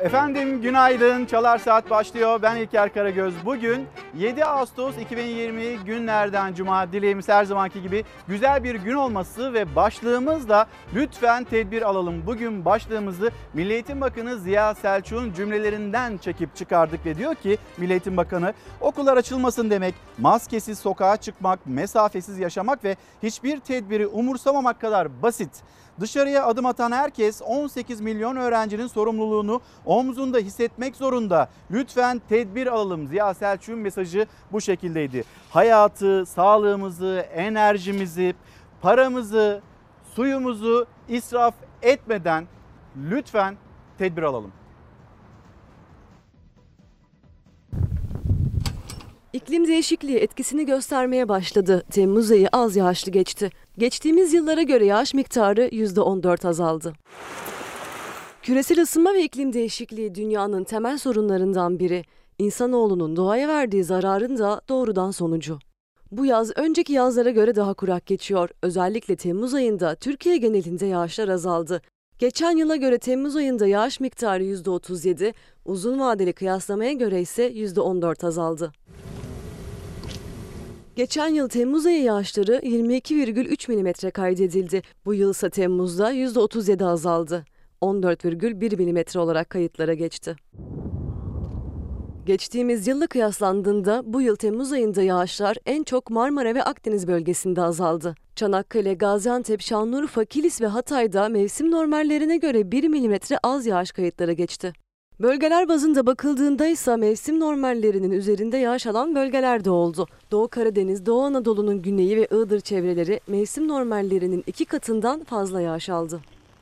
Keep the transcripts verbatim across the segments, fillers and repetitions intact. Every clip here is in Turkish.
Efendim günaydın, Çalar Saat başlıyor. Ben İlker Karagöz. Bugün yedi Ağustos iki bin yirmi günlerden Cuma. Dileğimiz her zamanki gibi güzel bir gün olması ve başlığımız da lütfen tedbir alalım. Bugün başlığımızı Milli Eğitim Bakanı Ziya Selçuk'un cümlelerinden çekip çıkardık ve diyor ki Milli Eğitim Bakanı, okullar açılmasın demek, maskesiz sokağa çıkmak, mesafesiz yaşamak ve hiçbir tedbiri umursamamak kadar basit. Dışarıya adım atan herkes on sekiz milyon öğrencinin sorumluluğunu omzunda hissetmek zorunda. Lütfen tedbir alalım. Ziya Selçuk'un mesajı bu şekildeydi. Hayatı, sağlığımızı, enerjimizi, paramızı, suyumuzu israf etmeden lütfen tedbir alalım. İklim değişikliği etkisini göstermeye başladı. Temmuz ayı az yağışlı geçti. Geçtiğimiz yıllara göre yağış miktarı yüzde on dört azaldı. Küresel ısınma ve iklim değişikliği dünyanın temel sorunlarından biri. İnsanoğlunun doğaya verdiği zararın da doğrudan sonucu. Bu yaz önceki yazlara göre daha kurak geçiyor. Özellikle Temmuz ayında Türkiye genelinde yağışlar azaldı. Geçen yıla göre Temmuz ayında yağış miktarı yüzde otuz yedi, uzun vadeli kıyaslamaya göre ise yüzde on dört azaldı. Geçen yıl Temmuz ayı yağışları yirmi iki virgül üç milimetre kaydedildi. Bu yıl ise Temmuz'da yüzde otuz yedi azaldı. on dört virgül bir milimetre olarak kayıtlara geçti. Geçtiğimiz yılla kıyaslandığında bu yıl Temmuz ayında yağışlar en çok Marmara ve Akdeniz bölgesinde azaldı. Çanakkale, Gaziantep, Şanlıurfa, Kilis ve Hatay'da mevsim normallerine göre bir milimetre az yağış kayıtlara geçti. Bölgeler bazında bakıldığında ise mevsim normallerinin üzerinde yağış alan bölgeler de oldu. Doğu Karadeniz, Doğu Anadolu'nun güneyi ve Iğdır çevreleri mevsim normallerinin iki katından fazla yağış aldı.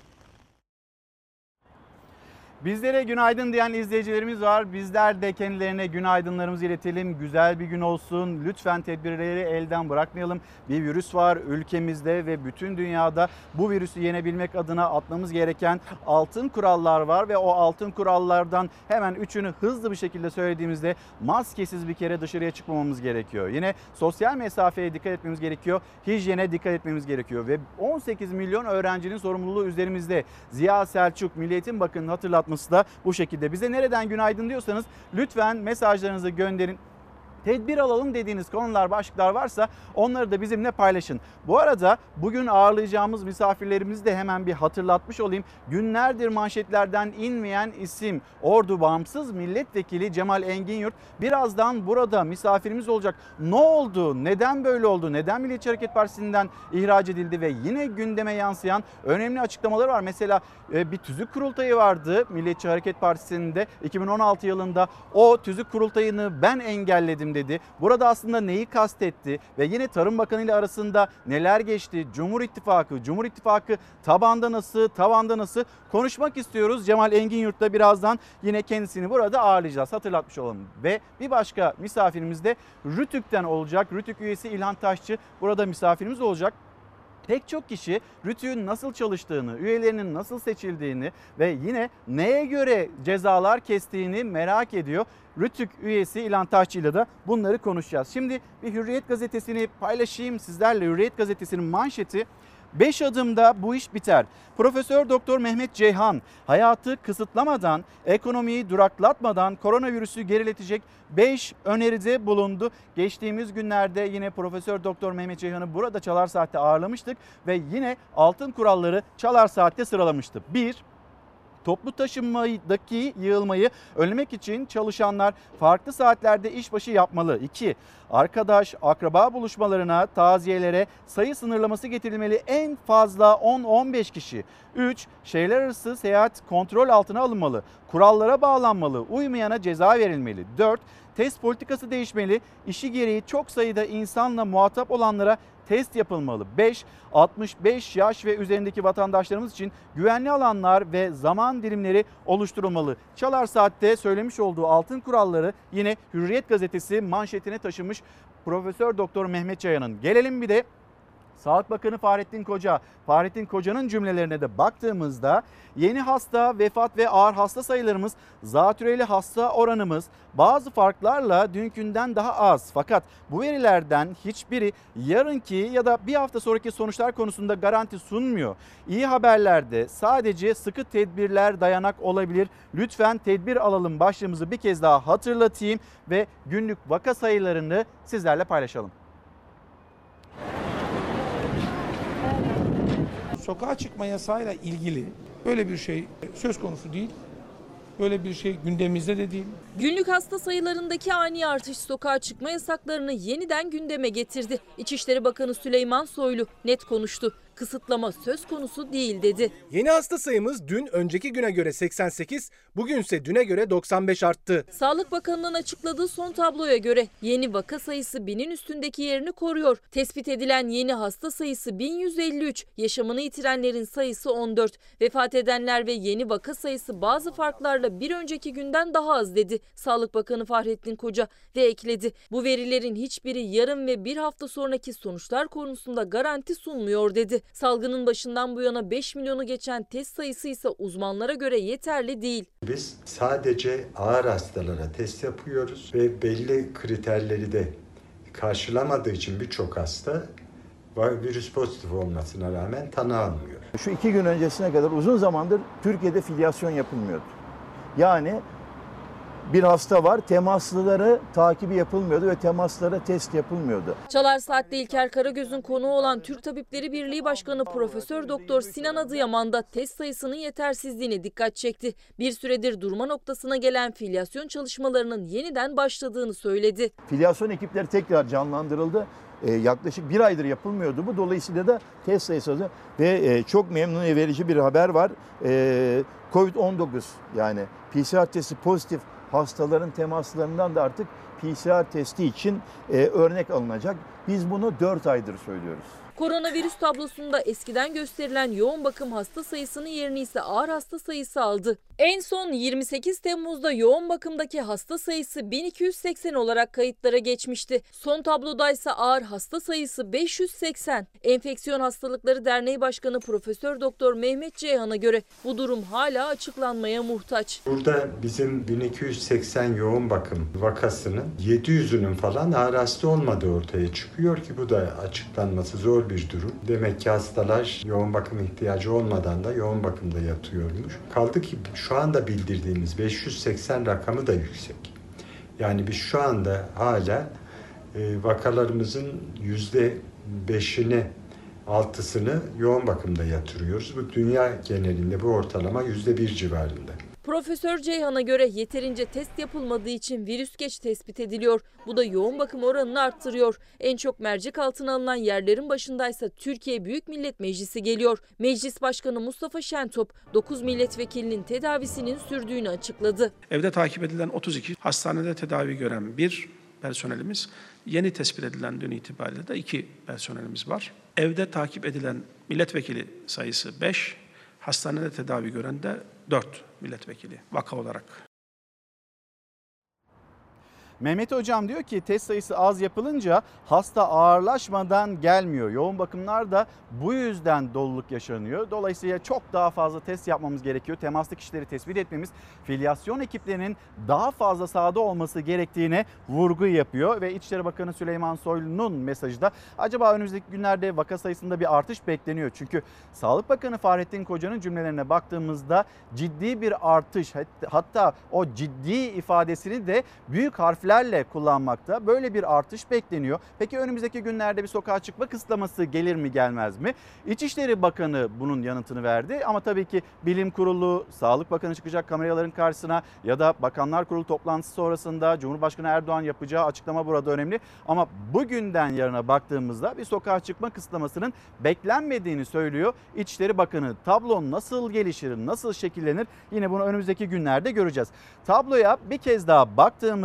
Bizlere günaydın diyen izleyicilerimiz var. Bizler de kendilerine günaydınlarımızı iletelim. Güzel bir gün olsun. Lütfen tedbirleri elden bırakmayalım. Bir virüs var ülkemizde ve bütün dünyada. Bu virüsü yenebilmek adına atmamız gereken altın kurallar var ve o altın kurallardan hemen üçünü hızlı bir şekilde söylediğimizde maskesiz bir kere dışarıya çıkmamamız gerekiyor. Yine sosyal mesafeye dikkat etmemiz gerekiyor. Hijyene dikkat etmemiz gerekiyor ve on sekiz milyon öğrencinin sorumluluğu üzerimizde. Ziya Selçuk, Milli Eğitim Bakanı'nın hatırlatması da bu şekilde. Bize nereden günaydın diyorsanız lütfen mesajlarınızı gönderin. Tedbir alalım dediğiniz konular, başlıklar varsa onları da bizimle paylaşın. Bu arada bugün ağırlayacağımız misafirlerimizi de hemen bir hatırlatmış olayım. Günlerdir manşetlerden inmeyen isim Ordu Bağımsız Milletvekili Cemal Enginyurt birazdan burada misafirimiz olacak. Ne oldu? Neden böyle oldu? Neden Milliyetçi Hareket Partisi'nden ihraç edildi ve yine gündeme yansıyan önemli açıklamaları var. Mesela bir tüzük kurultayı vardı Milliyetçi Hareket Partisi'nin de iki bin on altı yılında. O tüzük kurultayını ben engelledim dedi. Burada aslında neyi kastetti ve yine Tarım Bakanı ile arasında neler geçti? Cumhur İttifakı, Cumhur İttifakı tabanda nasıl, tavanda nasıl konuşmak istiyoruz. Cemal Enginyurt'ta birazdan yine kendisini burada ağırlayacağız. Hatırlatmış olalım. Ve bir başka misafirimiz de RÜTÜK'ten olacak. RÜTÜK üyesi İlhan Taşçı burada misafirimiz olacak. Pek çok kişi RÜTÜK'ün nasıl çalıştığını, üyelerinin nasıl seçildiğini ve yine neye göre cezalar kestiğini merak ediyor. RÜTÜK üyesi İlhan Taşçı ile de bunları konuşacağız. Şimdi bir Hürriyet gazetesini paylaşayım sizlerle. Hürriyet gazetesinin manşeti: beş adımda bu iş biter. Profesör Doktor Mehmet Ceyhan hayatı kısıtlamadan, ekonomiyi duraklatmadan koronavirüsü geriletecek beş öneride bulundu. Geçtiğimiz günlerde yine Profesör Doktor Mehmet Ceyhan'ı burada Çalar Saat'te ağırlamıştık ve yine altın kuralları Çalar Saat'te sıralamıştı. bir Toplu taşımadaki yığılmayı önlemek için çalışanlar farklı saatlerde işbaşı yapmalı. iki Arkadaş, akraba buluşmalarına, taziyelere sayı sınırlaması getirilmeli, en fazla on on beş kişi. üç Şehirler arası seyahat kontrol altına alınmalı. Kurallara bağlanmalı. Uymayana ceza verilmeli. dört Test politikası değişmeli. İşi gereği çok sayıda insanla muhatap olanlara test yapılmalı. beş altmış beş yaş ve üzerindeki vatandaşlarımız için güvenli alanlar ve zaman dilimleri oluşturulmalı. Çalar Saat'te söylemiş olduğu altın kuralları yine Hürriyet gazetesi manşetine taşımış Profesör Doktor Mehmet Ceyhan'ın. Gelelim bir de Sağlık Bakanı Fahrettin Koca, Fahrettin Koca'nın cümlelerine de baktığımızda yeni hasta, vefat ve ağır hasta sayılarımız, zatürreli hasta oranımız bazı farklarla dünkünden daha az. Fakat bu verilerden hiçbiri yarınki ya da bir hafta sonraki sonuçlar konusunda garanti sunmuyor. İyi haberlerde sadece sıkı tedbirler dayanak olabilir. Lütfen tedbir alalım başlığımızı bir kez daha hatırlatayım ve günlük vaka sayılarını sizlerle paylaşalım. Sokağa çıkma yasağıyla ilgili böyle bir şey söz konusu değil. Böyle bir şey gündemimizde de değil. Günlük hasta sayılarındaki ani artış sokağa çıkma yasaklarını yeniden gündeme getirdi. İçişleri Bakanı Süleyman Soylu net konuştu. Kısıtlama söz konusu değil dedi. Yeni hasta sayımız dün önceki güne göre seksen sekiz, bugünse düne göre doksan beş arttı. Sağlık Bakanı'nın açıkladığı son tabloya göre yeni vaka sayısı binin üstündeki yerini koruyor. Tespit edilen yeni hasta sayısı bin yüz elli üç, yaşamını yitirenlerin sayısı on dört. Vefat edenler ve yeni vaka sayısı bazı farklarla bir önceki günden daha az dedi Sağlık Bakanı Fahrettin Koca ve ekledi. Bu verilerin hiçbiri yarın ve bir hafta sonraki sonuçlar konusunda garanti sunmuyor dedi. Salgının başından bu yana beş milyonu geçen test sayısı ise uzmanlara göre yeterli değil. Biz sadece ağır hastalara test yapıyoruz ve belli kriterleri de karşılamadığı için birçok hasta virüs pozitif olmasına rağmen tanı almıyor. Şu iki gün öncesine kadar uzun zamandır Türkiye'de filyasyon yapılmıyordu. Yani bir hasta var, temaslıları takibi yapılmıyordu ve temaslara test yapılmıyordu. Çalar Saat'te İlker Karagöz'ün konuğu olan Türk Tabipleri Birliği Başkanı Profesör Doktor Sinan Adıyaman da test sayısının yetersizliğine dikkat çekti. Bir süredir durma noktasına gelen filyasyon çalışmalarının yeniden başladığını söyledi. Filyasyon ekipleri tekrar canlandırıldı. Ee, yaklaşık bir aydır yapılmıyordu bu. Dolayısıyla da test sayısı azaldı. Ve e, çok memnun verici bir haber var. Ee, Covid on dokuz yani P C R testi pozitif hastaların temaslarından da artık P C R testi için e, örnek alınacak. Biz bunu dört aydır söylüyoruz. Koronavirüs tablosunda eskiden gösterilen yoğun bakım hasta sayısının yerini ise ağır hasta sayısı aldı. En son yirmi sekiz Temmuz'da yoğun bakımdaki hasta sayısı bin iki yüz seksen olarak kayıtlara geçmişti. Son tablodaysa ağır hasta sayısı beş yüz seksen. Enfeksiyon Hastalıkları Derneği Başkanı Profesör Doktor Mehmet Ceyhan'a göre bu durum hala açıklanmaya muhtaç. Burada bizim bin iki yüz seksen yoğun bakım vakasının yedi yüzünün falan ağır hasta olmadığı ortaya çıkıyor ki bu da açıklanması zor bir durum. Demek ki hastalar yoğun bakım ihtiyacı olmadan da yoğun bakımda yatıyormuş. Kaldı ki şu anda bildirdiğimiz beş yüz seksen rakamı da yüksek. Yani biz şu anda hala e, vakalarımızın yüzde beşini, altısını yoğun bakımda yatırıyoruz. Bu dünya genelinde bu ortalama yüzde bir civarında. Profesör Ceyhan'a göre yeterince test yapılmadığı için virüs geç tespit ediliyor. Bu da yoğun bakım oranını arttırıyor. En çok mercek altına alınan yerlerin başındaysa Türkiye Büyük Millet Meclisi geliyor. Meclis Başkanı Mustafa Şentop dokuz milletvekilinin tedavisinin sürdüğünü açıkladı. Evde takip edilen otuz iki, hastanede tedavi gören bir personelimiz, yeni tespit edilen dün itibariyle de iki personelimiz var. Evde takip edilen milletvekili sayısı beş, hastanede tedavi gören de dört milletvekili vaka olarak. Mehmet Hocam diyor ki test sayısı az yapılınca hasta ağırlaşmadan gelmiyor. Yoğun bakımlar da bu yüzden doluluk yaşanıyor. Dolayısıyla çok daha fazla test yapmamız gerekiyor. Temaslı kişileri tespit etmemiz, filyasyon ekiplerinin daha fazla sahada olması gerektiğine vurgu yapıyor. Ve İçişleri Bakanı Süleyman Soylu'nun mesajı da acaba önümüzdeki günlerde vaka sayısında bir artış bekleniyor. Çünkü Sağlık Bakanı Fahrettin Koca'nın cümlelerine baktığımızda ciddi bir artış, hatta o ciddi ifadesini de büyük harflerle kullanmakta. Böyle bir artış bekleniyor. Peki önümüzdeki günlerde bir sokağa çıkma kısıtlaması gelir mi gelmez mi? İçişleri Bakanı bunun yanıtını verdi ama tabii ki Bilim Kurulu, Sağlık Bakanı çıkacak kameraların karşısına ya da Bakanlar Kurulu toplantısı sonrasında Cumhurbaşkanı Erdoğan yapacağı açıklama burada önemli. Ama bugünden yarına baktığımızda bir sokağa çıkma kısıtlamasının beklenmediğini söylüyor İçişleri Bakanı. Tablo nasıl gelişir, nasıl şekillenir? Yine bunu önümüzdeki günlerde göreceğiz. Tabloya bir kez daha baktığımızda yapı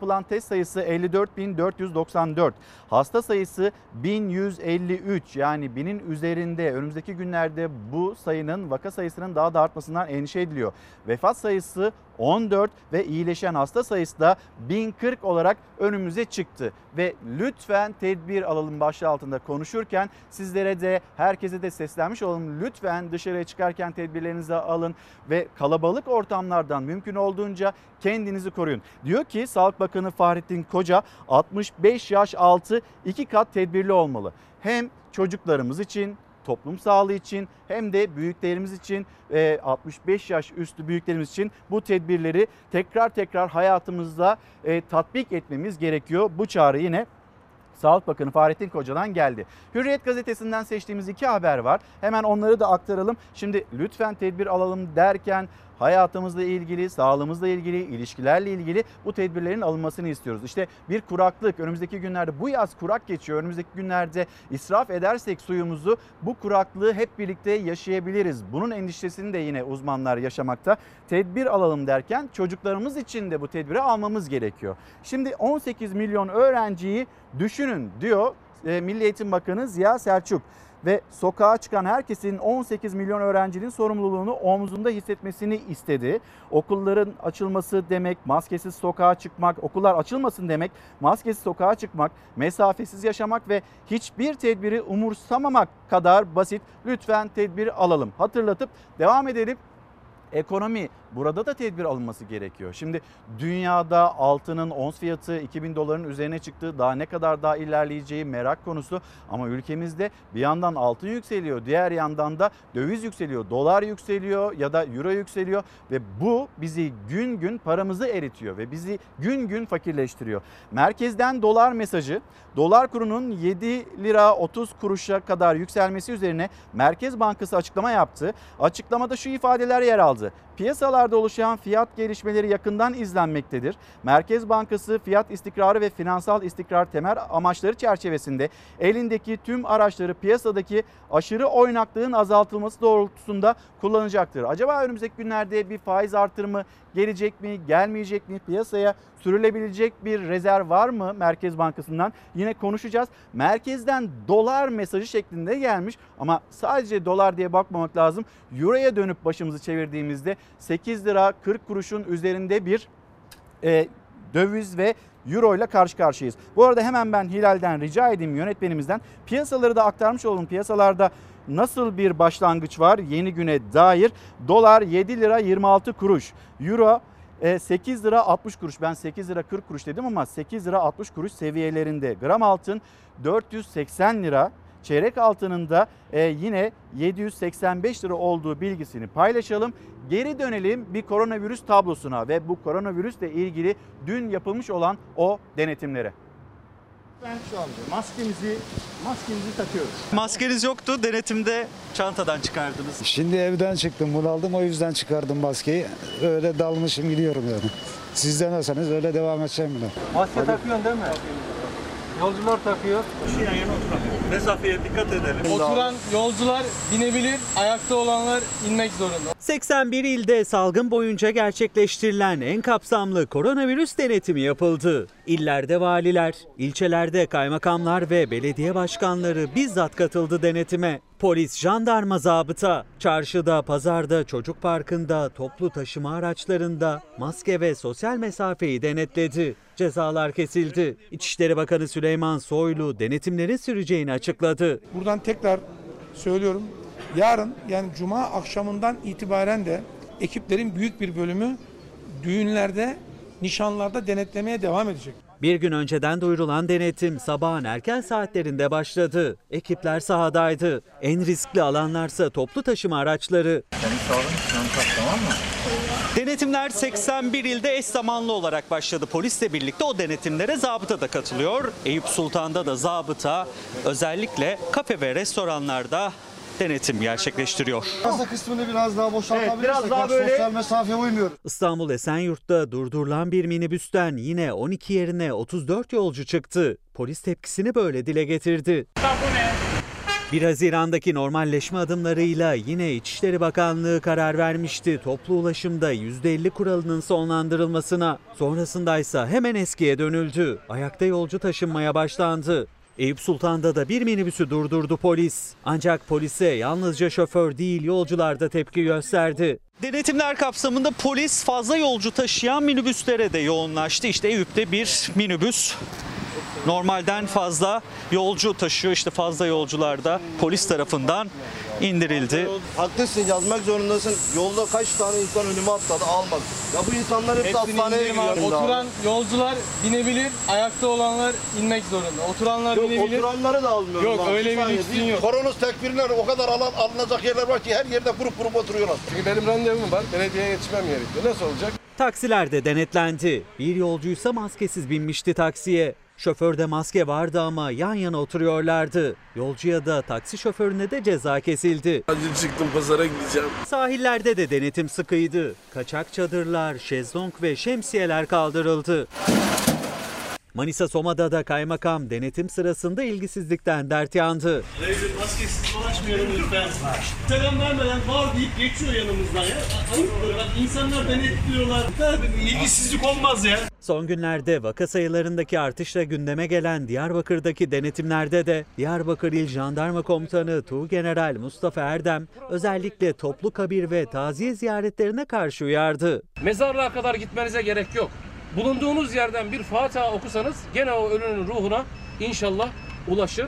yapılan test sayısı elli dört bin dört yüz doksan dört. Hasta sayısı bin yüz elli üç, yani binin üzerinde. Önümüzdeki günlerde bu sayının, vaka sayısının daha da artmasından endişe ediliyor. Vefat sayısı on dört ve iyileşen hasta sayısı da bin kırk olarak önümüze çıktı. Ve lütfen tedbir alalım başlığı altında konuşurken sizlere de, herkese de seslenmiş olalım. Lütfen dışarıya çıkarken tedbirlerinizi alın ve kalabalık ortamlardan mümkün olduğunca kendinizi koruyun. Diyor ki Sağlık Bakanı Fahrettin Koca, altmış beş yaş altı iki kat tedbirli olmalı. Hem çocuklarımız için, toplum sağlığı için, hem de büyüklerimiz için, altmış beş yaş üstü büyüklerimiz için bu tedbirleri tekrar tekrar hayatımızda tatbik etmemiz gerekiyor. Bu çağrı yine Sağlık Bakanı Fahrettin Koca'dan geldi. Hürriyet gazetesinden seçtiğimiz iki haber var. Hemen onları da aktaralım. Şimdi lütfen tedbir alalım derken hayatımızla ilgili, sağlığımızla ilgili, ilişkilerle ilgili bu tedbirlerin alınmasını istiyoruz. İşte bir kuraklık, önümüzdeki günlerde bu yaz kurak geçiyor. Önümüzdeki günlerde israf edersek suyumuzu, bu kuraklığı hep birlikte yaşayabiliriz. Bunun endişesini de yine uzmanlar yaşamakta. Tedbir alalım derken çocuklarımız için de bu tedbiri almamız gerekiyor. Şimdi on sekiz milyon öğrenciyi düşünün diyor Milli Eğitim Bakanı Ziya Selçuk. Ve sokağa çıkan herkesin on sekiz milyon öğrencinin sorumluluğunu omzunda hissetmesini istedi. Okulların açılması demek maskesiz sokağa çıkmak, okullar açılmasın demek maskesiz sokağa çıkmak, mesafesiz yaşamak ve hiçbir tedbiri umursamamak kadar basit. Lütfen tedbir alalım. Hatırlatıp devam edelim. Ekonomi, burada da tedbir alınması gerekiyor. Şimdi dünyada altının ons fiyatı iki bin doların üzerine çıktı. Daha ne kadar daha ilerleyeceği merak konusu. Ama ülkemizde bir yandan altın yükseliyor, diğer yandan da döviz yükseliyor, dolar yükseliyor ya da euro yükseliyor ve bu bizi gün gün paramızı eritiyor ve bizi gün gün fakirleştiriyor. Merkezden dolar mesajı, dolar kurunun yedi lira otuz kuruşa kadar yükselmesi üzerine Merkez Bankası açıklama yaptı. Açıklamada şu ifadeler yer aldı. Piyasalarda oluşan fiyat gelişmeleri yakından izlenmektedir. Merkez Bankası fiyat istikrarı ve finansal istikrar temel amaçları çerçevesinde elindeki tüm araçları piyasadaki aşırı oynaklığın azaltılması doğrultusunda kullanacaktır. Acaba önümüzdeki günlerde bir faiz artırımı gelecek mi, gelmeyecek mi? Piyasaya sürülebilecek bir rezerv var mı Merkez Bankası'ndan? Yine konuşacağız. Merkezden dolar mesajı şeklinde gelmiş ama sadece dolar diye bakmamak lazım. Euro'ya dönüp başımızı çevirdiğimizde sekiz lira kırk kuruşun üzerinde bir e, döviz ve euro ile karşı karşıyayız. Bu arada hemen ben Hilal'den rica edeyim, yönetmenimizden, piyasaları da aktarmış olalım. Piyasalarda nasıl bir başlangıç var yeni güne dair? Dolar yedi lira yirmi altı kuruş, euro sekiz lira altmış kuruş. Ben sekiz lira kırk kuruş dedim ama sekiz lira altmış kuruş seviyelerinde. Gram altın dört yüz seksen lira. Çeyrek altının da yine yedi yüz seksen beş lira olduğu bilgisini paylaşalım. Geri dönelim bir koronavirüs tablosuna ve bu koronavirüsle ilgili dün yapılmış olan o denetimlere. Ben şu anda maskemizi, maskemizi takıyoruz. Maskeniz yoktu, denetimde çantadan çıkardınız. Şimdi evden çıktım, bunaldım, o yüzden çıkardım maskeyi. Öyle dalmışım gidiyorum yani. Siz de nasılsınız, öyle devam edeceğim bile. Maske Hadi. takıyorsun değil mi? Yolcular takıyor. Yan yana oturamıyor. Mesafeye dikkat edelim. Oturan yolcular binebilir, ayakta olanlar inmek zorunda. seksen bir ilde salgın boyunca gerçekleştirilen en kapsamlı koronavirüs denetimi yapıldı. İllerde valiler, ilçelerde kaymakamlar ve belediye başkanları bizzat katıldı denetime. Polis, jandarma, zabıta, çarşıda, pazarda, çocuk parkında, toplu taşıma araçlarında maske ve sosyal mesafeyi denetledi. Cezalar kesildi. İçişleri Bakanı Süleyman Soylu denetimlerin süreceğini açıkladı. Buradan tekrar söylüyorum. Yarın, yani cuma akşamından itibaren de ekiplerin büyük bir bölümü düğünlerde, nişanlarda denetlemeye devam edecek. Bir gün önceden duyurulan denetim sabahın erken saatlerinde başladı. Ekipler sahadaydı. En riskli alanlarsa toplu taşıma araçları. Tamam mı? Denetimler seksen bir ilde eş zamanlı olarak başladı. Polisle birlikte o denetimlere zabıta da katılıyor. Eyüp Sultan'da da zabıta özellikle kafe ve restoranlarda denetim gerçekleştiriyor. Masa kısmını biraz daha boşaltabilirsek, evet, biraz daha böyle sosyal mesafe uymuyor. İstanbul Esenyurt'ta durdurulan bir minibüsten yine on iki yerine otuz dört yolcu çıktı. Polis tepkisini böyle dile getirdi. Bu ne? bir Haziran'daki normalleşme adımlarıyla yine İçişleri Bakanlığı karar vermişti toplu ulaşımda yüzde elli kuralının sonlandırılmasına. Sonrasındaysa hemen eskiye dönüldü. Ayakta yolcu taşınmaya başlandı. Eyüp Sultan'da da bir minibüsü durdurdu polis. Ancak polise yalnızca şoför değil yolcular da tepki gösterdi. Denetimler kapsamında polis fazla yolcu taşıyan minibüslere de yoğunlaştı. İşte Eyüp'te bir minibüs normalden fazla yolcu taşıyor. İşte fazla yolcular da polis tarafından indirildi. Haklısın, yazmak zorundasın. Yolda kaç tane insan önüme atladı, almadı. Ya bu insanlar hepsi hastaneye gidiyor. Oturan yolcular binebilir, ayakta olanlar inmek zorunda. Oturanlar Yok, binebilir. oturanları da almıyorum. Yok, ben. öyle bir lüksün yok. Koronos tekbirler o kadar alan, alınacak yerler var ki her yerde grup grup oturuyorlar. Çünkü benim randevum var, belediyeye yetişmem gerekiyor. Nasıl olacak? Taksiler de denetlendi. Bir yolcuysa maskesiz binmişti taksiye. Şoförde maske vardı ama yan yana oturuyorlardı. Yolcuya da taksi şoförüne de ceza kesildi. Acil çıktım, pazara gideceğim. Sahillerde de denetim sıkıydı. Kaçak çadırlar, şezlong ve şemsiyeler kaldırıldı. Manisa Soma'da da kaymakam denetim sırasında ilgisizlikten dert yandı. Reyli maskesiz dolaşmayalım lütfen. Selam vermeden var deyip geçiyor yanımızdan ya. Ayıptır bak, insanlar denetliyorlar. İlgisizlik olmaz ya. Son günlerde vaka sayılarındaki artışla gündeme gelen Diyarbakır'daki denetimlerde de Diyarbakır İl Jandarma Komutanı Tuğgeneral Mustafa Erdem özellikle toplu kabir ve taziye ziyaretlerine karşı uyardı. Mezarlığa kadar gitmenize gerek yok. Bulunduğunuz yerden bir Fatiha okusanız gene o ölünün ruhuna inşallah ulaşır.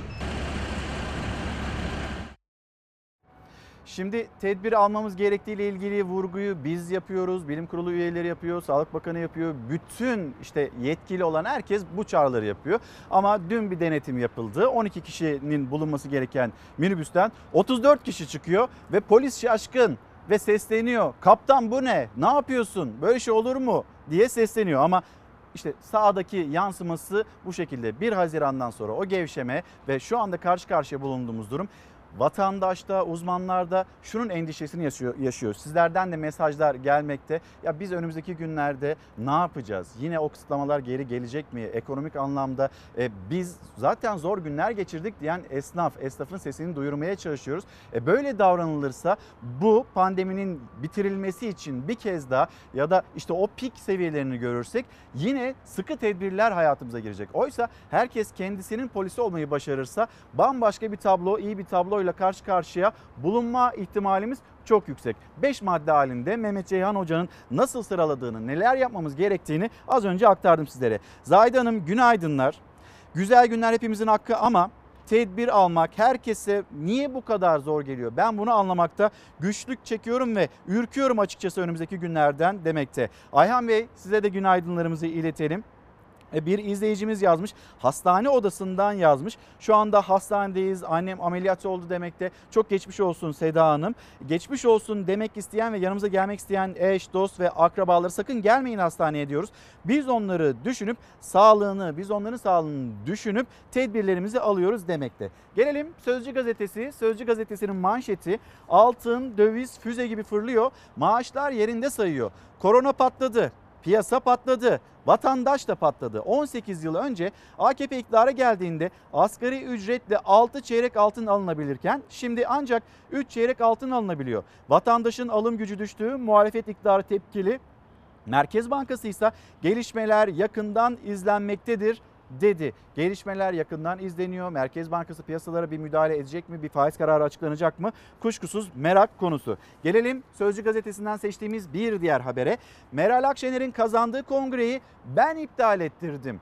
Şimdi tedbir almamız gerektiğiyle ilgili vurguyu biz yapıyoruz, bilim kurulu üyeleri yapıyor, Sağlık Bakanı yapıyor. Bütün işte yetkili olan herkes bu çağrıları yapıyor. Ama dün bir denetim yapıldı. on iki kişinin bulunması gereken minibüsten otuz dört kişi çıkıyor ve polis şaşkın ve sesleniyor. Kaptan bu ne? Ne yapıyorsun? Böyle şey olur mu? Diye sesleniyor ama işte sağdaki yansıması bu şekilde. bir Haziran'dan sonra o gevşeme ve şu anda karşı karşıya bulunduğumuz durum vatandaş da uzmanlar da şunun endişesini yaşıyor, yaşıyor. Sizlerden de mesajlar gelmekte. Ya biz önümüzdeki günlerde ne yapacağız? Yine o kısıtlamalar geri gelecek mi? Ekonomik anlamda e, biz zaten zor günler geçirdik diyen esnaf, esnafın sesini duyurmaya çalışıyoruz. E, böyle davranılırsa bu pandeminin bitirilmesi için bir kez daha ya da işte o pik seviyelerini görürsek yine sıkı tedbirler hayatımıza girecek. Oysa herkes kendisinin polisi olmayı başarırsa bambaşka bir tablo, iyi bir tablo ile karşı karşıya bulunma ihtimalimiz çok yüksek. beş madde halinde Mehmet Ceyhan Hoca'nın nasıl sıraladığını, neler yapmamız gerektiğini az önce aktardım sizlere. Zahide Hanım günaydınlar. Güzel günler hepimizin hakkı ama tedbir almak herkese niye bu kadar zor geliyor? Ben bunu anlamakta güçlük çekiyorum ve ürküyorum açıkçası önümüzdeki günlerden demekte. Ayhan Bey, size de günaydınlarımızı iletelim. Bir izleyicimiz yazmış, hastane odasından yazmış. Şu anda hastanedeyiz, annem ameliyat oldu demekte. Çok geçmiş olsun Seda Hanım. Geçmiş olsun demek isteyen ve yanımıza gelmek isteyen eş, dost ve akrabaları sakın gelmeyin hastaneye diyoruz. Biz onları düşünüp sağlığını, biz onların sağlığını düşünüp tedbirlerimizi alıyoruz demekte. Gelelim Sözcü Gazetesi. Sözcü Gazetesi'nin manşeti altın, döviz, füze gibi fırlıyor. Maaşlar yerinde sayıyor. Korona patladı. Piyasa patladı, vatandaş da patladı. on sekiz yıl önce A K P iktidara geldiğinde asgari ücretle altı çeyrek altın alınabilirken şimdi ancak üç çeyrek altın alınabiliyor. Vatandaşın alım gücü düştü, muhalefet iktidarı tepkili. Merkez Bankası ise gelişmeler yakından izlenmektedir dedi. Gelişmeler yakından izleniyor. Merkez Bankası piyasalara bir müdahale edecek mi? Bir faiz kararı açıklanacak mı? Kuşkusuz merak konusu. Gelelim Sözcü Gazetesi'nden seçtiğimiz bir diğer habere. Meral Akşener'in kazandığı kongreyi ben iptal ettirdim.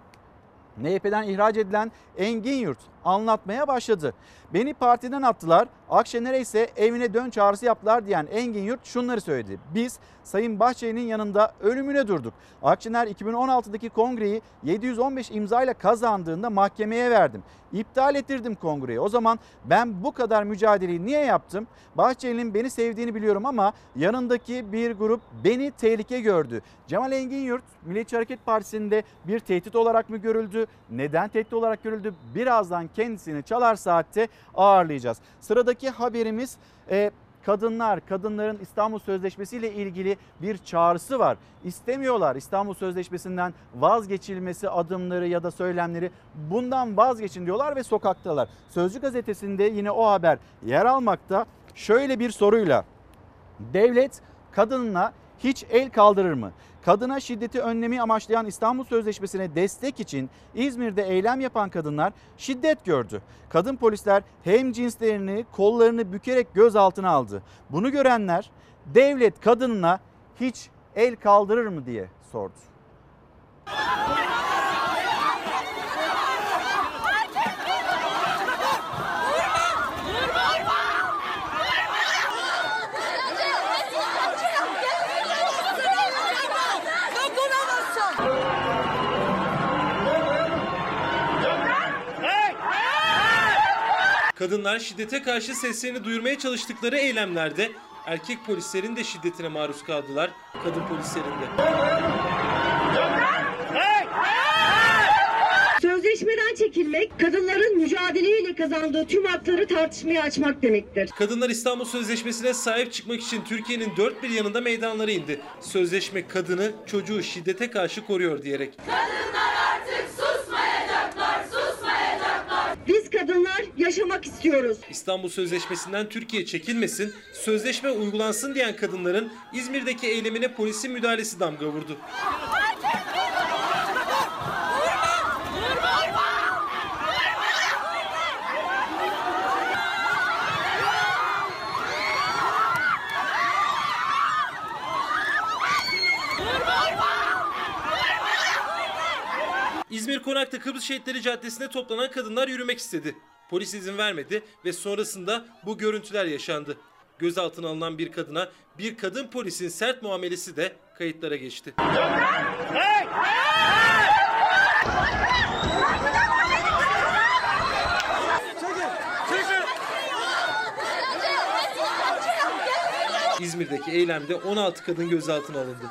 M H P'den ihraç edilen Engin Yurt anlatmaya başladı. Beni partiden attılar, Akşener'e ise evine dön çağrısı yaptılar diyen Engin Yurt şunları söyledi. Biz Sayın Bahçeli'nin yanında ölümüne durduk. Akşener iki bin on altıdaki kongreyi yedi yüz on beş imzayla kazandığında mahkemeye verdim. İptal ettirdim kongreyi. O zaman ben bu kadar mücadeleyi niye yaptım? Bahçeli'nin beni sevdiğini biliyorum ama yanındaki bir grup beni tehlike gördü. Cemal Engin Yurt Milliyetçi Hareket Partisi'nde bir tehdit olarak mı görüldü? Neden tehdit olarak görüldü? Birazdan kendisini Çalar Saat'te ağırlayacağız. Sıradaki haberimiz e, kadınlar, kadınların İstanbul Sözleşmesi ile ilgili bir çağrısı var. İstemiyorlar İstanbul Sözleşmesi'nden vazgeçilmesi adımları ya da söylemleri, bundan vazgeçin diyorlar ve sokaktalar. Sözcü gazetesinde yine o haber yer almakta. Şöyle bir soruyla: devlet kadınına hiç el kaldırır mı? Kadına şiddeti önlemi amaçlayan İstanbul Sözleşmesi'ne destek için İzmir'de eylem yapan kadınlar şiddet gördü. Kadın polisler hemcinslerini kollarını bükerek gözaltına aldı. Bunu görenler devlet kadınına hiç el kaldırır mı diye sordu. Kadınlar şiddete karşı seslerini duyurmaya çalıştıkları eylemlerde erkek polislerin de şiddetine maruz kaldılar. Kadın polislerin de. Sözleşmeden çekilmek, kadınların mücadeleyle kazandığı tüm hakları tartışmaya açmak demektir. Kadınlar İstanbul Sözleşmesi'ne sahip çıkmak için Türkiye'nin dört bir yanında meydanlara indi. Sözleşme kadını, çocuğu şiddete karşı koruyor diyerek. Kadınlar artık susmayacaklar, susmayacaklar. Biz kadınlar yaşamak istiyoruz. İstanbul Sözleşmesi'nden Türkiye çekilmesin, sözleşme uygulansın diyen kadınların İzmir'deki eylemine polisin müdahalesi damga vurdu. İzmir Konak'ta Kıbrıs Şehitleri Caddesi'nde toplanan kadınlar yürümek istedi. Polis izin vermedi ve sonrasında bu görüntüler yaşandı. Gözaltına alınan bir kadına bir kadın polisin sert muamelesi de kayıtlara geçti. İzmir'deki eylemde on altı kadın gözaltına alındı.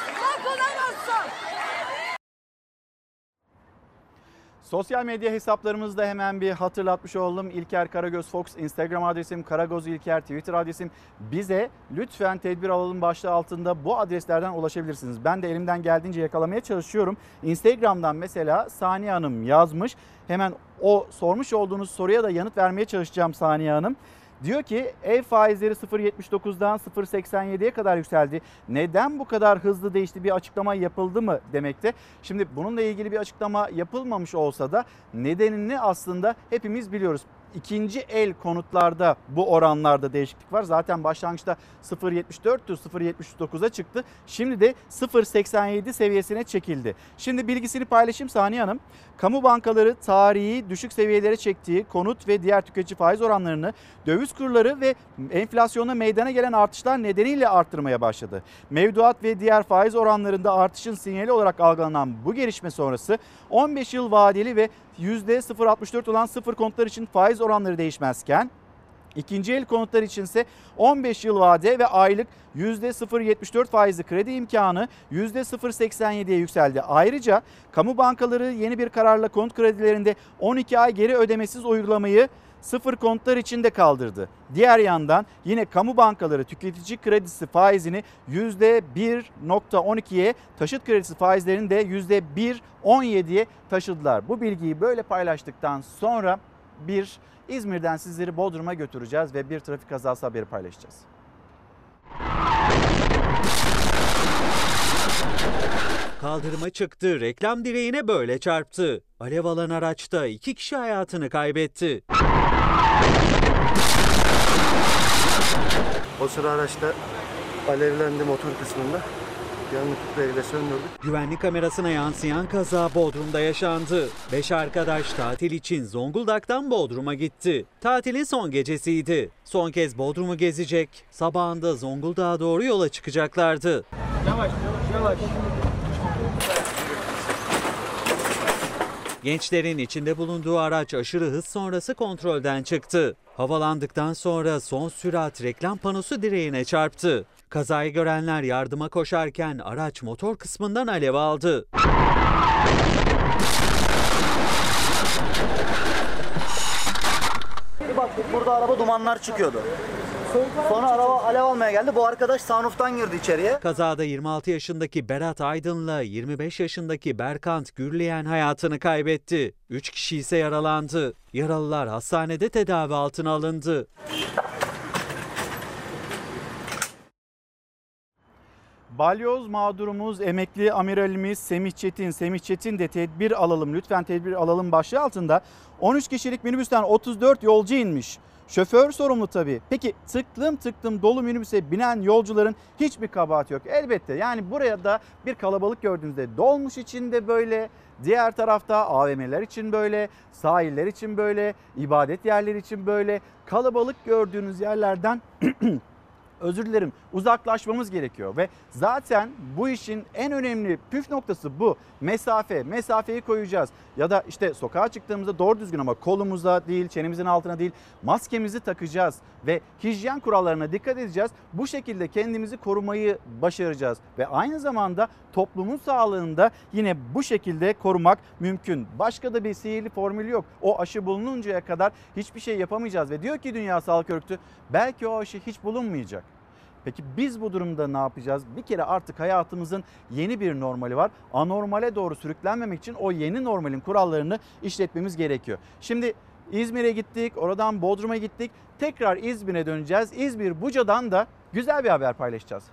Sosyal medya hesaplarımızda hemen bir hatırlatmış oldum. İlker Karagöz Fox Instagram adresim, Karagöz İlker Twitter adresim. Bize lütfen tedbir alalım başlığı altında bu adreslerden ulaşabilirsiniz. Ben de elimden geldiğince yakalamaya çalışıyorum. Instagram'dan mesela Saniye Hanım yazmış. Hemen o sormuş olduğunuz soruya da yanıt vermeye çalışacağım Saniye Hanım. Diyor ki ev faizleri sıfır virgül yetmiş dokuzdan sıfır virgül seksen yediye kadar yükseldi. Neden bu kadar hızlı değişti, bir açıklama yapıldı mı demekte. Şimdi bununla ilgili bir açıklama yapılmamış olsa da nedenini aslında hepimiz biliyoruz. İkinci el konutlarda bu oranlarda değişiklik var. Zaten başlangıçta sıfır virgül yetmiş dörttü, sıfır virgül yetmiş dokuza çıktı. Şimdi de sıfır virgül seksen yedi seviyesine çekildi. Şimdi bilgisini paylaşayım Saniye Hanım. Kamu bankaları tarihi düşük seviyelere çektiği konut ve diğer tüketici faiz oranlarını döviz kurları ve enflasyonla meydana gelen artışlar nedeniyle arttırmaya başladı. Mevduat ve diğer faiz oranlarında artışın sinyali olarak algılanan bu gelişme sonrası on beş yıl vadeli ve yüzde sıfır virgül altmış dört olan sıfır konutlar için faiz oranları değişmezken ikinci el konutlar içinse on beş yıl vade ve aylık yüzde sıfır virgül yetmiş dört faizli kredi imkanı yüzde sıfır virgül seksen yediye yükseldi. Ayrıca kamu bankaları yeni bir kararla konut kredilerinde on iki ay geri ödemesiz uygulamayı sıfır konutlar için de kaldırdı. Diğer yandan yine kamu bankaları tüketici kredisi faizini yüzde bir virgül on ikiye, taşıt kredisi faizlerini de yüzde bir virgül on yediye taşıdılar. Bu bilgiyi böyle paylaştıktan sonra bir İzmir'den sizleri Bodrum'a götüreceğiz ve bir trafik kazası haberi paylaşacağız. Kaldırıma çıktı, reklam direğine böyle çarptı. Alev alan araçta iki kişi hayatını kaybetti. O sıra araçta alevlendi motor kısmında. Yanını tüpleriyle söndürdük. Güvenlik kamerasına yansıyan kaza Bodrum'da yaşandı. Beş arkadaş tatil için Zonguldak'tan Bodrum'a gitti. Tatilin son gecesiydi. Son kez Bodrum'u gezecek. Sabahında Zonguldak'a doğru yola çıkacaklardı. Yavaş yavaş yavaş. Gençlerin içinde bulunduğu araç aşırı hız sonrası kontrolden çıktı. Havalandıktan sonra son sürat reklam panosu direğine çarptı. Kazayı görenler yardıma koşarken araç motor kısmından alev aldı. Bir baktık burada araba dumanlar çıkıyordu. Sonra araba alev almaya geldi. Bu arkadaş sunroof'tan girdi içeriye. Kazada yirmi altı yaşındaki Berat Aydın'la yirmi beş yaşındaki Berkant Gürleyen hayatını kaybetti. üç kişi ise yaralandı. Yaralılar hastanede tedavi altına alındı. Balyoz mağdurumuz emekli amiralimiz Semih Çetin. Semih Çetin de tedbir alalım, lütfen tedbir alalım başlığı altında on üç kişilik minibüsten otuz dört yolcu inmiş. Şoför sorumlu tabii. Peki tıklım tıklım dolu minibüse binen yolcuların hiçbir kabahati yok. Elbette yani buraya da bir kalabalık gördüğünüzde dolmuş içinde böyle, diğer tarafta A V M'ler için böyle, sahiller için böyle, ibadet yerleri için böyle kalabalık gördüğünüz yerlerden özür dilerim uzaklaşmamız gerekiyor ve zaten bu işin en önemli püf noktası bu. Mesafe, mesafeyi koyacağız ya da işte sokağa çıktığımızda doğru düzgün ama kolumuza değil, çenemizin altına değil, maskemizi takacağız ve hijyen kurallarına dikkat edeceğiz. Bu şekilde kendimizi korumayı başaracağız ve aynı zamanda toplumun sağlığında yine bu şekilde korumak mümkün. Başka da bir sihirli formül yok. O aşı bulununcaya kadar hiçbir şey yapamayacağız ve diyor ki Dünya Sağlık Örgütü belki o aşı hiç bulunmayacak. Peki biz bu durumda ne yapacağız? Bir kere artık hayatımızın yeni bir normali var. Anormale doğru sürüklenmemek için o yeni normalin kurallarını işletmemiz gerekiyor. Şimdi İzmir'e gittik, oradan Bodrum'a gittik. Tekrar İzmir'e döneceğiz. İzmir Buca'dan da güzel bir haber paylaşacağız.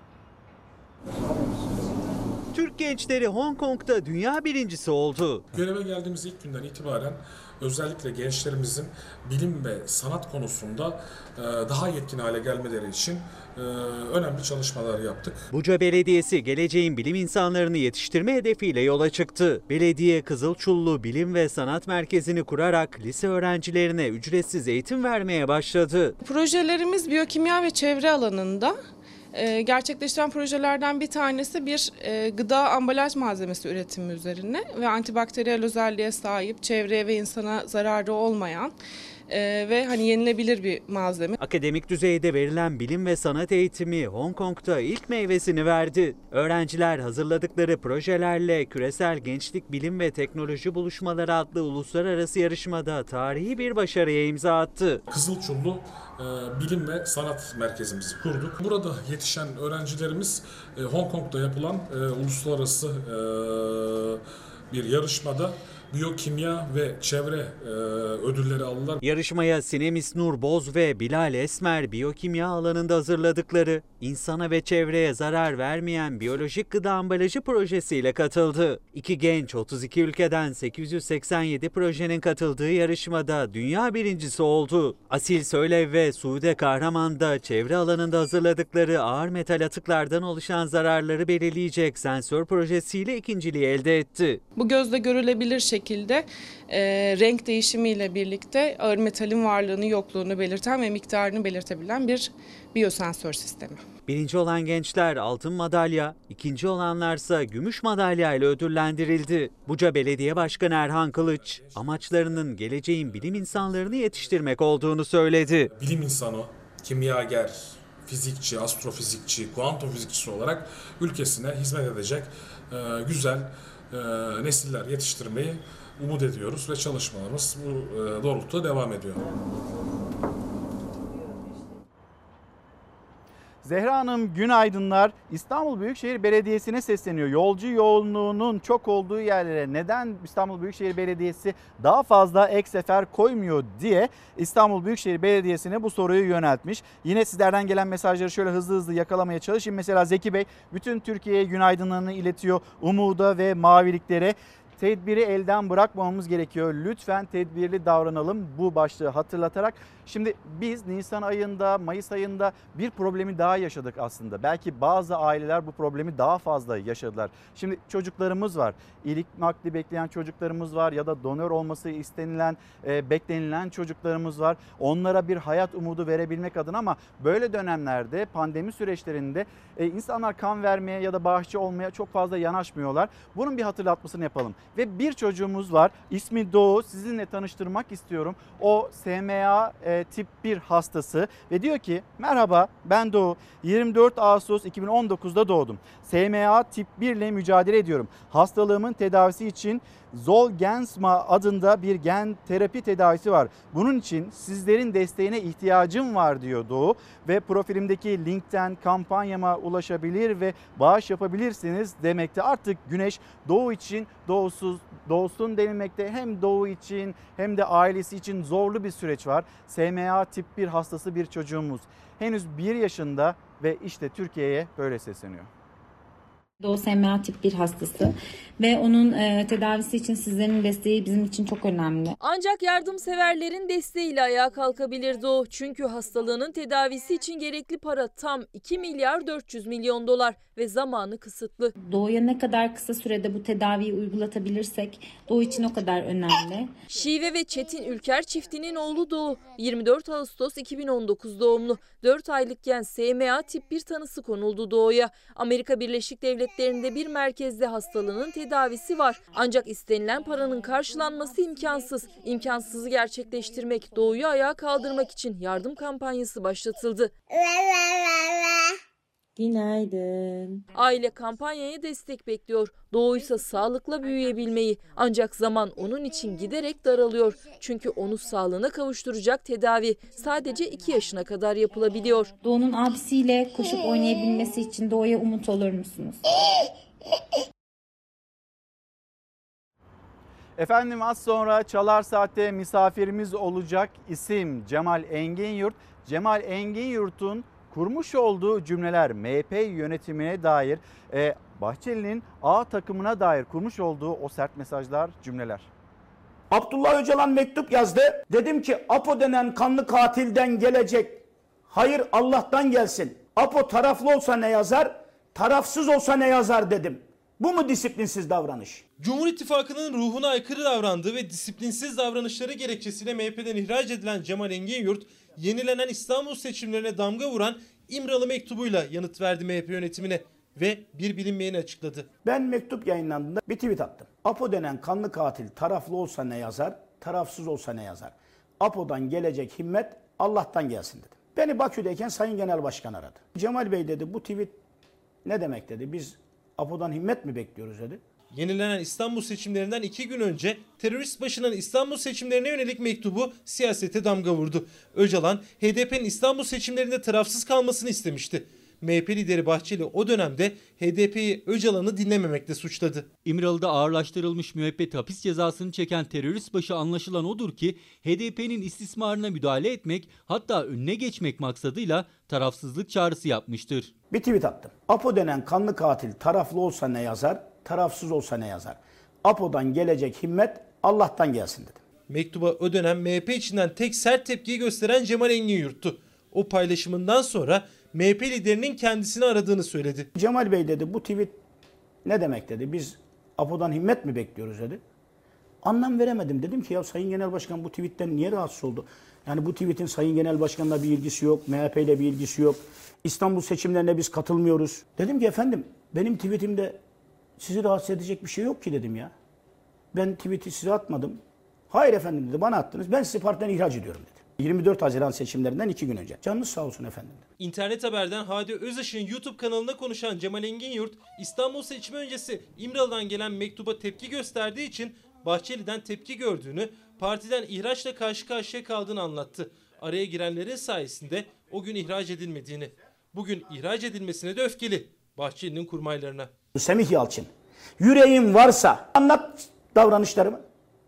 Türk gençleri Hong Kong'da dünya birincisi oldu. Göreve geldiğimiz ilk günden itibaren özellikle gençlerimizin bilim ve sanat konusunda daha yetkin hale gelmeleri için önemli çalışmalar yaptık. Buca Belediyesi geleceğin bilim insanlarını yetiştirme hedefiyle yola çıktı. Belediye Kızılçullu Bilim ve Sanat Merkezi'ni kurarak lise öğrencilerine ücretsiz eğitim vermeye başladı. Projelerimiz biyokimya ve çevre alanında. Gerçekleştiren projelerden bir tanesi bir gıda ambalaj malzemesi üretimi üzerine ve antibakteriyel özelliğe sahip, çevreye ve insana zararı olmayan ve hani yenilebilir bir malzeme. Akademik düzeyde verilen bilim ve sanat eğitimi Hong Kong'da ilk meyvesini verdi. Öğrenciler hazırladıkları projelerle Küresel Gençlik Bilim ve Teknoloji Buluşmaları adlı uluslararası yarışmada tarihi bir başarıya imza attı. Kızılçullu Bilim ve Sanat Merkezimizi kurduk. Burada yetişen öğrencilerimiz Hong Kong'da yapılan uluslararası bir yarışmada biyokimya ve çevre e, ödülleri aldılar. Yarışmaya Sinemis Nur Boz ve Bilal Esmer biyokimya alanında hazırladıkları insana ve çevreye zarar vermeyen biyolojik gıda ambalajı projesiyle katıldı. İki genç otuz iki ülkeden sekiz yüz seksen yedi projenin katıldığı yarışmada dünya birincisi oldu. Asil Söylev ve Sude Kahraman da çevre alanında hazırladıkları ağır metal atıklardan oluşan zararları belirleyecek sensör projesiyle ikinciliği elde etti. Bu gözle görülebilir şekilde şekilde e, renk değişimiyle birlikte ağır metalin varlığını, yokluğunu belirten ve miktarını belirtebilen bir biyosensör sistemi. Birinci olan gençler altın madalya, ikinci olanlarsa gümüş madalya ile ödüllendirildi. Buca Belediye Başkanı Erhan Kılıç, amaçlarının geleceğin bilim insanlarını yetiştirmek olduğunu söyledi. Bilim insanı, kimyager, fizikçi, astrofizikçi, kuantum fizikçisi olarak ülkesine hizmet edecek e, güzel e, nesiller yetiştirmeyi umut ediyoruz ve çalışmalarımız bu e, doğrultuda devam ediyor. Zehra Hanım günaydınlar. İstanbul Büyükşehir Belediyesi'ne sesleniyor. Yolcu yoğunluğunun çok olduğu yerlere neden İstanbul Büyükşehir Belediyesi daha fazla ek sefer koymuyor diye İstanbul Büyükşehir Belediyesi'ne bu soruyu yöneltmiş. Yine sizlerden gelen mesajları şöyle hızlı hızlı yakalamaya çalışayım. Mesela Zeki Bey bütün Türkiye'ye günaydınlarını iletiyor. Umuda ve maviliklere. Tedbiri elden bırakmamamız gerekiyor. Lütfen tedbirli davranalım bu başlığı hatırlatarak. Şimdi biz Nisan ayında, Mayıs ayında bir problemi daha yaşadık aslında. Belki bazı aileler bu problemi daha fazla yaşadılar. Şimdi çocuklarımız var. İyilik nakli bekleyen çocuklarımız var ya da donör olması istenilen, e, beklenilen çocuklarımız var. Onlara bir hayat umudu verebilmek adına ama böyle dönemlerde pandemi süreçlerinde e, insanlar kan vermeye ya da bağışçı olmaya çok fazla yanaşmıyorlar. Bunun bir hatırlatmasını yapalım. Ve bir çocuğumuz var. İsmi Doğu. Sizinle tanıştırmak istiyorum. O S M A e, tip bir hastası ve diyor ki merhaba ben Doğu. yirmi dört Ağustos iki bin on dokuz'da doğdum. S M A tip bir ile mücadele ediyorum. Hastalığımın tedavisi için Zolgensma adında bir gen terapi tedavisi var. Bunun için sizlerin desteğine ihtiyacım var diyor Doğu ve profilimdeki linkten kampanyama ulaşabilir ve bağış yapabilirsiniz demekte. Artık güneş Doğu için doğusuz doğsun denilmekte. Hem Doğu için hem de ailesi için zorlu bir süreç var. S M A tip bir hastası bir çocuğumuz. Henüz bir yaşında ve işte Türkiye'ye böyle sesleniyor. Doğu S M A tip bir hastası ve onun e, tedavisi için sizlerin desteği bizim için çok önemli. Ancak yardımseverlerin desteğiyle ayağa kalkabilir Doğu. Çünkü hastalığının tedavisi için gerekli para tam iki milyar dört yüz milyon dolar ve zamanı kısıtlı. Doğu'ya ne kadar kısa sürede bu tedaviyi uygulatabilirsek Doğu için o kadar önemli. Şive ve Çetin Ülker çiftinin oğlu Doğu. yirmi dört Ağustos iki bin on dokuz doğumlu. dört aylıkken S M A tip bir tanısı konuldu Doğu'ya. Amerika Birleşik Devletleri'nde bir merkezde hastalığının tedavisi var. Ancak istenilen paranın karşılanması imkansız. İmkansızı gerçekleştirmek, Doğu'yu ayağa kaldırmak için yardım kampanyası başlatıldı. Günaydın. Aile kampanyaya destek bekliyor. Doğuysa sağlıkla büyüyebilmeyi. Ancak zaman onun için giderek daralıyor. Çünkü onu sağlığına kavuşturacak tedavi sadece iki yaşına kadar yapılabiliyor. Doğu'nun abisiyle koşup oynayabilmesi için Doğu'ya umut olur musunuz? Efendim az sonra Çalar Saat'te misafirimiz olacak isim Cemal Enginyurt. Cemal Enginyurt'un kurmuş olduğu cümleler M H P yönetimine dair, e, Bahçeli'nin A takımına dair kurmuş olduğu o sert mesajlar, cümleler. Abdullah Öcalan mektup yazdı. Dedim ki Apo denen kanlı katilden gelecek hayır Allah'tan gelsin. Apo taraflı olsa ne yazar, tarafsız olsa ne yazar dedim. Bu mu disiplinsiz davranış? Cumhur İttifakı'nın ruhuna aykırı davrandığı ve disiplinsiz davranışları gerekçesiyle M H P'den ihraç edilen Cemal Enginyurt, yenilenen İstanbul seçimlerine damga vuran İmralı mektubuyla yanıt verdi M H P yönetimine ve bir bilinmeyeni açıkladı. Ben mektup yayınlandığında bir tweet attım. Apo denen kanlı katil taraflı olsa ne yazar, tarafsız olsa ne yazar? Apo'dan gelecek himmet Allah'tan gelsin dedim. Beni Bakü'deyken Sayın Genel Başkan aradı. Cemal Bey dedi, bu tweet ne demek dedi, biz Apo'dan himmet mi bekliyoruz dedi. Yenilenen İstanbul seçimlerinden iki gün önce terörist başının İstanbul seçimlerine yönelik mektubu siyasete damga vurdu. Öcalan, H D P'nin İstanbul seçimlerinde tarafsız kalmasını istemişti. M H P lideri Bahçeli o dönemde H D P'yi Öcalan'ı dinlememekle suçladı. İmralı'da ağırlaştırılmış müebbet hapis cezasını çeken terörist başı anlaşılan odur ki H D P'nin istismarına müdahale etmek, hatta önüne geçmek maksadıyla tarafsızlık çağrısı yapmıştır. Bir tweet attım. Apo denen kanlı katil taraflı olsa ne yazar, tarafsız olsa ne yazar? Apo'dan gelecek himmet Allah'tan gelsin dedim. Mektuba o dönem M H P içinden tek sert tepkiyi gösteren Cemal Enginyurt'tu. O paylaşımından sonra M H P liderinin kendisini aradığını söyledi. Cemal Bey dedi, bu tweet ne demek dedi, biz Apo'dan himmet mi bekliyoruz dedi. Anlam veremedim. Dedim ki ya Sayın Genel Başkan bu tweetten niye rahatsız oldu? Yani bu tweetin Sayın Genel Başkan'la bir ilgisi yok, M H P ile bir ilgisi yok. İstanbul seçimlerine biz katılmıyoruz. Dedim ki efendim benim tweetimde sizi rahatsız edecek bir şey yok ki dedim ya. Ben tweet'i size atmadım. Hayır efendim dedi, bana attınız. Ben sizi partiden ihraç ediyorum dedi. yirmi dört Haziran seçimlerinden iki gün önce. Canınız sağ olsun efendim. İnternet Haber'den Hadi Özışık'ın YouTube kanalında konuşan Cemal Enginyurt, İstanbul seçimi öncesi İmralı'dan gelen mektuba tepki gösterdiği için Bahçeli'den tepki gördüğünü, partiden ihraçla karşı karşıya kaldığını anlattı. Araya girenlerin sayesinde o gün ihraç edilmediğini, bugün ihraç edilmesine de öfkeli Bahçeli'nin kurmaylarına. Semih Yalçın, yüreğim varsa anlat davranışlarımı.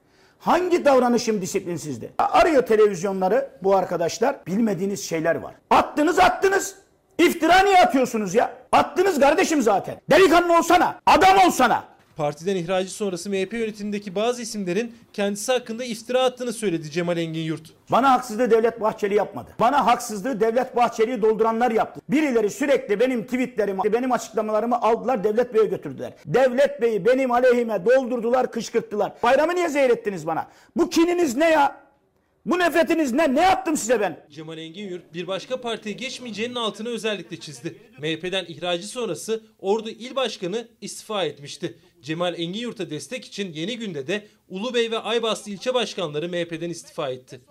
Hangi davranışım disiplinsizdi? Arıyor televizyonları bu arkadaşlar. Bilmediğiniz şeyler var. Attınız attınız. İftira niye atıyorsunuz ya? Attınız kardeşim zaten. Delikanlı olsana. Adam olsana. Partiden ihracı sonrası M H P yönetimindeki bazı isimlerin kendisi hakkında iftira attığını söyledi Cemal Enginyurt. Bana haksızlığı Devlet Bahçeli yapmadı. Bana haksızlığı Devlet Bahçeli'yi dolduranlar yaptı. Birileri sürekli benim tweetlerimi, benim açıklamalarımı aldılar Devlet Bey'e götürdüler. Devlet Bey'i benim aleyhime doldurdular, kışkırttılar. Bayramı niye zehir ettiniz bana? Bu kininiz ne ya? Bu nefretiniz ne? Ne yaptım size ben? Cemal Enginyurt bir başka partiye geçmeyeceğinin altını özellikle çizdi. M H P'den ihracı sonrası Ordu İl Başkanı istifa etmişti. Cemal Enginyurt'a destek için Yeni Gün'de de Ulubey ve Aybastı ilçe başkanları M H P'den istifa etti.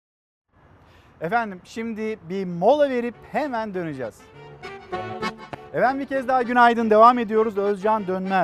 Efendim şimdi bir mola verip hemen döneceğiz. Efendim bir kez daha günaydın, devam ediyoruz. Özcan Dönmez.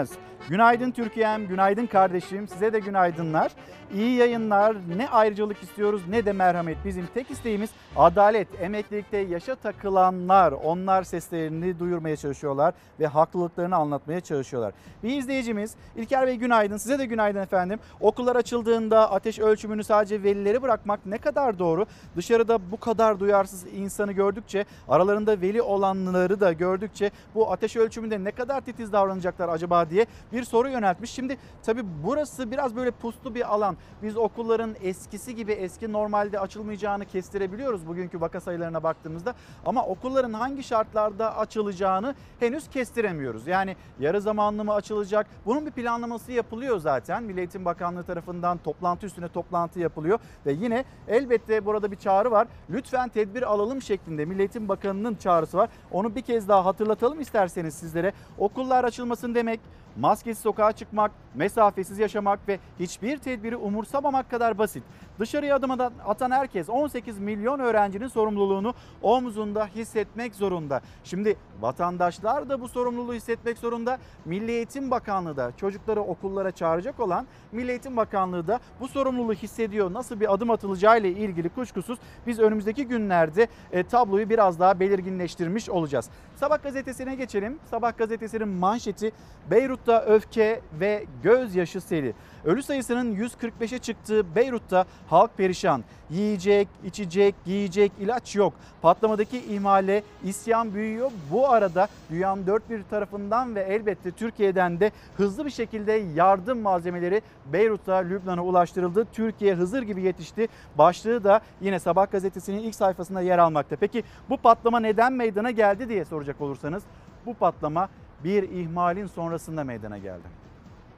Günaydın Türkiye'm, günaydın kardeşim, size de günaydınlar. İyi yayınlar, ne ayrıcalık istiyoruz ne de merhamet. Bizim tek isteğimiz adalet. Emeklilikte yaşa takılanlar, onlar seslerini duyurmaya çalışıyorlar ve haklılıklarını anlatmaya çalışıyorlar. Bir izleyicimiz, İlker Bey günaydın, size de günaydın efendim. Okullar açıldığında ateş ölçümünü sadece velilere bırakmak ne kadar doğru? Dışarıda bu kadar duyarsız insanı gördükçe, aralarında veli olanları da gördükçe bu ateş ölçümünde ne kadar titiz davranacaklar acaba diye bir soru yöneltmiş. Şimdi tabii burası biraz böyle puslu bir alan. Biz okulların eskisi gibi eski normalde açılmayacağını kestirebiliyoruz bugünkü vaka sayılarına baktığımızda. Ama okulların hangi şartlarda açılacağını henüz kestiremiyoruz. Yani yarı zamanlı mı açılacak? Bunun bir planlaması yapılıyor zaten. Milli Eğitim Bakanlığı tarafından toplantı üstüne toplantı yapılıyor. Ve yine elbette burada bir çağrı var. Lütfen tedbir alalım şeklinde Milli Eğitim Bakanı'nın çağrısı var. Onu bir kez daha hatırlatalım isterseniz sizlere. Okullar açılmasın demek, maskesiz sokağa çıkmak, mesafesiz yaşamak ve hiçbir tedbiri umursamamak kadar basit. Dışarıya adım atan herkes on sekiz milyon öğrencinin sorumluluğunu omzunda hissetmek zorunda. Şimdi vatandaşlar da bu sorumluluğu hissetmek zorunda. Milli Eğitim Bakanlığı da çocukları okullara çağıracak olan Milli Eğitim Bakanlığı da bu sorumluluğu hissediyor. Nasıl bir adım atılacağı ile ilgili kuşkusuz biz önümüzdeki günlerde e, tabloyu biraz daha belirginleştirmiş olacağız. Sabah gazetesine geçelim. Sabah gazetesinin manşeti Beyrut'ta öfke ve gözyaşı seli. Ölü sayısının yüz kırk beşe çıktığı Beyrut'ta halk perişan. Yiyecek, içecek, giyecek, ilaç yok. Patlamadaki ihmale isyan büyüyor. Bu arada dünyanın dört bir tarafından ve elbette Türkiye'den de hızlı bir şekilde yardım malzemeleri Beyrut'a, Lübnan'a ulaştırıldı. Türkiye Hızır gibi yetişti. Başlığı da yine Sabah gazetesinin ilk sayfasında yer almakta. Peki bu patlama neden meydana geldi diye soracak olursanız, bu patlama bir ihmalin sonrasında meydana geldi.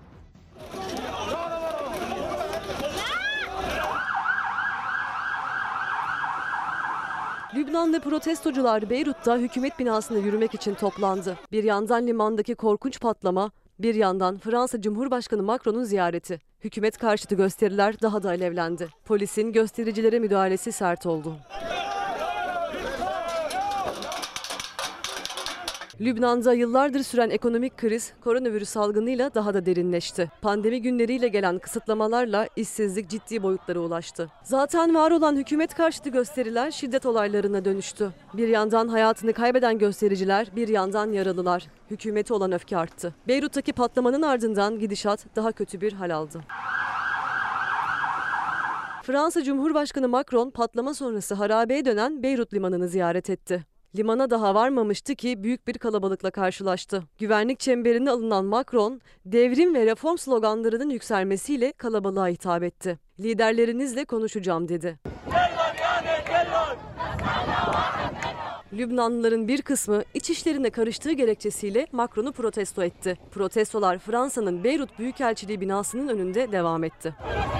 Lübnanlı protestocular Beyrut'ta hükümet binasına yürümek için toplandı. Bir yandan limandaki korkunç patlama, bir yandan Fransa Cumhurbaşkanı Macron'un ziyareti. Hükümet karşıtı gösteriler daha da alevlendi. Polisin göstericilere müdahalesi sert oldu. Lübnan'da yıllardır süren ekonomik kriz koronavirüs salgınıyla daha da derinleşti. Pandemi günleriyle gelen kısıtlamalarla işsizlik ciddi boyutlara ulaştı. Zaten var olan hükümet karşıtı gösteriler şiddet olaylarına dönüştü. Bir yandan hayatını kaybeden göstericiler, bir yandan yaralılar. Hükümete olan öfke arttı. Beyrut'taki patlamanın ardından gidişat daha kötü bir hal aldı. Fransa Cumhurbaşkanı Macron patlama sonrası harabeye dönen Beyrut limanını ziyaret etti. Limana daha varmamıştı ki büyük bir kalabalıkla karşılaştı. Güvenlik çemberine alınan Macron, devrim ve reform sloganlarının yükselmesiyle kalabalığa hitap etti. Liderlerinizle konuşacağım dedi. Lübnanlıların bir kısmı iç işlerine karıştığı gerekçesiyle Macron'u protesto etti. Protestolar Fransa'nın Beyrut Büyükelçiliği binasının önünde devam etti.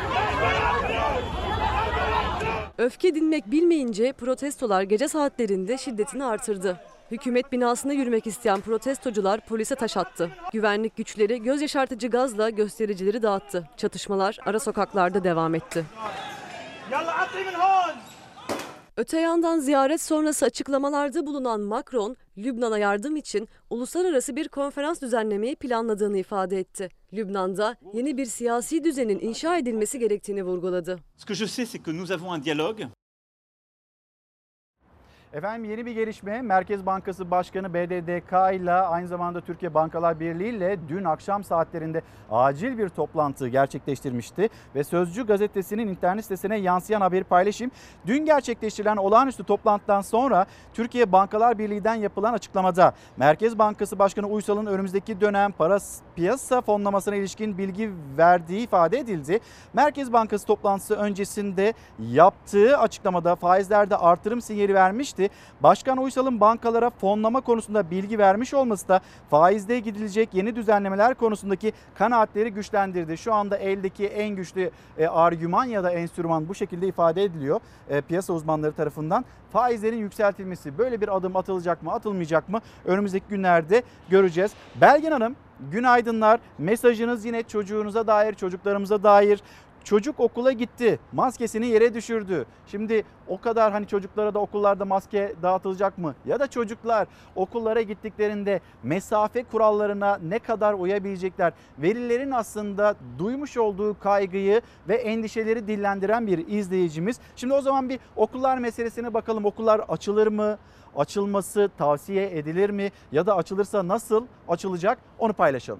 Öfke dinmek bilmeyince protestolar gece saatlerinde şiddetini artırdı. Hükümet binasına yürümek isteyen protestocular polise taş attı. Güvenlik güçleri göz yaşartıcı gazla göstericileri dağıttı. Çatışmalar ara sokaklarda devam etti. Öte yandan ziyaret sonrası açıklamalarda bulunan Macron, Lübnan'a yardım için uluslararası bir konferans düzenlemeyi planladığını ifade etti. Lübnan'da yeni bir siyasi düzenin inşa edilmesi gerektiğini vurguladı. Efendim yeni bir gelişme, Merkez Bankası Başkanı B D D K ile aynı zamanda Türkiye Bankalar Birliği ile dün akşam saatlerinde acil bir toplantı gerçekleştirmişti. Ve Sözcü gazetesinin internet sitesine yansıyan haberi paylaşayım. Dün gerçekleştirilen olağanüstü toplantıdan sonra Türkiye Bankalar Birliği'den yapılan açıklamada Merkez Bankası Başkanı Uysal'ın önümüzdeki dönem para piyasa fonlamasına ilişkin bilgi verdiği ifade edildi. Merkez Bankası toplantısı öncesinde yaptığı açıklamada faizlerde artırım sinyali vermişti. Başkan Uysal'ın bankalara fonlama konusunda bilgi vermiş olması da faizde gidilecek yeni düzenlemeler konusundaki kanaatleri güçlendirdi. Şu anda eldeki en güçlü e, argüman ya da enstrüman bu şekilde ifade ediliyor e, piyasa uzmanları tarafından. Faizlerin yükseltilmesi, böyle bir adım atılacak mı atılmayacak mı önümüzdeki günlerde göreceğiz. Belgin Hanım günaydınlar. Mesajınız yine çocuğunuza dair, çocuklarımıza dair. çocuk okula gitti, maskesini yere düşürdü. Şimdi o kadar hani çocuklara da okullarda maske dağıtılacak mı? Ya da çocuklar okullara gittiklerinde mesafe kurallarına ne kadar uyabilecekler? Velilerin aslında duymuş olduğu kaygıyı ve endişeleri dillendiren bir izleyicimiz. Şimdi o zaman bir okullar meselesine bakalım. Okullar açılır mı? Açılması tavsiye edilir mi? Ya da açılırsa nasıl açılacak? Onu paylaşalım.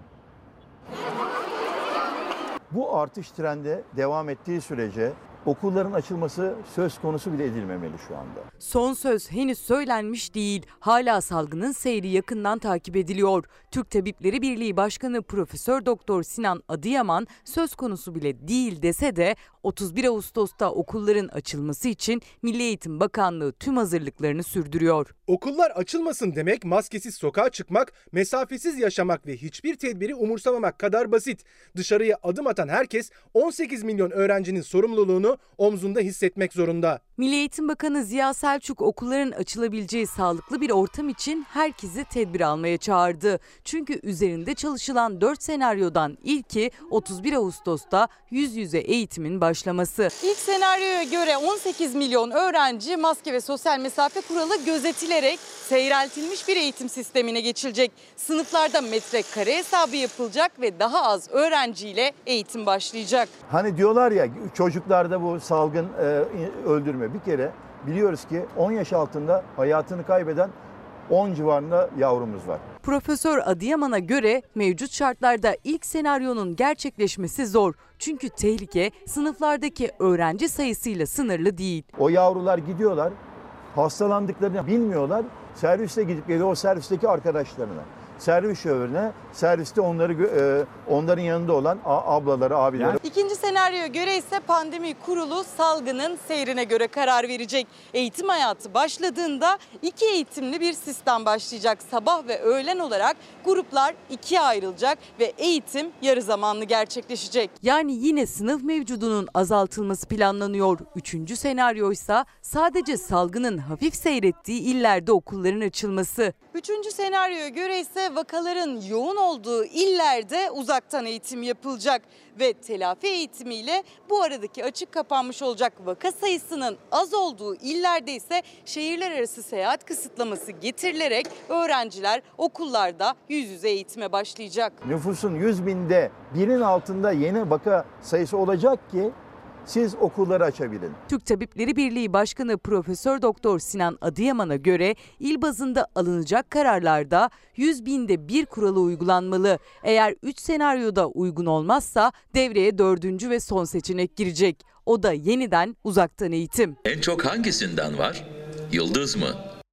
Bu artış trendi devam ettiği sürece okulların açılması söz konusu bile edilmemeli şu anda. Son söz henüz söylenmiş değil. Hala salgının seyri yakından takip ediliyor. Türk Tabipleri Birliği Başkanı Profesör Doktor Sinan Adıyaman söz konusu bile değil dese de otuz bir Ağustos'ta okulların açılması için Milli Eğitim Bakanlığı tüm hazırlıklarını sürdürüyor. Okullar açılmasın demek maskesiz sokağa çıkmak, mesafesiz yaşamak ve hiçbir tedbiri umursamamak kadar basit. Dışarıya adım atan herkes on sekiz milyon öğrencinin sorumluluğunu omzunda hissetmek zorunda. Milli Eğitim Bakanı Ziya Selçuk okulların açılabileceği sağlıklı bir ortam için herkesi tedbir almaya çağırdı. Çünkü üzerinde çalışılan dört senaryodan ilki otuz bir Ağustos'ta yüz yüze eğitimin başlaması. İlk senaryoya göre on sekiz milyon öğrenci maske ve sosyal mesafe kuralı gözetilerek seyreltilmiş bir eğitim sistemine geçilecek. Sınıflarda metrekare hesabı yapılacak ve daha az öğrenciyle eğitim başlayacak. Hani diyorlar ya çocuklarda bu salgın e, öldürme. Bir kere biliyoruz ki on yaş altında hayatını kaybeden on civarında yavrumuz var. Profesör Adıyaman'a göre mevcut şartlarda ilk senaryonun gerçekleşmesi zor. Çünkü tehlike sınıflardaki öğrenci sayısıyla sınırlı değil. O yavrular gidiyorlar, hastalandıklarını bilmiyorlar. Serviste gidip geliyor o servisteki arkadaşlarına. Servis şoförüne, serviste onları e, onların yanında olan ablaları, abileri. Yani... İkinci senaryoya göre ise pandemi kurulu salgının seyrine göre karar verecek. Eğitim hayatı başladığında iki eğitimli bir sistem başlayacak. Sabah ve öğlen olarak gruplar ikiye ayrılacak ve eğitim yarı zamanlı gerçekleşecek. Yani yine sınıf mevcudunun azaltılması planlanıyor. Üçüncü senaryo ise sadece salgının hafif seyrettiği illerde okulların açılması. Üçüncü senaryoya göre ise vakaların yoğun olduğu illerde uzaktan eğitim yapılacak ve telafi eğitimiyle bu aradaki açık kapanmış olacak. Vaka sayısının az olduğu illerde ise şehirler arası seyahat kısıtlaması getirilerek öğrenciler okullarda yüz yüze eğitime başlayacak. Nüfusun yüz binde birin altında yeni vaka sayısı olacak ki siz okulları açabilin. Türk Tabipleri Birliği Başkanı Profesör Doktor Sinan Adıyaman'a göre il bazında alınacak kararlarda yüz binde bir kuralı uygulanmalı. Eğer üç senaryoda uygun olmazsa devreye dördüncü ve son seçenek girecek. O da yeniden uzaktan eğitim. En çok hangisinden var? Yıldız mı?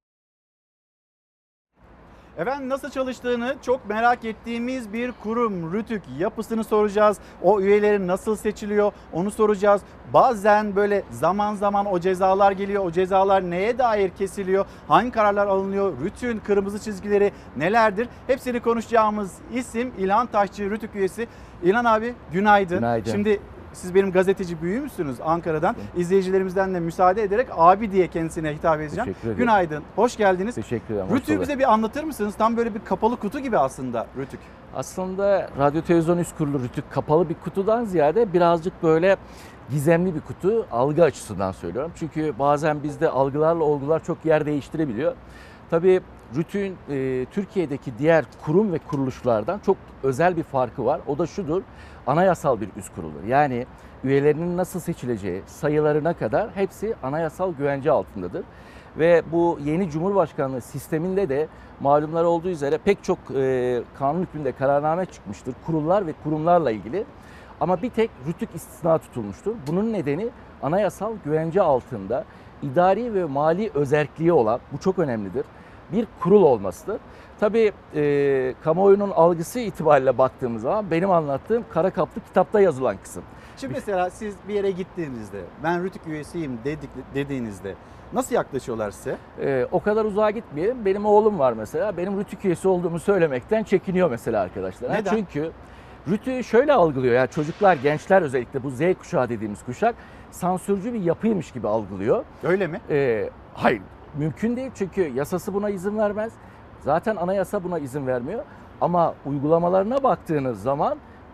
Efendim nasıl çalıştığını çok merak ettiğimiz bir kurum RÜTÜK, yapısını soracağız. O üyelerin nasıl seçiliyor onu soracağız. Bazen böyle zaman zaman o cezalar geliyor. O cezalar neye dair kesiliyor? Hangi kararlar alınıyor? RÜTÜK'ün kırmızı çizgileri nelerdir? Hepsini konuşacağımız isim İlhan Taşçı, RÜTÜK üyesi. İlhan abi günaydın. Günaydın. Şimdi siz benim gazeteci büyüğümsünüz Ankara'dan. İzleyicilerimizden de müsaade ederek abi diye kendisine hitap edeceğim. Teşekkür ederim. Günaydın, hoş geldiniz. Teşekkür ederim. RÜTÜK'ü bize bir anlatır mısınız? Tam böyle bir kapalı kutu gibi aslında RÜTÜK. Aslında Radyo Televizyon Üst Kurulu RÜTÜK kapalı bir kutudan ziyade birazcık böyle gizemli bir kutu, algı açısından söylüyorum. Çünkü bazen bizde algılarla olgular çok yer değiştirebiliyor. Tabii RÜTÜK'ün e, Türkiye'deki diğer kurum ve kuruluşlardan çok özel bir farkı var. O da şudur, anayasal bir üst kuruludur. Yani üyelerinin nasıl seçileceği, sayılarına kadar hepsi anayasal güvence altındadır. Ve bu yeni Cumhurbaşkanlığı sisteminde de malumlar olduğu üzere pek çok e, kanun hükmünde kararname çıkmıştır. Kurullar ve kurumlarla ilgili. Ama bir tek RÜTÜK istisna tutulmuştur. Bunun nedeni anayasal güvence altında idari ve mali özerkliği olan, bu çok önemlidir, bir kurul olmasıdır. Tabii e, kamuoyunun algısı itibariyle baktığımız zaman benim anlattığım kara kaplı kitapta yazılan kısım. Şimdi mesela siz bir yere gittiğinizde ben RÜTÜK üyesiyim dedik, dediğinizde nasıl yaklaşıyorlar size? Ee, o kadar uzağa gitmeyelim. Benim oğlum var mesela. Benim RÜTÜK üyesi olduğumu söylemekten çekiniyor mesela arkadaşlar. Neden? Çünkü RÜTÜK'ü şöyle algılıyor. Yani çocuklar, gençler özellikle bu Z kuşağı dediğimiz kuşak sansürcü bir yapıymış gibi algılıyor. Öyle mi? Ee, hayır. Mümkün değil çünkü yasası buna izin vermez. Zaten anayasa buna izin vermiyor. Ama uygulamalarına baktığınız zaman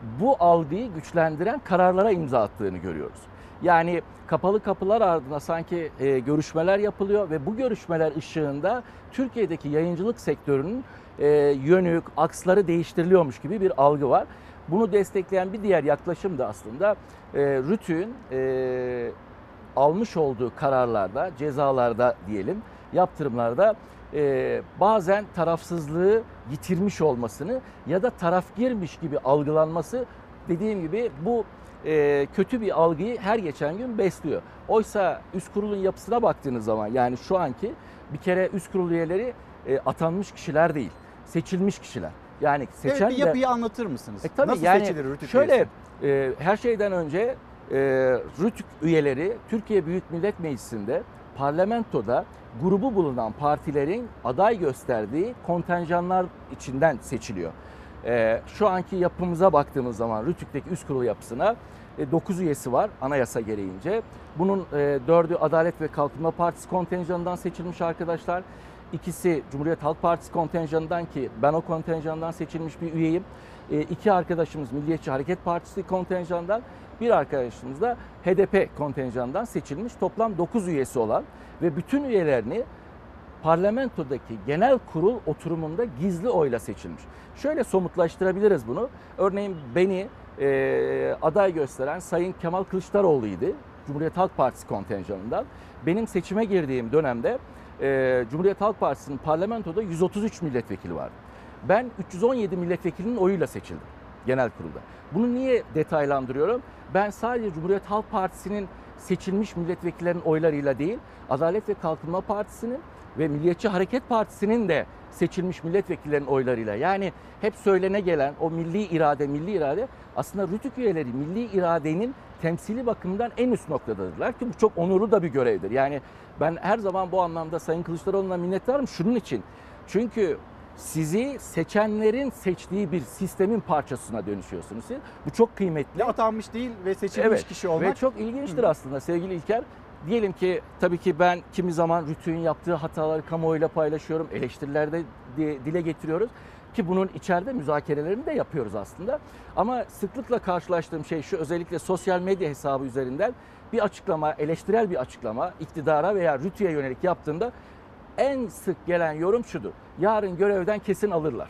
bu algıyı güçlendiren kararlara imza attığını görüyoruz. Yani kapalı kapılar ardında sanki e, görüşmeler yapılıyor ve bu görüşmeler ışığında Türkiye'deki yayıncılık sektörünün e, yönü, aksları değiştiriliyormuş gibi bir algı var. Bunu destekleyen bir diğer yaklaşım da aslında e, RTÜK'ün e, almış olduğu kararlarda, cezalarda diyelim, yaptırımlarda e, bazen tarafsızlığı yitirmiş olmasını ya da tarafgirmiş gibi algılanması, dediğim gibi bu e, kötü bir algıyı her geçen gün besliyor. Oysa üst kurulun yapısına baktığınız zaman, yani şu anki bir kere üst kurul üyeleri e, atanmış kişiler değil, seçilmiş kişiler. Yani seçen evet, bir yapıyı de, anlatır mısınız? E, tabii Nasıl yani seçilir RTÜK şöyle e, her şeyden önce e, RTÜK üyeleri Türkiye Büyük Millet Meclisi'nde, parlamentoda grubu bulunan partilerin aday gösterdiği kontenjanlar içinden seçiliyor. E, şu anki yapımıza baktığımız zaman RTÜK'teki üst kurul yapısına e, dokuz üyesi var anayasa gereğince. Bunun e, dördü Adalet ve Kalkınma Partisi kontenjanından seçilmiş arkadaşlar. İkisi Cumhuriyet Halk Partisi kontenjanından, ki ben o kontenjandan seçilmiş bir üyeyim. E, iki arkadaşımız Milliyetçi Hareket Partisi kontenjandan, bir arkadaşımız da H D P kontenjanından seçilmiş. Toplam dokuz üyesi olan ve bütün üyelerini parlamentodaki genel kurul oturumunda gizli oyla seçilmiş. Şöyle somutlaştırabiliriz bunu. Örneğin beni e, aday gösteren Sayın Kemal Kılıçdaroğlu'ydu. Cumhuriyet Halk Partisi kontenjanından. Benim seçime girdiğim dönemde e, Cumhuriyet Halk Partisi'nin parlamentoda yüz otuz üç milletvekili vardı. Ben üç yüz on yedi milletvekilinin oyuyla seçildim genel kurulda. Bunu niye detaylandırıyorum? Ben sadece Cumhuriyet Halk Partisi'nin seçilmiş milletvekillerinin oylarıyla değil, Adalet ve Kalkınma Partisi'nin ve Milliyetçi Hareket Partisi'nin de seçilmiş milletvekillerinin oylarıyla, yani hep söylene gelen o milli irade, milli irade aslında RTÜK üyeleri milli iradenin temsili bakımından en üst noktadadırlar ki bu çok onurlu da bir görevdir. Yani ben her zaman bu anlamda Sayın Kılıçdaroğlu'na minnettarım şunun için. Çünkü sizi seçenlerin seçtiği bir sistemin parçasına dönüşüyorsunuz siz. Bu çok kıymetli. Atanmış değil ve seçilmiş evet, kişi olmak. Ve çok ilginçtir aslında sevgili İlker. Diyelim ki tabii ki ben kimi zaman RTÜK'ün yaptığı hataları kamuoyuyla paylaşıyorum. Eleştirilerde dile getiriyoruz. Ki bunun içeride müzakerelerini de yapıyoruz aslında. Ama sıklıkla karşılaştığım şey şu, özellikle sosyal medya hesabı üzerinden bir açıklama, eleştirel bir açıklama iktidara veya RTÜK'e yönelik yaptığımda en sık gelen yorum şudur: yarın görevden kesin alırlar.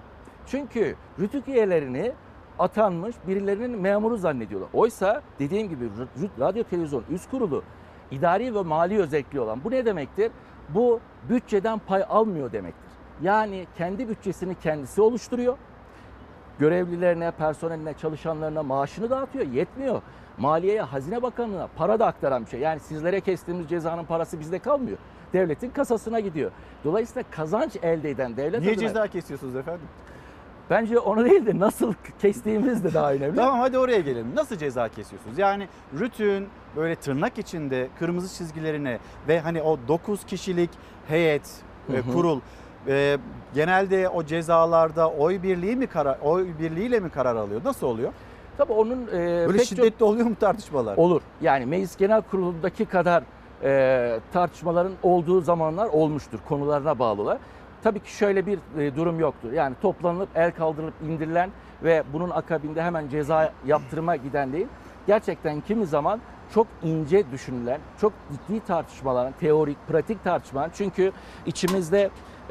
Çünkü RTÜK üyelerini atanmış birilerinin memuru zannediyorlar. Oysa dediğim gibi radyo televizyon üst kurulu idari ve mali özelliği olan, bu ne demektir? Bu bütçeden pay almıyor demektir. Yani kendi bütçesini kendisi oluşturuyor. Görevlilerine, personeline, çalışanlarına maaşını dağıtıyor. Yetmiyor. Maliyeye, Hazine Bakanlığı'na para da aktaran bir şey. Yani sizlere kestiğimiz cezanın parası bizde kalmıyor. Devletin kasasına gidiyor. Dolayısıyla kazanç elde eden devlet Niye adına... ceza kesiyorsunuz efendim? Bence onu değil de nasıl kestiğimiz de daha önemli. Tamam, hadi oraya gelelim. Nasıl ceza kesiyorsunuz? Yani RTÜK'ün böyle tırnak içinde kırmızı çizgilerine ve hani o dokuz kişilik heyet, hı hı. kurul e, genelde o cezalarda oy birliği mi karar oy birliğiyle mi karar alıyor? Nasıl oluyor? Tabii onun e, böyle pek şiddetli çok... oluyor mu tartışmalar? Olur. Yani Meclis Genel Kurulu'ndaki kadar e, tartışmaların olduğu zamanlar olmuştur. Konularına bağlılar. Tabii ki şöyle bir e, durum yoktur. Yani toplanıp el kaldırılıp indirilen ve bunun akabinde hemen ceza yaptırıma giden değil. Gerçekten kimi zaman çok ince düşünülen, çok ciddi tartışmaların, teorik, pratik tartışmalar. Çünkü içimizde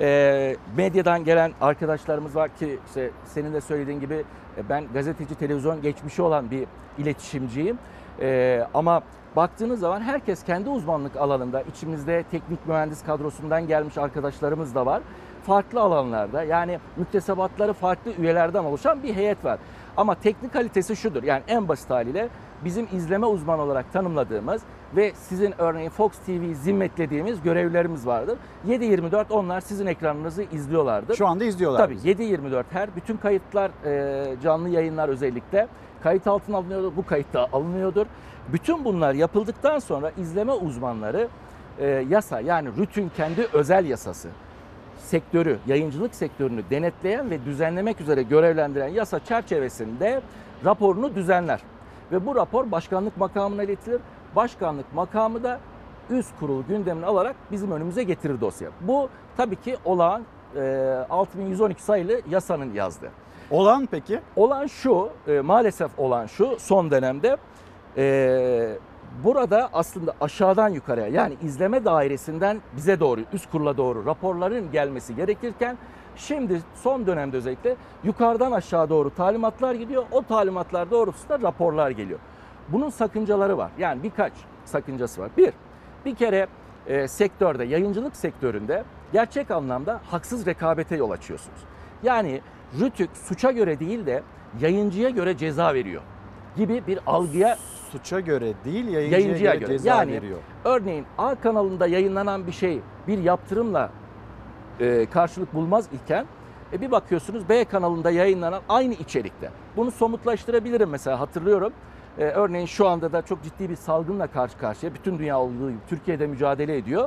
e, medyadan gelen arkadaşlarımız var ki işte senin de söylediğin gibi e, ben gazeteci, televizyon geçmişi olan bir iletişimciyim. E, ama baktığınız zaman herkes kendi uzmanlık alanında, içimizde teknik mühendis kadrosundan gelmiş arkadaşlarımız da var. Farklı alanlarda, yani müktesebatları farklı üyelerden oluşan bir heyet var. Ama teknik kalitesi şudur, yani en basit haliyle bizim izleme uzmanı olarak tanımladığımız ve sizin örneğin Fox T V zimmetlediğimiz görevlilerimiz vardır. yedi yirmi dört onlar sizin ekranınızı izliyorlardır. Şu anda izliyorlar. Tabii yedi yirmi dört her, bütün kayıtlar, canlı yayınlar özellikle kayıt altına alınıyordur, bu kayıt da alınıyordur. Bütün bunlar yapıldıktan sonra izleme uzmanları e, yasa, yani RTÜK'ün kendi özel yasası, sektörü, yayıncılık sektörünü denetleyen ve düzenlemek üzere görevlendiren yasa çerçevesinde raporunu düzenler. Ve bu rapor başkanlık makamına iletilir. Başkanlık makamı da üst kurul gündemine alarak bizim önümüze getirir dosya. Bu tabii ki olağan e, altı bin yüz on iki sayılı yasanın yazdığı. Olan peki? Olan şu, e, maalesef olan şu son dönemde e, burada aslında aşağıdan yukarıya yani izleme dairesinden bize doğru, üst kurula doğru raporların gelmesi gerekirken şimdi son dönemde özellikle yukarıdan aşağı doğru talimatlar gidiyor. O talimatlar doğrultusunda raporlar geliyor. Bunun sakıncaları var. Yani birkaç sakıncası var. Bir, bir kere e, sektörde, yayıncılık sektöründe gerçek anlamda haksız rekabete yol açıyorsunuz. Yani RTÜK suça göre değil de yayıncıya göre ceza veriyor gibi bir algıya suça göre değil yayıncıya, yayıncıya göre, göre ceza yani, veriyor. Örneğin A kanalında yayınlanan bir şey bir yaptırımla e, karşılık bulmaz iken e, bir bakıyorsunuz B kanalında yayınlanan aynı içerikte. Bunu somutlaştırabilirim mesela hatırlıyorum. E, örneğin şu anda da çok ciddi bir salgınla karşı karşıya bütün dünya olduğu gibi Türkiye'de mücadele ediyor.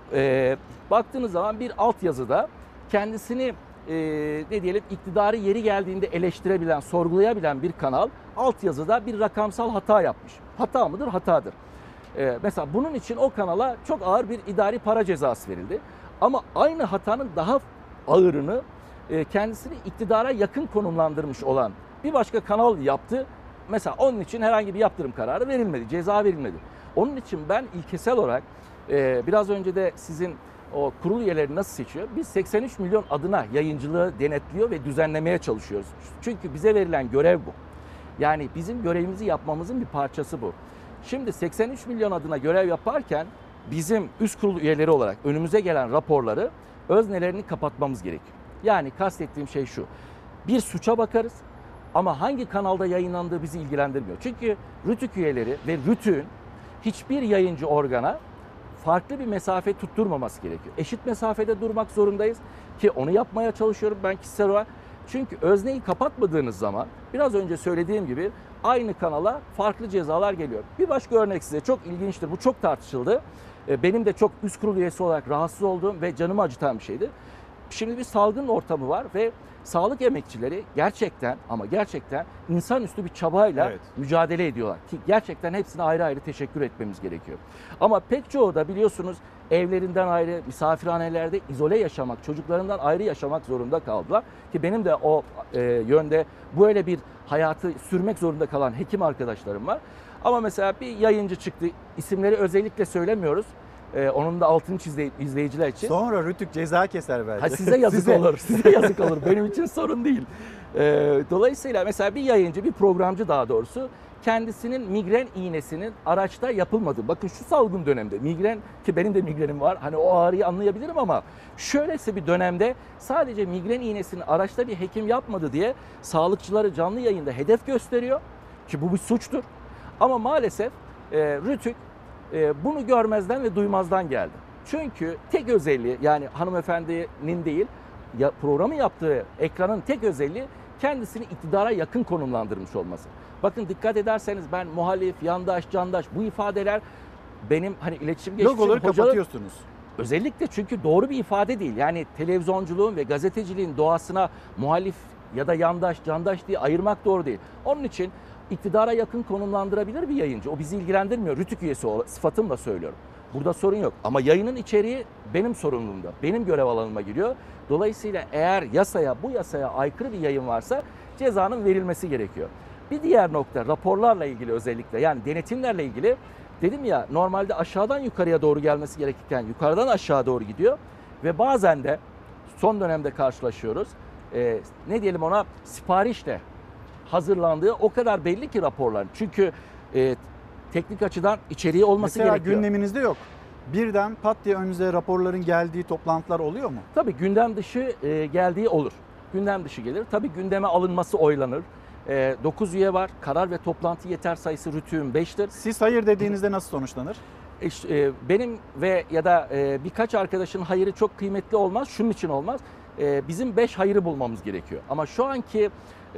E, baktığınız zaman bir altyazıda kendisini e, ne diyelim iktidarı yeri geldiğinde eleştirebilen, sorgulayabilen bir kanal altyazıda bir rakamsal hata yapmış. Hata mıdır? Hatadır. E, mesela bunun için o kanala çok ağır bir idari para cezası verildi. Ama aynı hatanın daha ağırını e, kendisini iktidara yakın konumlandırmış olan bir başka kanal yaptı. Mesela onun için herhangi bir yaptırım kararı verilmedi, ceza verilmedi. Onun için ben ilkesel olarak e, biraz önce de sizin o kurul üyeleri nasıl seçiyor? Biz seksen üç milyon adına yayıncılığı denetliyor ve düzenlemeye çalışıyoruz. Çünkü bize verilen görev bu. Yani bizim görevimizi yapmamızın bir parçası bu. Şimdi seksen üç milyon adına görev yaparken bizim üst kurul üyeleri olarak önümüze gelen raporları öznelerini kapatmamız gerekiyor. Yani kastettiğim şey şu. Bir suça bakarız ama hangi kanalda yayınlandığı bizi ilgilendirmiyor. Çünkü RTÜK üyeleri ve RTÜK'ün hiçbir yayıncı organa farklı bir mesafe tutturmaması gerekiyor. Eşit mesafede durmak zorundayız ki onu yapmaya çalışıyorum ben kişisel olarak. Çünkü özneyi kapatmadığınız zaman biraz önce söylediğim gibi aynı kanala farklı cezalar geliyor. Bir başka örnek size çok ilginçtir. Bu çok tartışıldı. Benim de çok üst kurul üyesi olarak rahatsız olduğum ve canımı acıtan bir şeydi. Şimdi bir salgın ortamı var ve sağlık emekçileri gerçekten ama gerçekten insanüstü bir çabayla evet. mücadele ediyorlar. Ki gerçekten hepsine ayrı ayrı teşekkür etmemiz gerekiyor. Ama pek çoğu da biliyorsunuz evlerinden ayrı, misafirhanelerde izole yaşamak, çocuklarından ayrı yaşamak zorunda kaldılar. Ki benim de o e, yönde böyle bir hayatı sürmek zorunda kalan hekim arkadaşlarım var. Ama mesela bir yayıncı çıktı, isimleri özellikle söylemiyoruz. Ee, onun da altını çizdi izleyiciler için. Sonra RTÜK ceza keser belki. Ha, size yazık size. olur. Size yazık olur. Benim için sorun değil. Ee, dolayısıyla mesela bir yayıncı, bir programcı daha doğrusu kendisinin migren iğnesinin araçta yapılmadığı. Bakın şu salgın dönemde migren ki benim de migrenim var. Hani o ağrıyı anlayabilirim ama şöylese bir dönemde sadece migren iğnesini araçta bir hekim yapmadı diye sağlıkçıları canlı yayında hedef gösteriyor. Ki bu bir suçtur. Ama maalesef e, RTÜK e, bunu görmezden ve duymazdan geldi. Çünkü tek özelliği yani hanımefendinin değil ya, programı yaptığı ekranın tek özelliği kendisini iktidara yakın konumlandırmış olması. Bakın dikkat ederseniz ben muhalif, yandaş, candaş bu ifadeler benim hani iletişim geçmişim logoları hocalık, kapatıyorsunuz. Özellikle çünkü doğru bir ifade değil. Yani televizyonculuğun ve gazeteciliğin doğasına muhalif ya da yandaş, candaş diye ayırmak doğru değil. Onun için iktidara yakın konumlandırabilir bir yayıncı. O bizi ilgilendirmiyor. RTÜK üyesi sıfatımla söylüyorum. Burada sorun yok. Ama yayının içeriği benim sorumluluğumda. Benim görev alanıma giriyor. Dolayısıyla eğer yasaya, bu yasaya aykırı bir yayın varsa cezanın verilmesi gerekiyor. Bir diğer nokta raporlarla ilgili özellikle yani denetimlerle ilgili dedim ya normalde aşağıdan yukarıya doğru gelmesi gerekirken yukarıdan aşağı doğru gidiyor. Ve bazen de son dönemde karşılaşıyoruz. Ee, ne diyelim ona siparişle hazırlandığı o kadar belli ki raporların. Çünkü e, teknik açıdan içeriği olması Mesela gerekiyor. Mesela gündeminizde yok. Birden pat diye önünüze raporların geldiği toplantılar oluyor mu? Tabii gündem dışı e, geldiği olur. Gündem dışı gelir. Tabii gündeme alınması oylanır. E, dokuz üye var. Karar ve toplantı yeter sayısı RTÜK'ün beştir. Siz hayır dediğinizde nasıl sonuçlanır? E, e, benim ve ya da e, birkaç arkadaşın hayırı çok kıymetli olmaz. Şunun için olmaz. E, bizim beş hayırı bulmamız gerekiyor. Ama şu anki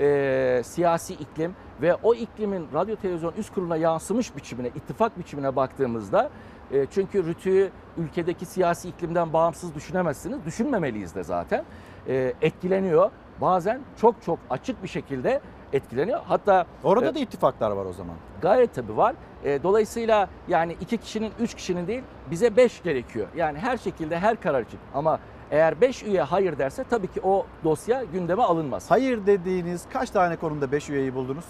e, siyasi iklim ve o iklimin radyo televizyon üst kuruluna yansımış biçimine, ittifak biçimine baktığımızda e, çünkü RTÜK'ü ülkedeki siyasi iklimden bağımsız düşünemezsiniz. Düşünmemeliyiz de zaten. E, etkileniyor. Bazen çok çok açık bir şekilde etkileniyor. Hatta orada e, da ittifaklar var o zaman. Gayet tabii var. E, dolayısıyla yani iki kişinin, üç kişinin değil bize beş gerekiyor. Yani her şekilde her karar için. Ama Eğer beş üye hayır derse tabii ki o dosya gündeme alınmaz. Hayır dediğiniz kaç tane konuda beş üyeyi buldunuz?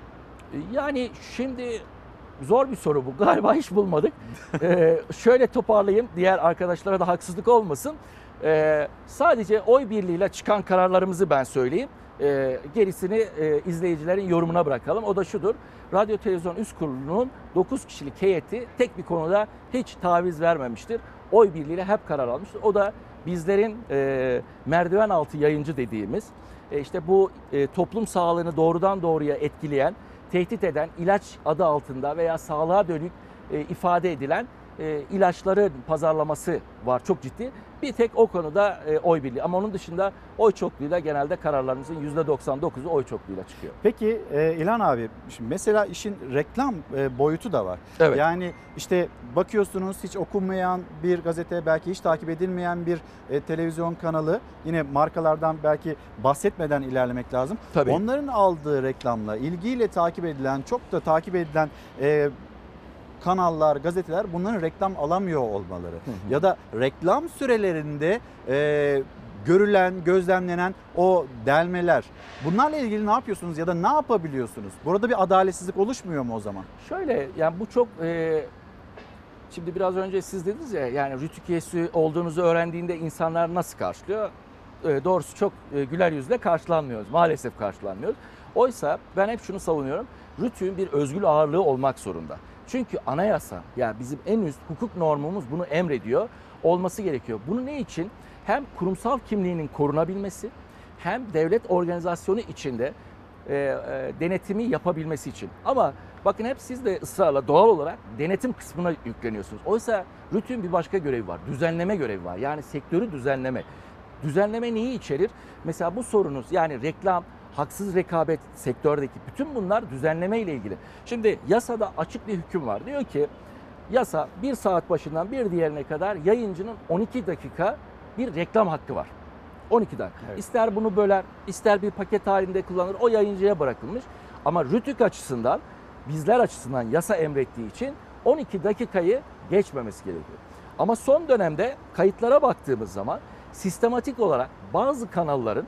Yani şimdi zor bir soru bu. Galiba hiç bulmadık. ee, şöyle toparlayayım. Diğer arkadaşlara da haksızlık olmasın. Ee, sadece oy birliğiyle çıkan kararlarımızı ben söyleyeyim. Ee, gerisini e, izleyicilerin yorumuna bırakalım. O da şudur. Radyo Televizyon Üst Kurulu'nun dokuz kişilik heyeti tek bir konuda hiç taviz vermemiştir. Oy birliğiyle hep karar almıştır. O da bizlerin e, merdiven altı yayıncı dediğimiz e, işte bu e, toplum sağlığını doğrudan doğruya etkileyen, tehdit eden ilaç adı altında veya sağlığa dönük e, ifade edilen e, ilaçların pazarlaması var çok ciddi. Bir tek o konuda e, oy birliği ama onun dışında oy çokluğuyla genelde kararlarımızın yüzde doksan dokuzu oy çokluğuyla çıkıyor. Peki e, İlhan abi, şimdi mesela işin reklam e, boyutu da var. Evet. Yani işte bakıyorsunuz hiç okunmayan bir gazete, belki hiç takip edilmeyen bir e, televizyon kanalı, yine markalardan belki bahsetmeden ilerlemek lazım. Tabii. Onların aldığı reklamla ilgiyle takip edilen, çok da takip edilen e, kanallar, gazeteler bunların reklam alamıyor olmaları. Hı hı. Ya da reklam sürelerinde e, görülen, gözlemlenen o delmeler. Bunlarla ilgili ne yapıyorsunuz ya da ne yapabiliyorsunuz? Burada bir adaletsizlik oluşmuyor mu o zaman? Şöyle, yani bu çok e, şimdi biraz önce siz dediniz ya, yani Rütük üyesi olduğunuzu öğrendiğinde insanlar nasıl karşılıyor? E, doğrusu çok e, güler yüzle karşılanmıyoruz. Maalesef karşılanmıyoruz. Oysa ben hep şunu savunuyorum. Rütük'ün bir özgür ağırlığı olmak zorunda. Çünkü anayasa, yani bizim en üst hukuk normumuz bunu emrediyor, olması gerekiyor. Bunu ne için? Hem kurumsal kimliğinin korunabilmesi, hem devlet organizasyonu içinde e, e, denetimi yapabilmesi için. Ama bakın hep siz de ısrarla doğal olarak denetim kısmına yükleniyorsunuz. Oysa Rütük'ün bir başka görevi var, düzenleme görevi var. Yani sektörü düzenleme. Düzenleme neyi içerir? Mesela bu sorunuz, yani reklam, haksız rekabet sektördeki bütün bunlar düzenleme ile ilgili. Şimdi yasada açık bir hüküm var. Diyor ki yasa bir saat başından bir diğerine kadar yayıncının on iki dakika bir reklam hakkı var. on iki dakika. Evet. İster bunu böler, ister bir paket halinde kullanır. O yayıncıya bırakılmış. Ama Rütük açısından, bizler açısından yasa emrettiği için on iki dakikayı geçmemesi gerekiyor. Ama son dönemde kayıtlara baktığımız zaman sistematik olarak bazı kanalların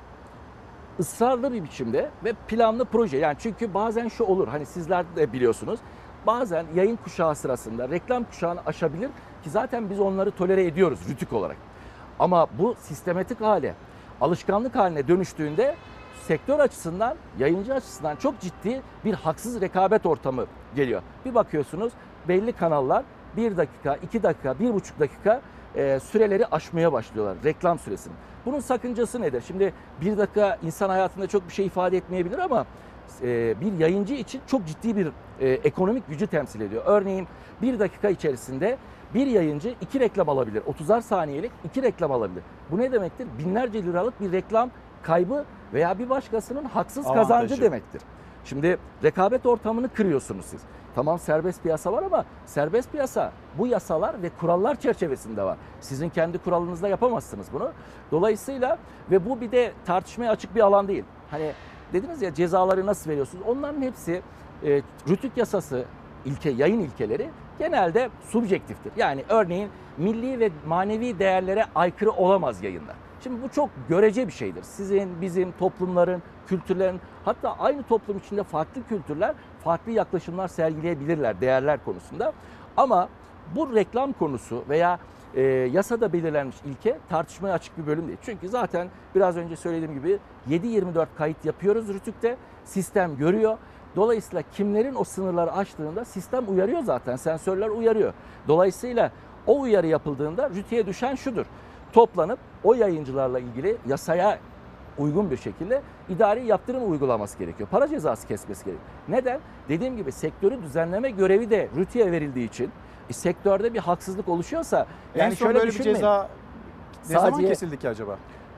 ısrarlı bir biçimde ve planlı proje, yani çünkü bazen şu olur, hani sizler de biliyorsunuz, bazen yayın kuşağı sırasında reklam kuşağını aşabilir ki zaten biz onları tolere ediyoruz Rütük olarak. Ama bu sistematik hale, alışkanlık haline dönüştüğünde sektör açısından, yayıncı açısından çok ciddi bir haksız rekabet ortamı geliyor. Bir bakıyorsunuz belli kanallar bir dakika, iki dakika, bir buçuk dakika e, süreleri aşmaya başlıyorlar, reklam süresini. Bunun sakıncası nedir? Şimdi bir dakika insan hayatında çok bir şey ifade etmeyebilir ama e, bir yayıncı için çok ciddi bir e, ekonomik gücü temsil ediyor. Örneğin bir dakika içerisinde bir yayıncı iki reklam alabilir. otuzar saniyelik iki reklam alabilir. Bu ne demektir? Binlerce liralık bir reklam kaybı veya bir başkasının haksız avantajı kazancı demektir. Şimdi rekabet ortamını kırıyorsunuz siz. Tamam, serbest piyasa var ama serbest piyasa bu yasalar ve kurallar çerçevesinde var. Sizin kendi kuralınızda yapamazsınız bunu. Dolayısıyla ve bu bir de tartışmaya açık bir alan değil. Hani dediniz ya, cezaları nasıl veriyorsunuz? Onların hepsi e, Rütük yasası, ilke, yayın ilkeleri genelde subjektiftir. Yani örneğin milli ve manevi değerlere aykırı olamaz yayınlar. Şimdi bu çok görece bir şeydir. Sizin, bizim, toplumların, kültürlerin, hatta aynı toplum içinde farklı kültürler farklı yaklaşımlar sergileyebilirler değerler konusunda. Ama bu reklam konusu veya e, yasada belirlenmiş ilke tartışmaya açık bir bölüm değil. Çünkü zaten biraz önce söylediğim gibi yedi yirmi dört kayıt yapıyoruz Rütük'te. Sistem görüyor. Dolayısıyla kimlerin o sınırları aştığında sistem uyarıyor zaten. Sensörler uyarıyor. Dolayısıyla o uyarı yapıldığında Rütük'e düşen şudur: toplanıp o yayıncılarla ilgili yasaya uygun bir şekilde idari yaptırım uygulaması gerekiyor. Para cezası kesmesi gerekiyor. Neden? Dediğim gibi sektörü düzenleme görevi de Rütük'e verildiği için e, sektörde bir haksızlık oluşuyorsa, yani en son şöyle böyle bir düşünmeyin. ceza ne Sadece, zaman kesildi ki acaba?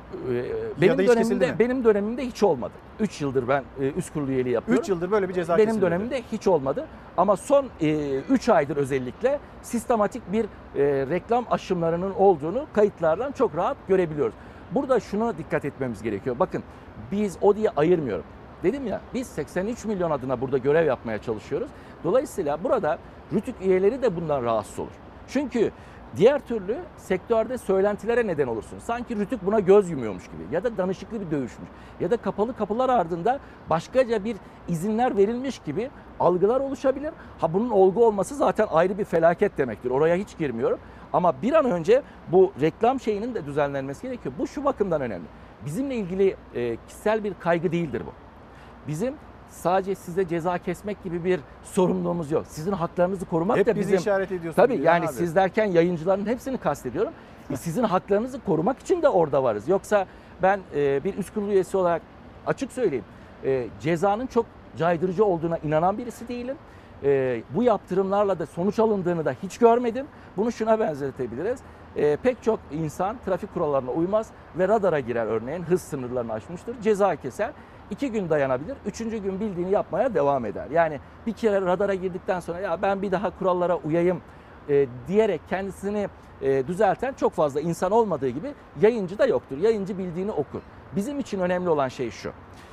E, benim dönemimde benim dönemimde hiç olmadı. üç yıldır ben e, üst kurulu üyeliği yapıyorum. üç yıldır böyle bir ceza Benim kesildi. dönemimde hiç olmadı. Ama son üç e, aydır özellikle sistematik bir e, reklam aşımlarının olduğunu kayıtlardan çok rahat görebiliyoruz. Burada şuna dikkat etmemiz gerekiyor. Bakın, biz o diye ayırmıyorum. Dedim ya, biz seksen üç milyon adına burada görev yapmaya çalışıyoruz. Dolayısıyla burada Rütük üyeleri de bundan rahatsız olur. Çünkü Diğer türlü sektörde söylentilere neden olursun. Sanki Rütük buna göz yumuyormuş gibi ya da danışıklı bir dövüşmüş ya da kapalı kapılar ardında başkaca bir izinler verilmiş gibi algılar oluşabilir. Ha bunun olgu olması zaten ayrı bir felaket demektir. Oraya hiç girmiyorum. Ama bir an önce bu reklam şeyinin de düzenlenmesi gerekiyor. Bu şu bakımdan önemli. Bizimle ilgili e, kişisel bir kaygı değildir bu. Bizim sadece size ceza kesmek gibi bir sorumluluğumuz yok. Sizin haklarınızı korumak Hep da bizi bizim... işaret ediyorsun. Tabii yani abi. siz derken yayıncıların hepsini kastediyorum. Sizin haklarınızı korumak için de orada varız. Yoksa ben e, bir üst kurulu üyesi olarak açık söyleyeyim. E, cezanın çok caydırıcı olduğuna inanan birisi değilim. E, bu yaptırımlarla da sonuç alındığını da hiç görmedim. Bunu şuna benzetebiliriz. E, pek çok insan trafik kurallarına uymaz ve radara girer örneğin. Hız sınırlarını aşmıştır. Ceza keser. İki gün dayanabilir. Üçüncü gün bildiğini yapmaya devam eder. Yani bir kere radara girdikten sonra ya ben bir daha kurallara uyayım e, diyerek kendisini e, düzelten çok fazla insan olmadığı gibi yayıncı da yoktur. Yayıncı bildiğini okur. Bizim için önemli olan şey şu.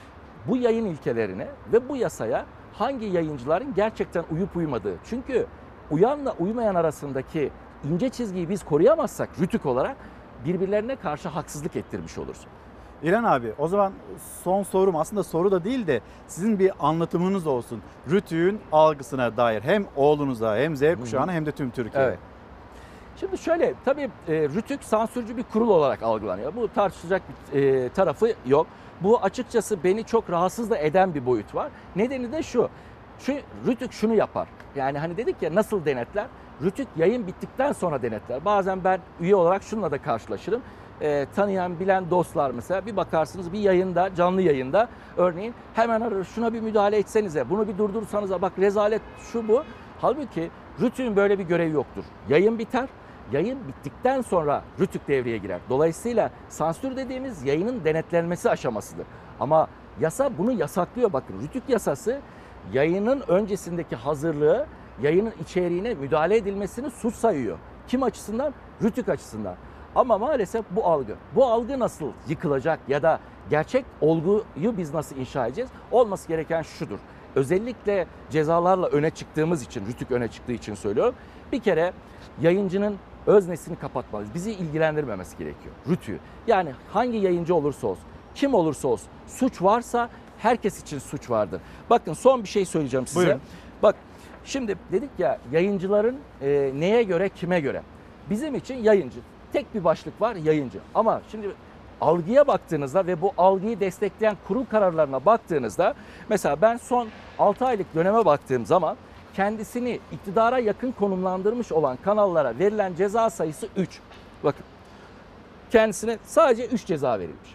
Bu yayın ilkelerine ve bu yasaya hangi yayıncıların gerçekten uyup uymadığı. Çünkü uyanla uymayan arasındaki ince çizgiyi biz koruyamazsak Rütük olarak birbirlerine karşı haksızlık ettirmiş oluruz. İlhan abi, o zaman son sorum aslında soru da değil de sizin bir anlatımınız olsun. Rütük'ün algısına dair hem oğlunuza hem Z kuşağına hem de tüm Türkiye. Evet. Şimdi şöyle tabii e, Rütük sansürcü bir kurul olarak algılanıyor. Bu tartışılacak bir e, tarafı yok. Bu açıkçası beni çok rahatsız da eden bir boyut var. Nedeni de şu. Şu Rütük şunu yapar. Yani hani dedik ya nasıl denetler? Rütük yayın bittikten sonra denetler. Bazen ben üye olarak şununla da karşılaşırım. E, tanıyan, bilen dostlar mesela bir bakarsınız bir yayında, canlı yayında örneğin hemen arar şuna bir müdahale etsenize, bunu bir durdursanıza bak rezalet şu bu. Halbuki Rütük'ün böyle bir görevi yoktur. Yayın biter, yayın bittikten sonra Rütük devreye girer. Dolayısıyla sansür dediğimiz yayının denetlenmesi aşamasıdır. Ama yasa bunu yasaklıyor bakın. Rütük yasası yayının öncesindeki hazırlığı, yayının içeriğine müdahale edilmesini suç sayıyor. Kim açısından? Rütük açısından. Ama maalesef bu algı, bu algı nasıl yıkılacak ya da gerçek olguyu biz nasıl inşa edeceğiz? Olması gereken şudur. Özellikle cezalarla öne çıktığımız için, Rütük öne çıktığı için söylüyorum. Bir kere yayıncının öznesini kapatmalıyız. Bizi ilgilendirmemesi gerekiyor. Rütük'ü. Yani hangi yayıncı olursa olsun, kim olursa olsun suç varsa herkes için suç vardır. Bakın son bir şey söyleyeceğim size. Buyurun. Bak şimdi dedik ya yayıncıların e, neye göre, kime göre? Bizim için yayıncı. Tek bir başlık var yayıncı. Ama şimdi algıya baktığınızda ve bu algıyı destekleyen kurul kararlarına baktığınızda mesela ben son altı aylık döneme baktığım zaman kendisini iktidara yakın konumlandırmış olan kanallara verilen ceza sayısı üç. Bakın kendisine sadece üç ceza verilmiş.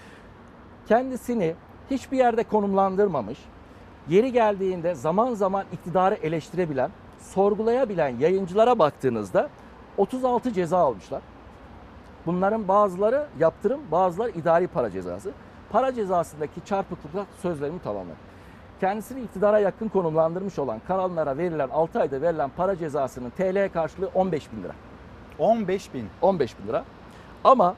Kendisini hiçbir yerde konumlandırmamış, yeri geldiğinde zaman zaman iktidarı eleştirebilen, sorgulayabilen yayıncılara baktığınızda otuz altı ceza almışlar. Bunların bazıları yaptırım, bazıları idari para cezası. Para cezasındaki çarpıklıkla sözlerimi tamamladım. Kendisini iktidara yakın konumlandırmış olan kanallara verilen altı ayda verilen para cezasının T L karşılığı on beş bin lira. on beş bin. on beş bin lira. Ama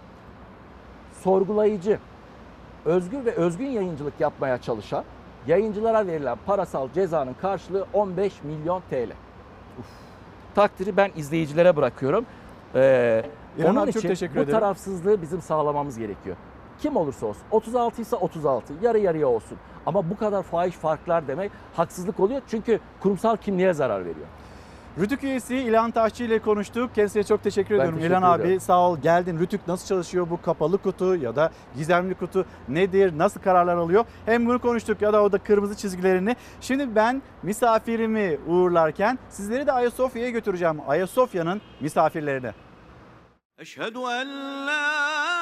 sorgulayıcı, özgür ve özgün yayıncılık yapmaya çalışan yayıncılara verilen parasal cezanın karşılığı on beş milyon T L. Uf. Takdiri ben izleyicilere bırakıyorum. Ee, İlhan onun abi, için çok teşekkür bu ederim. tarafsızlığı bizim sağlamamız gerekiyor. Kim olursa olsun. otuz altı ise otuz altı, yarı yarıya olsun. Ama bu kadar fahiş farklar demek haksızlık oluyor. Çünkü kurumsal kimliğe zarar veriyor. Rütük üyesi İlhan Taşçı ile konuştuk. Kendisine çok teşekkür Ben ediyorum. teşekkür İlhan abi ederim. sağ ol geldin. Rütük nasıl çalışıyor? Bu kapalı kutu ya da gizemli kutu nedir? Nasıl kararlar alıyor? Hem bunu konuştuk ya da o da kırmızı çizgilerini. Şimdi ben misafirimi uğurlarken sizleri de Ayasofya'ya götüreceğim. Ayasofya'nın misafirlerine. Eşhedü en la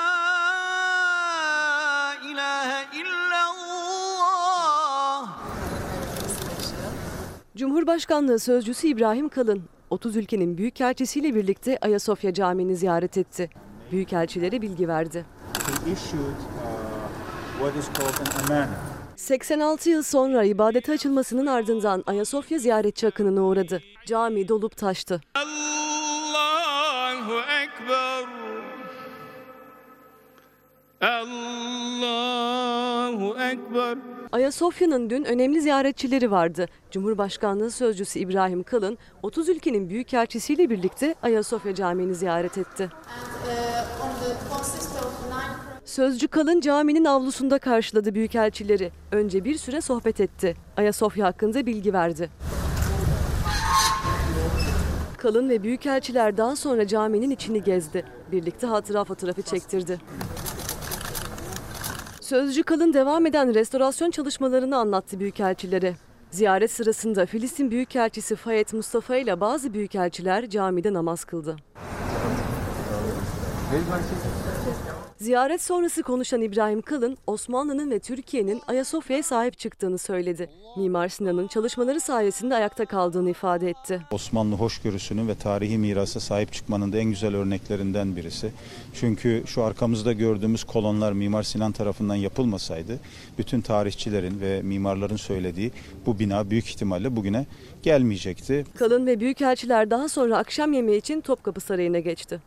ilahe illallah. Cumhurbaşkanlığı Sözcüsü İbrahim Kalın, otuz ülkenin büyükelçisiyle birlikte Ayasofya Camii'ni ziyaret etti. Büyükelçilere bilgi verdi. seksen altı yıl sonra ibadete açılmasının ardından Ayasofya ziyaretçi akınına uğradı. Cami dolup taştı. Allahu Ekber. Allah Allahu Ekber. Ayasofya'nın dün önemli ziyaretçileri vardı. Cumhurbaşkanlığı Sözcüsü İbrahim Kalın, otuz ülkenin büyükelçisiyle birlikte Ayasofya Camii'ni ziyaret etti. Sözcü Kalın caminin avlusunda karşıladı büyükelçileri. Önce bir süre sohbet etti. Ayasofya hakkında bilgi verdi. Kalın ve büyükelçiler daha sonra caminin içini gezdi. Birlikte hatıra fotoğrafı çektirdi. Sözcü Kalın devam eden restorasyon çalışmalarını anlattı büyükelçilere. Ziyaret sırasında Filistin Büyükelçisi Fayet Mustafa ile bazı büyükelçiler camide namaz kıldı. Ziyaret sonrası konuşan İbrahim Kalın, Osmanlı'nın ve Türkiye'nin Ayasofya'ya sahip çıktığını söyledi. Mimar Sinan'ın çalışmaları sayesinde ayakta kaldığını ifade etti. Osmanlı hoşgörüsünün ve tarihi mirasa sahip çıkmanın da en güzel örneklerinden birisi. Çünkü şu arkamızda gördüğümüz kolonlar Mimar Sinan tarafından yapılmasaydı, bütün tarihçilerin ve mimarların söylediği bu bina büyük ihtimalle bugüne gelmeyecekti. Kalın ve büyükelçiler daha sonra akşam yemeği için Topkapı Sarayı'na geçti.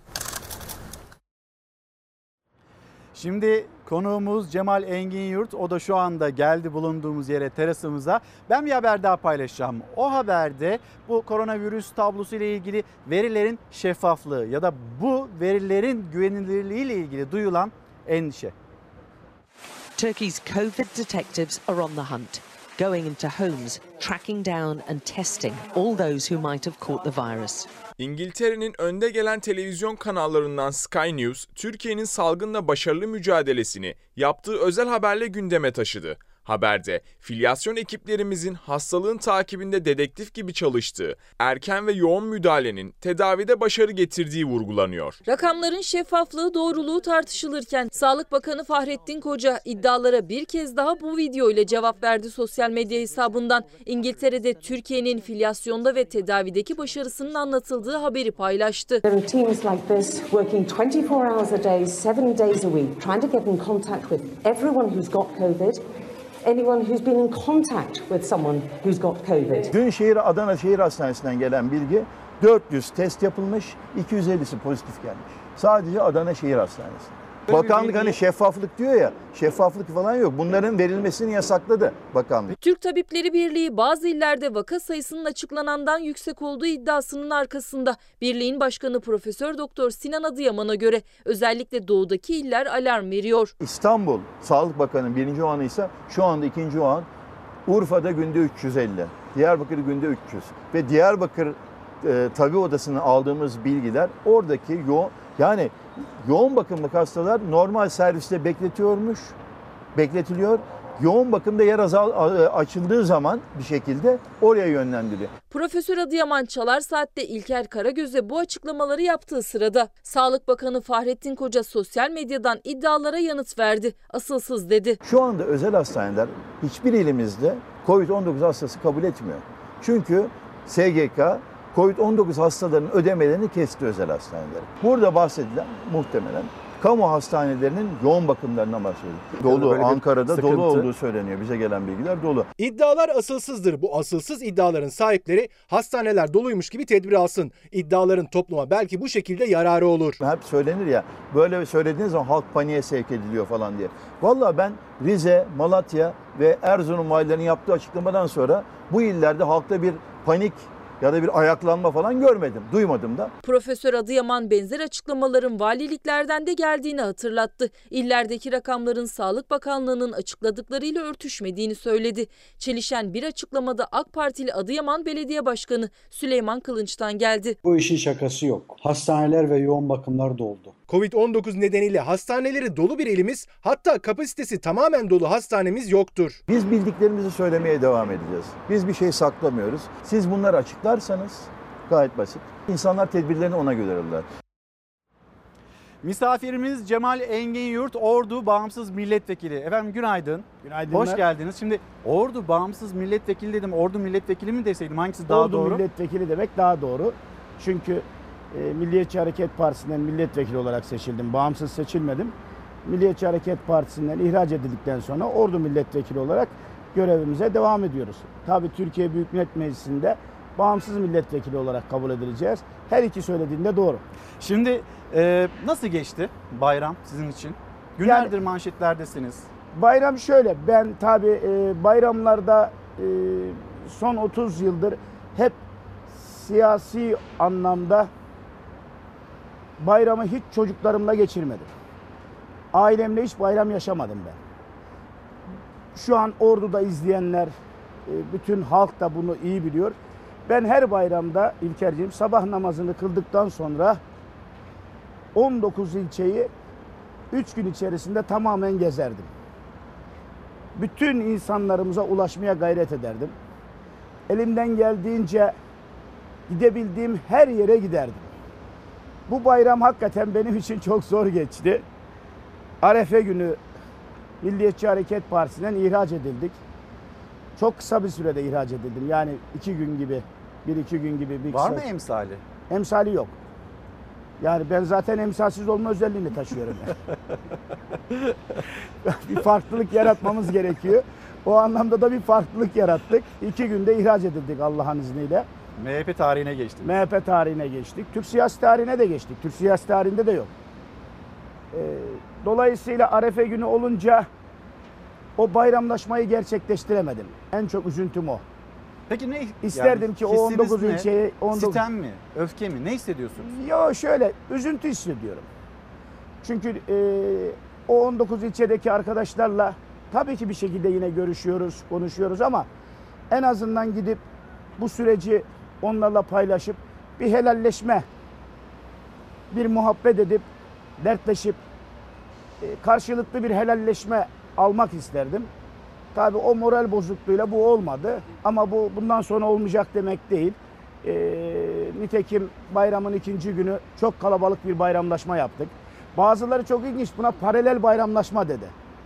Şimdi konuğumuz Cemal Engin Yurt, o da şu anda geldi bulunduğumuz yere, terasımıza. Ben bir haber daha paylaşacağım. O haberde bu koronavirüs tablosu ile ilgili verilerin şeffaflığı ya da bu verilerin güvenilirliği ile ilgili duyulan endişe. Turkey's COVID detectives are on the hunt, going into homes, tracking down and testing all those who might have caught the virus. İngiltere'nin önde gelen televizyon kanallarından Sky News, Türkiye'nin salgınla başarılı mücadelesini yaptığı özel haberle gündeme taşıdı. Haberde, filyasyon ekiplerimizin hastalığın takibinde dedektif gibi çalıştığı, erken ve yoğun müdahalenin tedavide başarı getirdiği vurgulanıyor. Rakamların şeffaflığı, doğruluğu tartışılırken Sağlık Bakanı Fahrettin Koca iddialara bir kez daha bu video ile cevap verdi sosyal medya hesabından. İngiltere'de Türkiye'nin filyasyonda ve tedavideki başarısının anlatıldığı haberi paylaştı. There are teams like this working twenty-four hours a day, seven days a week, trying to get in contact with everyone who's got COVID. Anyone who's been in contact with someone who's got COVID. Dün şehir Adana Şehir Hastanesi'nden gelen bilgi dört yüz test yapılmış, iki yüz ellisi pozitif gelmiş. Sadece Adana Şehir Hastanesi. Bakanlık hani şeffaflık diyor ya, şeffaflık falan yok. Bunların verilmesini yasakladı bakanlık. Türk Tabipleri Birliği bazı illerde vaka sayısının açıklanandan yüksek olduğu iddiasının arkasında. Birliğin başkanı Profesör Doktor Sinan Adıyaman'a göre özellikle doğudaki iller alarm veriyor. İstanbul Sağlık Bakanı'nın birinci o anı ise şu anda ikinci o an. Urfa'da günde üç yüz elli, Diyarbakır günde üç yüz ve Diyarbakır e, Tabi Odası'ndan aldığımız bilgiler oradaki yoğun, yani yoğun bakımlık hastalar normal serviste bekletiyormuş, bekletiliyor. Yoğun bakımda yer azal açıldığı zaman bir şekilde oraya yönlendiriyor. Profesör Adıyaman Çalar Saat'te İlker Karagöz'e bu açıklamaları yaptığı sırada Sağlık Bakanı Fahrettin Koca sosyal medyadan iddialara yanıt verdi. Asılsız dedi. Şu anda özel hastaneler hiçbir ilimizde kovid on dokuz hastası kabul etmiyor. Çünkü S G K kovid on dokuz hastalarının ödemelerini kesti özel hastaneler. Burada bahsedilen muhtemelen kamu hastanelerinin yoğun bakımlarından bahsediyor. Dolu, Ankara'da sıkıntı. Dolu olduğu söyleniyor. Bize gelen bilgiler dolu. İddialar asılsızdır. Bu asılsız iddiaların sahipleri hastaneler doluymuş gibi tedbir alsın. İddiaların topluma belki bu şekilde yararı olur. Hep söylenir ya, böyle söylediğiniz zaman halk paniğe sevk ediliyor falan diye. Vallahi ben Rize, Malatya ve Erzurum valilerinin yaptığı açıklamadan sonra bu illerde halkta bir panik ya da bir ayaklanma falan görmedim, duymadım da. Profesör Adıyaman benzer açıklamaların valiliklerden de geldiğini hatırlattı. İllerdeki rakamların Sağlık Bakanlığı'nın açıkladıklarıyla örtüşmediğini söyledi. Çelişen bir açıklamada AK Partili Adıyaman Belediye Başkanı Süleyman Kılınç'tan geldi. Bu işin şakası yok. Hastaneler ve yoğun bakımlar doldu. kovid on dokuz nedeniyle hastaneleri dolu bir ilimiz, hatta kapasitesi tamamen dolu hastanemiz yoktur. Biz bildiklerimizi söylemeye devam edeceğiz. Biz bir şey saklamıyoruz. Siz bunları açıklarsanız gayet basit. İnsanlar tedbirlerini ona göre alırlar. Misafirimiz Cemal Engin Yurt, Ordu Bağımsız Milletvekili. Efendim günaydın. Günaydın. Hoş geldiniz. Şimdi Ordu Bağımsız Milletvekili dedim. Ordu Milletvekili mi deseydim? Hangisi daha Ordu doğru? Ordu Milletvekili demek daha doğru. Çünkü e, Milliyetçi Hareket Partisi'nden milletvekili olarak seçildim. Bağımsız seçilmedim. Milliyetçi Hareket Partisi'nden ihraç edildikten sonra Ordu Milletvekili olarak görevimize devam ediyoruz. Tabii Türkiye Büyük Millet Meclisi'nde bağımsız milletvekili olarak kabul edileceğiz. Her iki söylediğinde doğru. Şimdi e, nasıl geçti bayram sizin için? Günlerdir yani, manşetlerdesiniz. Bayram şöyle, ben tabii e, bayramlarda e, son otuz yıldır hep siyasi anlamda bayramı hiç çocuklarımla geçirmedim. Ailemle hiç bayram yaşamadım ben. Şu an Ordu'da izleyenler, e, bütün halk da bunu iyi biliyor. Ben her bayramda İlkerciğim sabah namazını kıldıktan sonra on dokuz ilçeyi üç gün içerisinde tamamen gezerdim. Bütün insanlarımıza ulaşmaya gayret ederdim. Elimden geldiğince gidebildiğim her yere giderdim. Bu bayram hakikaten benim için çok zor geçti. Arefe günü Milliyetçi Hareket Partisi'nden ihraç edildik. Çok kısa bir sürede ihraç edildim. Yani iki gün gibi, bir iki gün gibi. Bir Var kısa... mı emsali? Emsali yok. Yani ben zaten emsalsiz olma özelliğini taşıyorum. Bir farklılık yaratmamız gerekiyor. O anlamda da bir farklılık yarattık. İki günde ihraç edildik Allah'ın izniyle. M H P tarihine geçtik. M H P tarihine geçtik. Türk siyasi tarihine de geçtik. Türk siyasi tarihinde de yok. Ee, dolayısıyla Arefe günü olunca o bayramlaşmayı gerçekleştiremedim. En çok üzüntüm o. Peki ne? İsterdim yani ki o on dokuz ne? ilçeyi... on dokuz... Sitem mi? Öfke mi? Ne hissediyorsunuz? Yo şöyle, üzüntü hissediyorum. Çünkü e, o on dokuz ilçedeki arkadaşlarla tabii ki bir şekilde yine görüşüyoruz, konuşuyoruz ama en azından gidip bu süreci onlarla paylaşıp bir helalleşme, bir muhabbet edip, dertleşip e, karşılıklı bir helalleşme almak isterdim. Tabii o moral bozukluğuyla bu olmadı ama bu bundan sonra olmayacak demek değil. E, nitekim bayramın ikinci günü çok kalabalık bir bayramlaşma yaptık. Bazıları çok ilginç, buna paralel bayramlaşma dedi.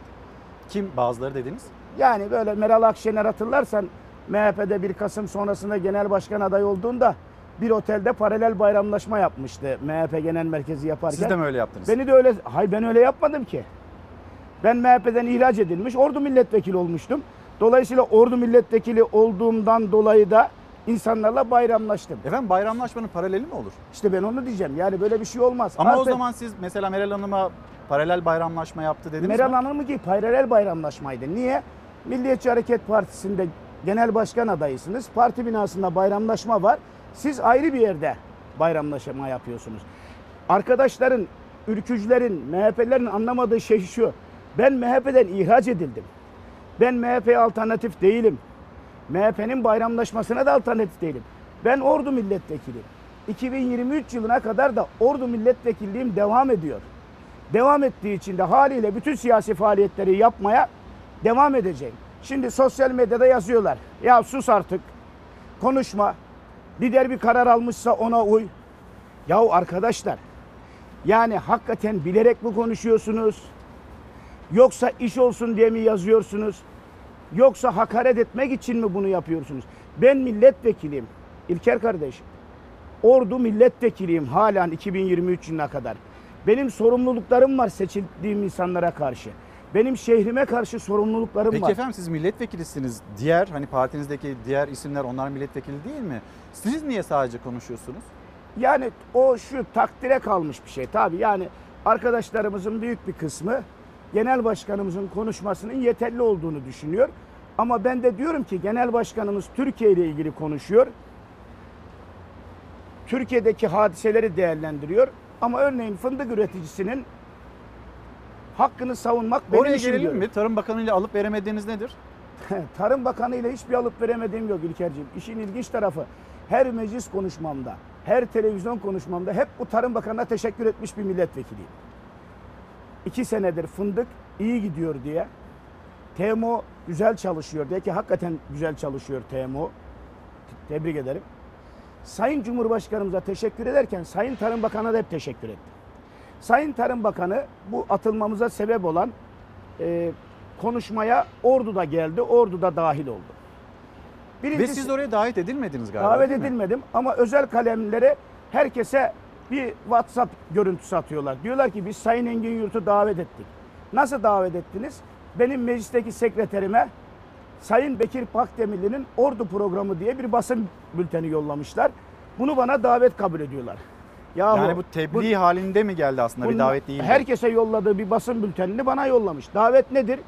Kim bazıları dediniz? Yani böyle Meral Akşener hatırlarsan M H P'de bir Kasım sonrasında genel başkan adayı olduğunda bir otelde paralel bayramlaşma yapmıştı M H P Genel Merkezi yaparken. Siz de mi öyle yaptınız? Beni de öyle, hayır ben öyle yapmadım ki. Ben M H P'den ihraç edilmiş, Ordu milletvekili olmuştum. Dolayısıyla Ordu milletvekili olduğumdan dolayı da insanlarla bayramlaştım. Efendim bayramlaşmanın paraleli mi olur? İşte ben onu diyeceğim. Yani böyle bir şey olmaz. Ama Artık o zaman siz mesela Meral Hanım'a paralel bayramlaşma yaptı dediniz Meral mi? Hanım'ın ki paralel bayramlaşmaydı. Niye? Milliyetçi Hareket Partisi'nde genel başkan adayısınız. Parti binasında bayramlaşma var. Siz ayrı bir yerde bayramlaşma yapıyorsunuz. Arkadaşların, ülkücülerin, M H P'lerin anlamadığı şey şu. Ben M H P'den ihraç edildim. Ben M H P'ye alternatif değilim. M H P'nin bayramlaşmasına da alternatif değilim. Ben Ordu milletvekiliyim. iki bin yirmi üç yılına kadar da Ordu milletvekilliğim devam ediyor. Devam ettiği için de haliyle bütün siyasi faaliyetleri yapmaya devam edeceğim. Şimdi sosyal medyada yazıyorlar. Ya sus artık, konuşma. Lider bir karar almışsa ona uy. Yahu arkadaşlar, yani hakikaten bilerek mi konuşuyorsunuz? Yoksa iş olsun diye mi yazıyorsunuz? Yoksa hakaret etmek için mi bunu yapıyorsunuz? Ben milletvekiliyim İlker kardeşim. Ordu milletvekiliyim halen iki bin yirmi üç yılına kadar. Benim sorumluluklarım var seçildiğim insanlara karşı. Benim şehrime karşı sorumluluklarım Peki var. Peki efendim siz milletvekilisiniz. Diğer hani partinizdeki diğer isimler onlar milletvekili değil mi? Siz niye sadece konuşuyorsunuz? Yani o şu takdire kalmış bir şey tabii. Yani arkadaşlarımızın büyük bir kısmı genel başkanımızın konuşmasının yeterli olduğunu düşünüyor. Ama ben de diyorum ki genel başkanımız Türkiye ile ilgili konuşuyor. Türkiye'deki hadiseleri değerlendiriyor. Ama örneğin fındık üreticisinin hakkını savunmak benim Oraya işim gelelim diyorum. mi? Tarım Bakanı ile alıp veremediğiniz nedir? Tarım Bakanı ile hiçbir alıp veremediğim yok İlkerciğim. İşin ilginç tarafı her meclis konuşmamda, her televizyon konuşmamda hep bu Tarım Bakanı'na teşekkür etmiş bir milletvekiliyim. İki senedir fındık iyi gidiyor diye, T M O güzel çalışıyor diye ki hakikaten güzel çalışıyor T M O. Tebrik ederim. Sayın Cumhurbaşkanımıza teşekkür ederken Sayın Tarım Bakanı'na da hep teşekkür ettim. Sayın Tarım Bakanı bu atılmamıza sebep olan e, konuşmaya Ordu'da geldi, Ordu'da dahil oldu. Birincisi, Ve siz oraya davet edilmediniz galiba. Davet edilmedim ama özel kalemlere herkese bir WhatsApp görüntüsü atıyorlar. Diyorlar ki biz Sayın Engin Yurt'u davet ettik. Nasıl davet ettiniz? Benim meclisteki sekreterime Sayın Bekir Pakdemirli'nin Ordu programı diye bir basın bülteni yollamışlar. Bunu bana davet kabul ediyorlar. Yahu, yani bu tebliğ bu, halinde mi geldi aslında bir davet değil mi? Herkese yolladığı bir basın bültenini bana yollamış. Davet nedir?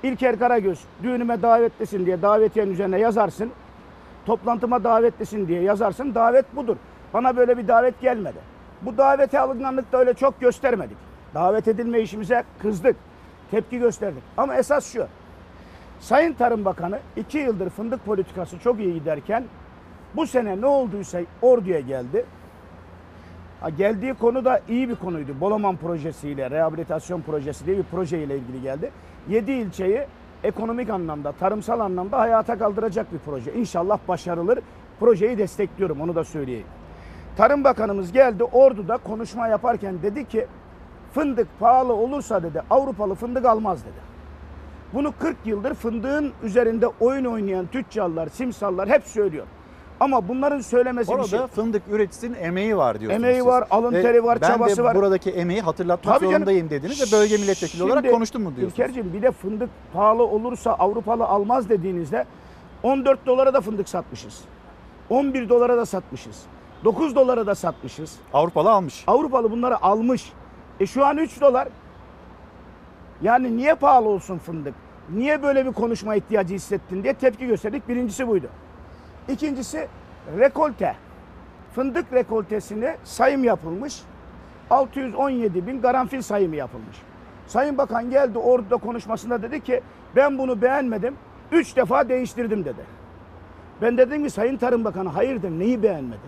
İlker Karagöz düğünüme davetlisin diye davetiyenin üzerine yazarsın. Toplantıma davetlisin diye yazarsın. Davet budur. Bana böyle bir davet gelmedi. Bu davete alınganlık da öyle çok göstermedik. Davet edilme işimize kızdık. Tepki gösterdik. Ama esas şu. Sayın Tarım Bakanı iki yıldır fındık politikası çok iyi giderken bu sene ne olduysa Ordu'ya geldi. Ha, geldiği konu da iyi bir konuydu. Bolaman projesiyle, rehabilitasyon projesi diye bir projeyle ilgili geldi. yedi ilçeyi ekonomik anlamda, tarımsal anlamda hayata kaldıracak bir proje. İnşallah başarılır. Projeyi destekliyorum, onu da söyleyeyim. Tarım Bakanımız geldi Ordu'da konuşma yaparken dedi ki fındık pahalı olursa dedi Avrupalı fındık almaz dedi. Bunu kırk yıldır fındığın üzerinde oyun oynayan tüccarlar, simsallar hep söylüyor. Ama bunların söylemesi Orada bir şey. fındık üreticisinin emeği var diyorsunuz Emeği siz. var, alın teri var, ben çabası de var. buradaki emeği hatırlatmak Tabii canım. zorundayım dediniz ve bölge milletvekili Şimdi, olarak konuştum mu diyorsunuz? İlkerciğim bir de fındık pahalı olursa Avrupalı almaz dediğinizde on dört dolara da fındık satmışız. on bir dolara da satmışız. dokuz dolara da satmışız. Avrupalı almış. Avrupalı bunları almış. E şu an üç dolar. Yani niye pahalı olsun fındık? Niye böyle bir konuşma ihtiyacı hissettin diye tepki gösterdik. Birincisi buydu. İkincisi rekolte. Fındık rekoltesine sayım yapılmış. altı yüz on yedi bin karanfil sayımı yapılmış. Sayın Bakan geldi Ordu'da konuşmasında dedi ki ben bunu beğenmedim. Üç defa değiştirdim dedi. Ben dedim ki Sayın Tarım Bakanı hayırdır neyi beğenmedin?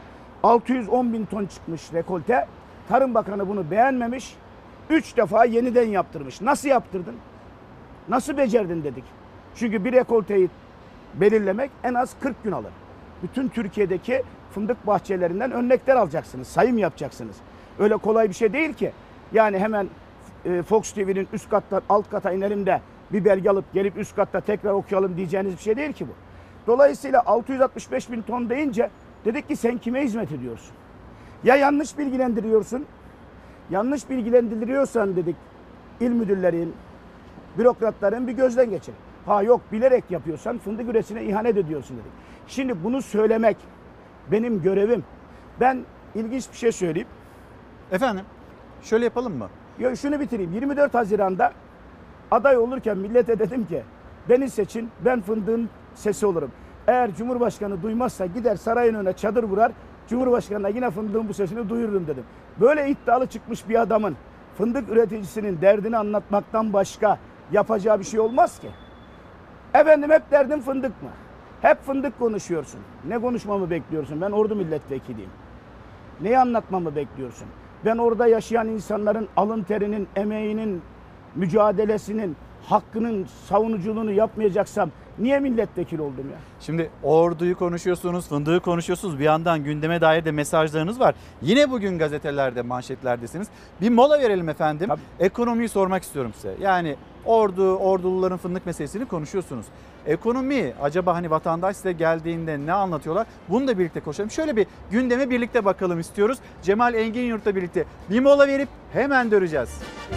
altı yüz on bin ton çıkmış rekolte. Tarım Bakanı bunu beğenmemiş. Üç defa yeniden yaptırmış. Nasıl yaptırdın? Nasıl becerdin dedik. Çünkü bir rekolteyi belirlemek en az kırk gün alır. Bütün Türkiye'deki fındık bahçelerinden örnekler alacaksınız. Sayım yapacaksınız. Öyle kolay bir şey değil ki. Yani hemen e, Fox T V'nin üst kattan alt kata inelim de bir belge alıp gelip üst katta tekrar okuyalım diyeceğiniz bir şey değil ki bu. Dolayısıyla altı yüz altmış beş bin ton deyince dedik ki sen kime hizmet ediyorsun? Ya yanlış bilgilendiriyorsun. Yanlış bilgilendiriyorsan dedik il müdürlerin, bürokratların bir gözden geçir. Ha yok bilerek yapıyorsan fındık üretimine ihanet ediyorsun dedik. Şimdi bunu söylemek benim görevim. Ben ilginç bir şey söyleyeyim. Efendim şöyle yapalım mı? Ya şunu bitireyim. yirmi dört Haziran'da aday olurken millete dedim ki beni seçin ben fındığın sesi olurum. Eğer Cumhurbaşkanı duymazsa gider sarayın önüne çadır vurar. Cumhurbaşkanı'na yine fındığın bu sesini duyururum dedim. Böyle iddialı çıkmış bir adamın fındık üreticisinin derdini anlatmaktan başka yapacağı bir şey olmaz ki. Efendim hep derdin fındık mı? Hep fındık konuşuyorsun. Ne konuşmamı bekliyorsun? Ben Ordu milletvekiliyim. Neyi anlatmamı bekliyorsun? Ben orada yaşayan insanların alın terinin, emeğinin, mücadelesinin, hakkının savunuculuğunu yapmayacaksam niye milletvekili oldum ya? Şimdi Ordu'yu konuşuyorsunuz, fındığı konuşuyorsunuz. Bir yandan gündeme dair de mesajlarınız var. Yine bugün gazetelerde, manşetlerdesiniz. Bir mola verelim efendim. Tabii. Ekonomiyi sormak istiyorum size. Yani Ordu, Orduluların fındık meselesini konuşuyorsunuz. Ekonomi acaba hani vatandaş size geldiğinde ne anlatıyorlar? Bunu da birlikte konuşalım. Şöyle bir gündeme birlikte bakalım istiyoruz. Cemal Enginyurt'la birlikte bir mola verip hemen döneceğiz.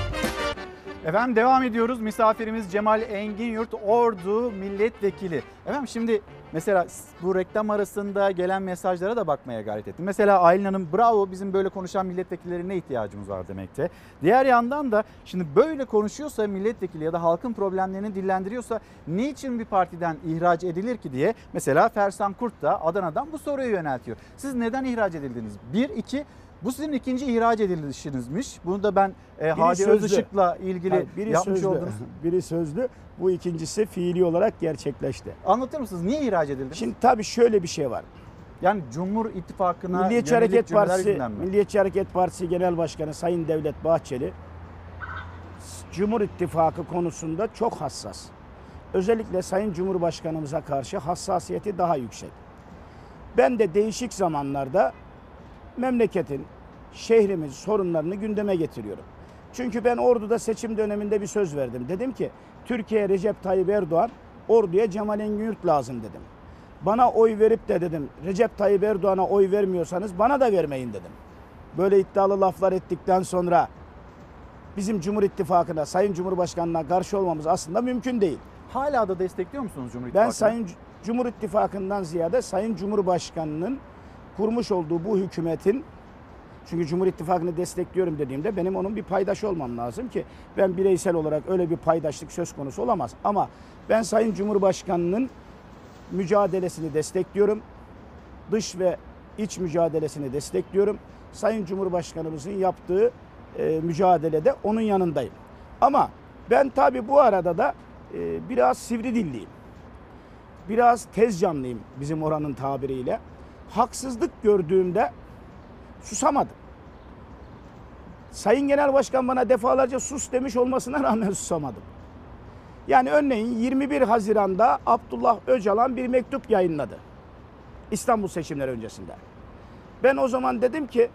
Efendim devam ediyoruz. Misafirimiz Cemal Enginyurt, Ordu milletvekili. Efendim şimdi mesela bu reklam arasında gelen mesajlara da bakmaya gayret ettim. Mesela Aylin Hanım bravo bizim böyle konuşan milletvekillerine ihtiyacımız var demekte. Diğer yandan da şimdi böyle konuşuyorsa milletvekili ya da halkın problemlerini dillendiriyorsa niçin bir partiden ihraç edilir ki diye mesela Fersan Kurt da Adana'dan bu soruyu yöneltiyor. Siz neden ihraç edildiniz? Bir, iki... Bu sizin ikinci ihraç edilişinizmiş. Bunu da ben e, Hadi Özışık'la ilgili Hayır, biri yapmış sözlü, oldunuz. Biri sözlü, bu ikincisi fiili olarak gerçekleşti. Anlatır mısınız? Niye ihraç edildiniz? Şimdi tabii şöyle bir şey var. Yani Cumhur İttifakı'na Milliyetçi Hareket Partisi, mi? Milliyetçi Hareket Partisi Genel Başkanı Sayın Devlet Bahçeli Cumhur İttifakı konusunda çok hassas. Özellikle Sayın Cumhurbaşkanımıza karşı hassasiyeti daha yüksek. Ben de değişik zamanlarda memleketin, şehrimiz sorunlarını gündeme getiriyorum. Çünkü ben Ordu'da seçim döneminde bir söz verdim. Dedim ki Türkiye Recep Tayyip Erdoğan, Ordu'ya Cemal Enginyurt lazım dedim. Bana oy verip de dedim Recep Tayyip Erdoğan'a oy vermiyorsanız bana da vermeyin dedim. Böyle iddialı laflar ettikten sonra bizim Cumhur İttifakı'na, Sayın Cumhurbaşkanı'na karşı olmamız aslında mümkün değil. Hala da destekliyor musunuz Cumhur İttifakı'nı? Ben Sayın Cumhur İttifakı'ndan ziyade Sayın Cumhurbaşkanı'nın kurmuş olduğu bu hükümetin Çünkü Cumhur İttifakı'nı destekliyorum dediğimde benim onun bir paydaşı olmam lazım ki ben bireysel olarak öyle bir paydaşlık söz konusu olamaz. Ama ben Sayın Cumhurbaşkanı'nın mücadelesini destekliyorum. Dış ve iç mücadelesini destekliyorum. Sayın Cumhurbaşkanımızın yaptığı e, mücadelede onun yanındayım. Ama ben tabii bu arada da e, biraz sivri dilliyim. Biraz tez canlıyım bizim oranın tabiriyle. Haksızlık gördüğümde susamadım. Sayın Genel Başkan bana defalarca sus demiş olmasına rağmen susamadım. Yani örneğin yirmi bir Haziran'da Abdullah Öcalan bir mektup yayınladı. İstanbul seçimleri öncesinde. Ben o zaman dedim ki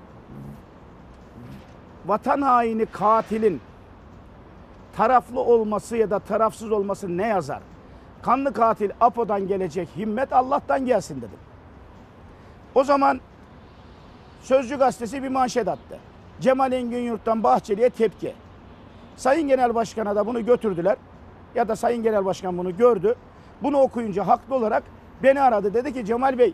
vatan haini katilin taraflı olması ya da tarafsız olması ne yazar? Kanlı katil Apo'dan gelecek himmet Allah'tan gelsin dedim. O zaman Sözcü gazetesi bir manşet attı. Cemal Engin Yurt'tan Bahçeli'ye tepki. Sayın Genel Başkan'a da bunu götürdüler. Ya da Sayın Genel Başkan bunu gördü. Bunu okuyunca haklı olarak beni aradı. Dedi ki Cemal Bey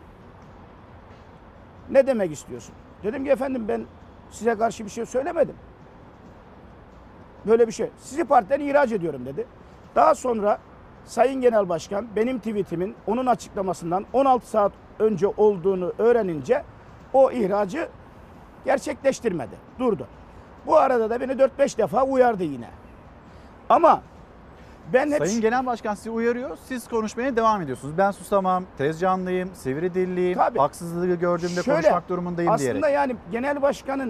ne demek istiyorsun? Dedim ki efendim ben size karşı bir şey söylemedim. Böyle bir şey. Sizi partiden ihraç ediyorum dedi. Daha sonra Sayın Genel Başkan benim tweetimin onun açıklamasından on altı saat önce olduğunu öğrenince o ihracı gerçekleştirmedi. Durdu. Bu arada da beni dört beş defa uyardı yine. Ama ben hep... Sayın Genel Başkan sizi uyarıyor, siz konuşmaya devam ediyorsunuz. Ben susamam, tez canlıyım, sivri dilliyim, Tabii. haksızlığı gördüğümde Şöyle, konuşmak durumundayım aslında diyerek. Aslında yani Genel Başkan'ın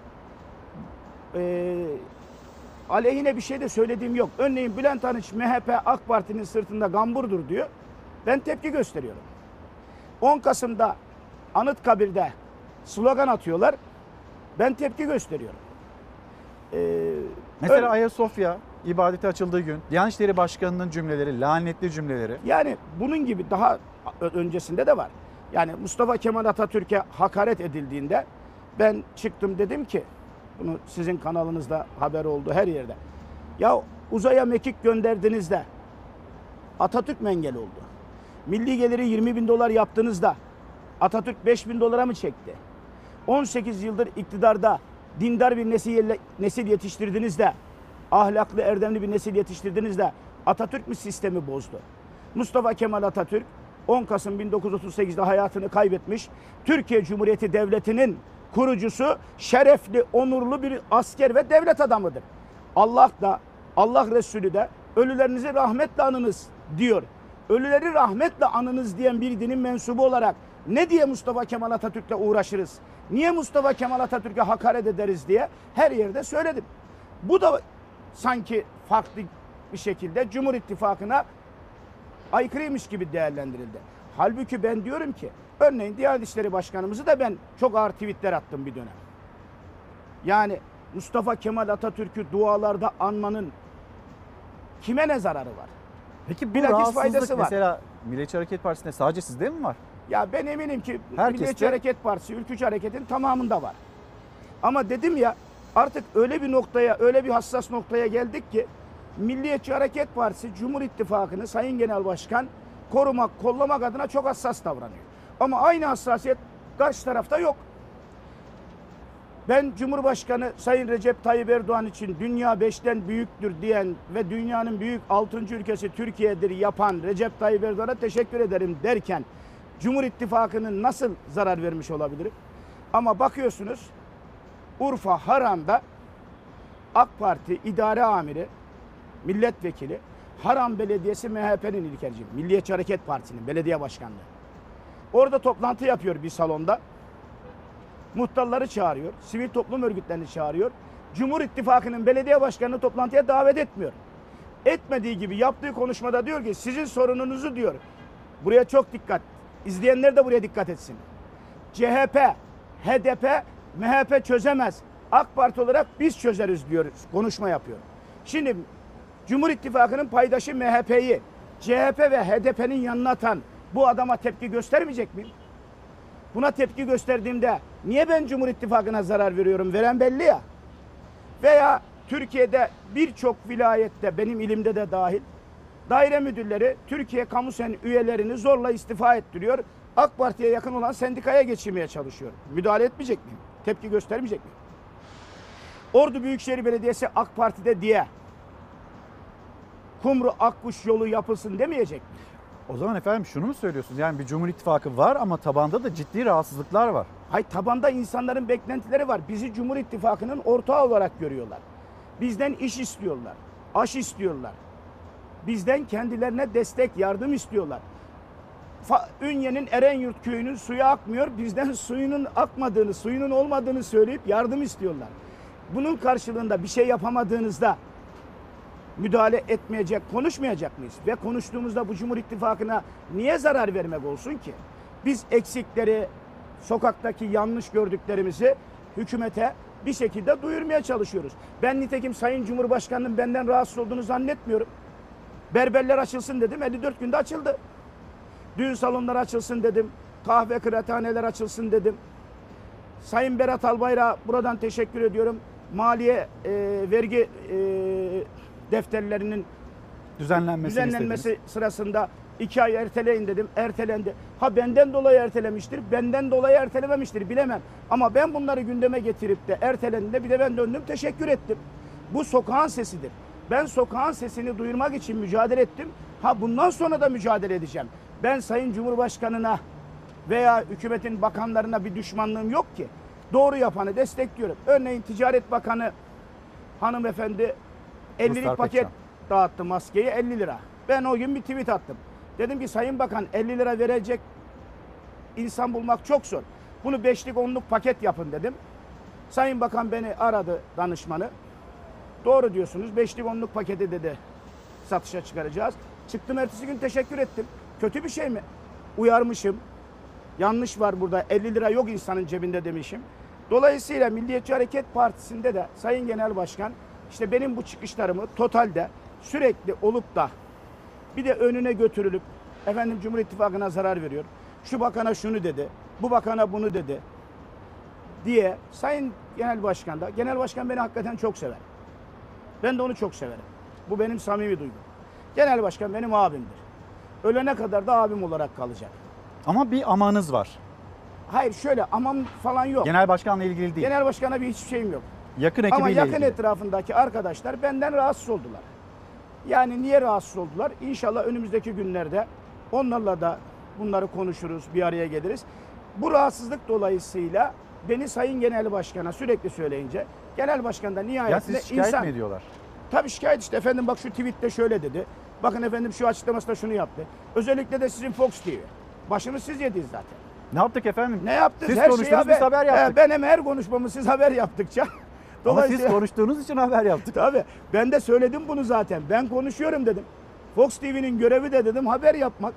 e, aleyhine bir şey de söylediğim yok. Örneğin Bülent Arınç M H P AK Parti'nin sırtında gamburdur diyor. Ben tepki gösteriyorum. on Kasım'da Anıtkabir'de slogan atıyorlar. Ben tepki gösteriyorum. Ee, Mesela öyle, Ayasofya ibadete açıldığı gün Diyanet İşleri Başkanı'nın cümleleri, lanetli cümleleri. Yani bunun gibi daha öncesinde de var. Yani Mustafa Kemal Atatürk'e hakaret edildiğinde ben çıktım dedim ki, bunu sizin kanalınızda haber oldu her yerde. Ya uzaya mekik gönderdiğinizde Atatürk mü engel oldu? Milli geliri yirmi bin dolar yaptığınızda Atatürk beş bin dolara mı çekti? on sekiz yıldır iktidarda dindar bir nesil, nesil yetiştirdiğinizde, ahlaklı, erdemli bir nesil yetiştirdiğinizde Atatürk mü sistemi bozdu? Mustafa Kemal Atatürk on Kasım bin dokuz yüz otuz sekiz'de hayatını kaybetmiş. Türkiye Cumhuriyeti Devleti'nin kurucusu, şerefli, onurlu bir asker ve devlet adamıdır. Allah da, Allah Resulü de ölülerinizi rahmetle anınız diyor. Ölüleri rahmetle anınız diyen bir dinin mensubu olarak ne diye Mustafa Kemal Atatürk'le uğraşırız? Niye Mustafa Kemal Atatürk'e hakaret ederiz diye her yerde söyledim. Bu da sanki farklı bir şekilde Cumhur İttifakı'na aykırıymış gibi değerlendirildi. Halbuki ben diyorum ki, örneğin Diyanet İşleri Başkanımızı da ben çok ağır tweetler attım bir dönem. Yani Mustafa Kemal Atatürk'ü dualarda anmanın kime ne zararı var? Peki bu Bilakis rahatsızlık faydası var. mesela Milliyetçi Hareket Partisi'nde sadece sizde mi var? Ya ben eminim ki Herkeste... Milliyetçi Hareket Partisi, Ülkücü Hareket'in tamamında var. Ama dedim ya, artık öyle bir noktaya, öyle bir hassas noktaya geldik ki Milliyetçi Hareket Partisi Cumhur İttifakı'nı Sayın Genel Başkan korumak, kollamak adına çok hassas davranıyor. Ama aynı hassasiyet karşı tarafta yok. Ben Cumhurbaşkanı Sayın Recep Tayyip Erdoğan için dünya beşten büyüktür diyen ve dünyanın büyük altıncı ülkesi Türkiye'dir yapan Recep Tayyip Erdoğan'a teşekkür ederim derken Cumhur İttifakı'nın nasıl zarar vermiş olabilirim? Ama bakıyorsunuz Urfa Haran'da AK Parti idare amiri, milletvekili, Haran Belediyesi M H P'nin ilkelci, Milliyetçi Hareket Partisi'nin belediye başkanlığı. Orada toplantı yapıyor bir salonda. Muhtarları çağırıyor, sivil toplum örgütlerini çağırıyor. Cumhur İttifakı'nın belediye başkanını toplantıya davet etmiyor. Etmediği gibi yaptığı konuşmada diyor ki sizin sorununuzu diyor. Buraya çok dikkat. İzleyenler de buraya dikkat etsin. C H P, H D P, M H P çözemez. AK Parti olarak biz çözeriz diyor. Konuşma yapıyor. Şimdi Cumhur İttifakı'nın paydaşı M H P'yi C H P ve H D P'nin yanına atan bu adama tepki göstermeyecek miyim? Buna tepki gösterdiğimde niye ben Cumhur İttifakı'na zarar veriyorum? Veren belli ya. Veya Türkiye'de birçok vilayette, benim ilimde de dahil, daire müdürleri Türkiye Kamusen üyelerini zorla istifa ettiriyor. AK Parti'ye yakın olan sendikaya geçirmeye çalışıyor. Müdahale etmeyecek miyim? Tepki göstermeyecek mi? Ordu Büyükşehir Belediyesi AK Parti'de diye Kumru Akkuş yolu yapılsın demeyecek mi? O zaman efendim şunu mu söylüyorsunuz? Yani bir Cumhur İttifakı var ama tabanda da ciddi rahatsızlıklar var. Hayır, tabanda insanların beklentileri var. Bizi Cumhur İttifakı'nın ortağı olarak görüyorlar. Bizden iş istiyorlar, aş istiyorlar. Bizden kendilerine destek, yardım istiyorlar. Fa Ünye'nin Erenyurt köyünün suyu akmıyor. Bizden suyunun akmadığını, suyunun olmadığını söyleyip yardım istiyorlar. Bunun karşılığında bir şey yapamadığınızda müdahale etmeyecek, konuşmayacak mıyız? Ve konuştuğumuzda bu Cumhur İttifakı'na niye zarar vermek olsun ki? Biz eksikleri, sokaktaki yanlış gördüklerimizi hükümete bir şekilde duyurmaya çalışıyoruz. Ben nitekim Sayın Cumhurbaşkanı'nın benden rahatsız olduğunu zannetmiyorum. Berberler açılsın dedim, elli dört günde açıldı. Düğün salonları açılsın dedim, kahve kıraathaneler açılsın dedim. Sayın Berat Albayrak'a buradan teşekkür ediyorum. Maliye e, vergi e, defterlerinin düzenlenmesi, düzenlenmesi sırasında iki ay erteleyin dedim. Ertelendi. Ha benden dolayı ertelemiştir, benden dolayı ertelememiştir bilemem. Ama ben bunları gündeme getirip de ertelendiğinde bir de ben döndüm teşekkür ettim. Bu sokağın sesidir. Ben sokağın sesini duyurmak için mücadele ettim. Ha bundan sonra da mücadele edeceğim. Ben Sayın Cumhurbaşkanı'na veya hükümetin bakanlarına bir düşmanlığım yok ki. Doğru yapanı destekliyorum. Örneğin Ticaret Bakanı hanımefendi ellilik paket dağıttı, maskeyi elli lira. Ben o gün bir tweet attım. Dedim ki Sayın Bakan elli lira verecek insan bulmak çok zor. Bunu beşlik onluk paket yapın dedim. Sayın Bakan beni aradı, danışmanı. Doğru diyorsunuz, beşlik onluk paketi dedi satışa çıkaracağız. Çıktım ertesi gün teşekkür ettim. Kötü bir şey mi? Uyarmışım. Yanlış var burada, elli lira yok insanın cebinde demişim. Dolayısıyla Milliyetçi Hareket Partisi'nde de Sayın Genel Başkan işte benim bu çıkışlarımı totalde sürekli olup da bir de önüne götürülüp efendim Cumhur İttifakı'na zarar veriyor. Şu bakana şunu dedi, bu bakana bunu dedi diye Sayın Genel Başkan da, Genel Başkan beni hakikaten çok sever. Ben de onu çok severim. Bu benim samimi duygum. Genel Başkan benim abimdir. Ölene kadar da abim olarak kalacak. Ama bir amanız var. Hayır şöyle aman falan yok. Genel Başkan'la ilgili değil. Genel Başkan'a bir hiçbir şeyim yok. Yakın ekibiyle Ama yakın ilgili. etrafındaki arkadaşlar benden rahatsız oldular. Yani niye rahatsız oldular? İnşallah önümüzdeki günlerde onlarla da bunları konuşuruz, bir araya geliriz. Bu rahatsızlık dolayısıyla beni Sayın Genel Başkan'a sürekli söyleyince Genel Başkan da nihayetinde ya siz şikayet insan... mi ediyorlar? Tabii şikayet işte efendim bak şu tweette şöyle dedi. Bakın efendim şu açıklamasında şunu yaptı. Özellikle de sizin Fox T V. Başını siz yediniz zaten. Ne yaptık efendim? Ne yaptık? Siz her konuştunuz haber, biz haber yaptık. He, ben hem her konuşmamı siz haber yaptıkça. Ama siz konuştuğunuz için haber yaptık. Tabii ben de söyledim bunu zaten. Ben konuşuyorum dedim. Fox T V'nin görevi de dedim haber yapmak.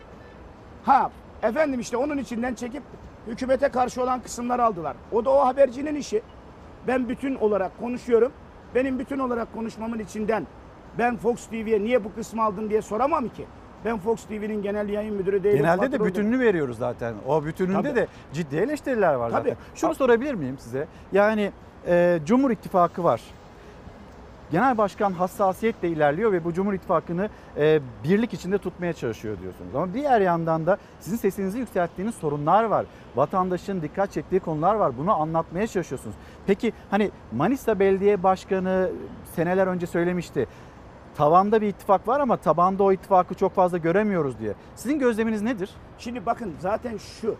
Ha efendim işte onun içinden çekip hükümete karşı olan kısımları aldılar. O da o habercinin işi. Ben bütün olarak konuşuyorum. Benim bütün olarak konuşmamın içinden ben Fox T V'ye niye bu kısmı aldın diye soramam ki. Ben Fox T V'nin genel yayın müdürü değilim. Genelde de bütününü veriyoruz zaten. O bütününde Tabii. de ciddi eleştiriler var Tabii. zaten. Şunu sorabilir miyim size? Yani e, Cumhur İttifakı var. Genel Başkan hassasiyetle ilerliyor ve bu Cumhur İttifakı'nı e, birlik içinde tutmaya çalışıyor diyorsunuz. Ama diğer yandan da sizin sesinizi yükselttiğiniz sorunlar var. Vatandaşın dikkat çektiği konular var. Bunu anlatmaya çalışıyorsunuz. Peki hani Manisa Belediye Başkanı seneler önce söylemişti. Tavanda bir ittifak var ama tabanda o ittifakı çok fazla göremiyoruz diye. Sizin gözleminiz nedir? Şimdi bakın zaten şu.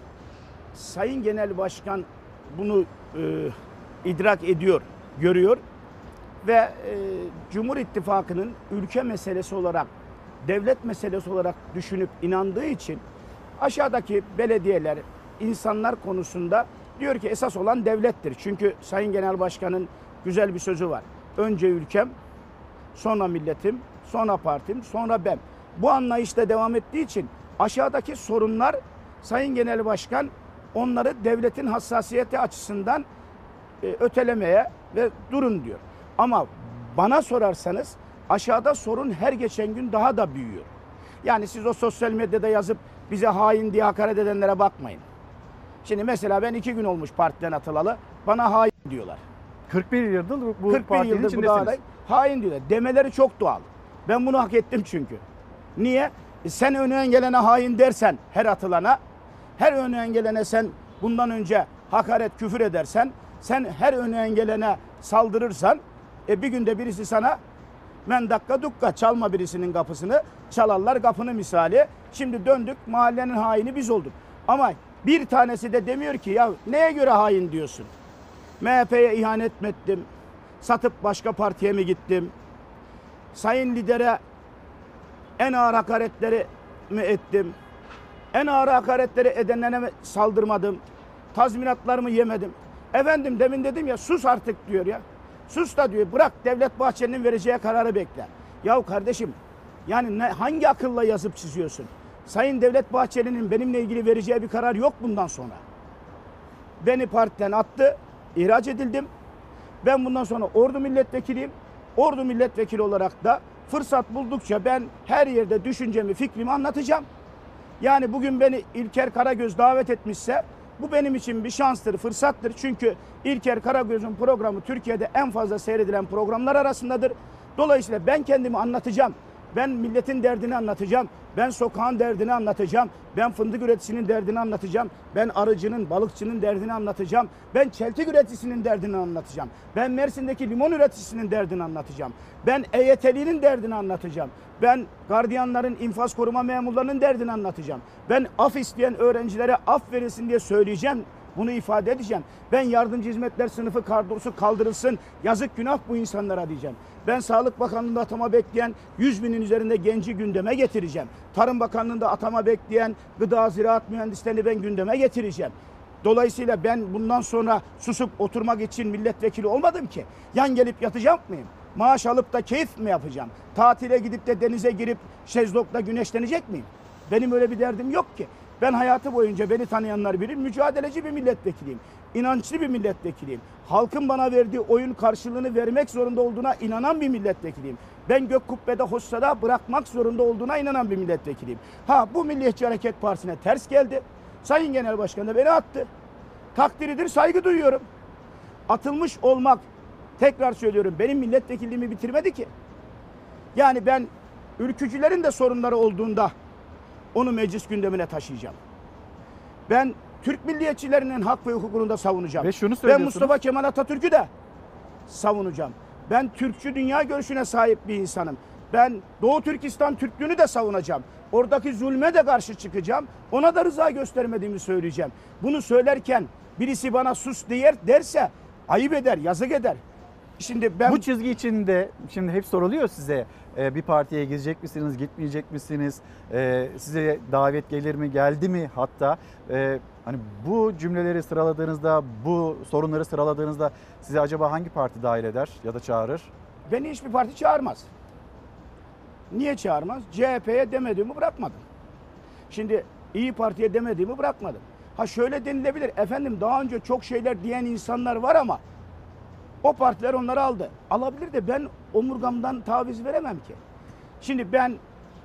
Sayın Genel Başkan bunu e, idrak ediyor, görüyor. Ve e, Cumhur İttifakı'nın ülke meselesi olarak, devlet meselesi olarak düşünüp inandığı için aşağıdaki belediyeler, insanlar konusunda diyor ki esas olan devlettir. Çünkü Sayın Genel Başkan'ın güzel bir sözü var. Önce ülkem, sonra milletim, sonra partim, sonra ben. Bu anlayışla devam ettiği için aşağıdaki sorunlar Sayın Genel Başkan onları devletin hassasiyeti açısından e, ötelemeye ve durun diyor. Ama bana sorarsanız aşağıda sorun her geçen gün daha da büyüyor. Yani siz o sosyal medyada yazıp bize hain diye hakaret edenlere bakmayın. Şimdi mesela ben iki gün olmuş partiden atılalı. Bana hain diyorlar. kırk bir yıldır bu kırk bir partinin yıldır bu içindesiniz. dağda hain diyorlar. Demeleri çok doğal. Ben bunu hak ettim çünkü. Niye? E sen önüne gelene hain dersen her atılana, her önüne gelene sen bundan önce hakaret, küfür edersen Sen her önüne gelene saldırırsan e, bir günde birisi sana men dakika dukka çalma birisinin kapısını, çalarlar kapını misali. Şimdi döndük mahallenin haini biz olduk. Ama bir tanesi de demiyor ki ya neye göre hain diyorsun? M H P'ye ihanet mi ettim? Satıp başka partiye mi gittim? Sayın lidere en ağır hakaretleri mi ettim? En ağır hakaretleri edenlere mi saldırmadım? Tazminatlarımı yemedim? Efendim demin dedim ya sus artık diyor ya. Sus da diyor bırak Devlet Bahçeli'nin vereceği kararı bekle. Yahu kardeşim yani ne, hangi akılla yazıp çiziyorsun? Sayın Devlet Bahçeli'nin benimle ilgili vereceği bir karar yok bundan sonra. Beni partiden attı, ihraç edildim. Ben bundan sonra Ordu milletvekiliyim. Ordu milletvekili olarak da fırsat buldukça ben her yerde düşüncemi, fikrimi anlatacağım. Yani bugün beni İlker Karagöz davet etmişse bu benim için bir şanstır, fırsattır. Çünkü İlker Karagöz'ün programı Türkiye'de en fazla seyredilen programlar arasındadır. Dolayısıyla ben kendimi anlatacağım. Ben milletin derdini anlatacağım. Ben sokağın derdini anlatacağım. Ben fındık üreticisinin derdini anlatacağım. Ben arıcının, balıkçının derdini anlatacağım. Ben çeltik üreticisinin derdini anlatacağım. Ben Mersin'deki limon üreticisinin derdini anlatacağım. Ben E Y T'linin derdini anlatacağım. Ben gardiyanların, infaz koruma memurlarının derdini anlatacağım. Ben af isteyen öğrencilere af verilsin diye söyleyeceğim. Bunu ifade edeceğim. Ben yardımcı hizmetler sınıfı kadrosu kaldırılsın. Yazık günah bu insanlara diyeceğim. Ben Sağlık Bakanlığı'nda atama bekleyen yüz binin üzerinde genci gündeme getireceğim. Tarım Bakanlığı'nda atama bekleyen gıda ziraat mühendislerini ben gündeme getireceğim. Dolayısıyla ben bundan sonra susup oturmak için milletvekili olmadım ki. Yan gelip yatacak mıyım? Maaş alıp da keyif mi yapacağım? Tatile gidip de denize girip şezlongda güneşlenecek miyim? Benim öyle bir derdim yok ki. Ben hayatı boyunca beni tanıyanlar bilir, mücadeleci bir milletvekiliyim. İnançlı bir milletvekiliyim. Halkın bana verdiği oyun karşılığını vermek zorunda olduğuna inanan bir milletvekiliyim. Ben gök kubbede hossada bırakmak zorunda olduğuna inanan bir milletvekiliyim. Ha bu Milliyetçi Hareket Partisi'ne ters geldi. Sayın Genel Başkan da beni attı. Takdiridir, saygı duyuyorum. Atılmış olmak, tekrar söylüyorum, benim milletvekilliğimi bitirmedi ki. Yani ben ülkücülerin de sorunları olduğunda onu meclis gündemine taşıyacağım. Ben Türk milliyetçilerinin hak ve hukukunu da savunacağım. Ve şunu ben Mustafa Kemal Atatürk'ü de savunacağım. Ben Türkçü dünya görüşüne sahip bir insanım. Ben Doğu Türkistan Türklüğünü de savunacağım. Oradaki zulme de karşı çıkacağım. Ona da rıza göstermediğimi söyleyeceğim. Bunu söylerken birisi bana sus diyer derse ayıp eder, yazık eder. Şimdi ben bu çizgi içinde şimdi hep soruluyor size e, bir partiye gidecek misiniz, gitmeyecek misiniz, e, size davet gelir mi, geldi mi hatta e, hani bu cümleleri sıraladığınızda, bu sorunları sıraladığınızda size acaba hangi parti dahil eder ya da çağırır? Beni hiçbir parti çağırmaz. Niye çağırmaz? C H P'ye demediğimi bırakmadım. Şimdi İyi Parti'ye demediğimi bırakmadım. Ha şöyle denilebilir, efendim daha önce çok şeyler diyen insanlar var ama o partiler onları aldı. Alabilir de ben omurgamdan taviz veremem ki. Şimdi ben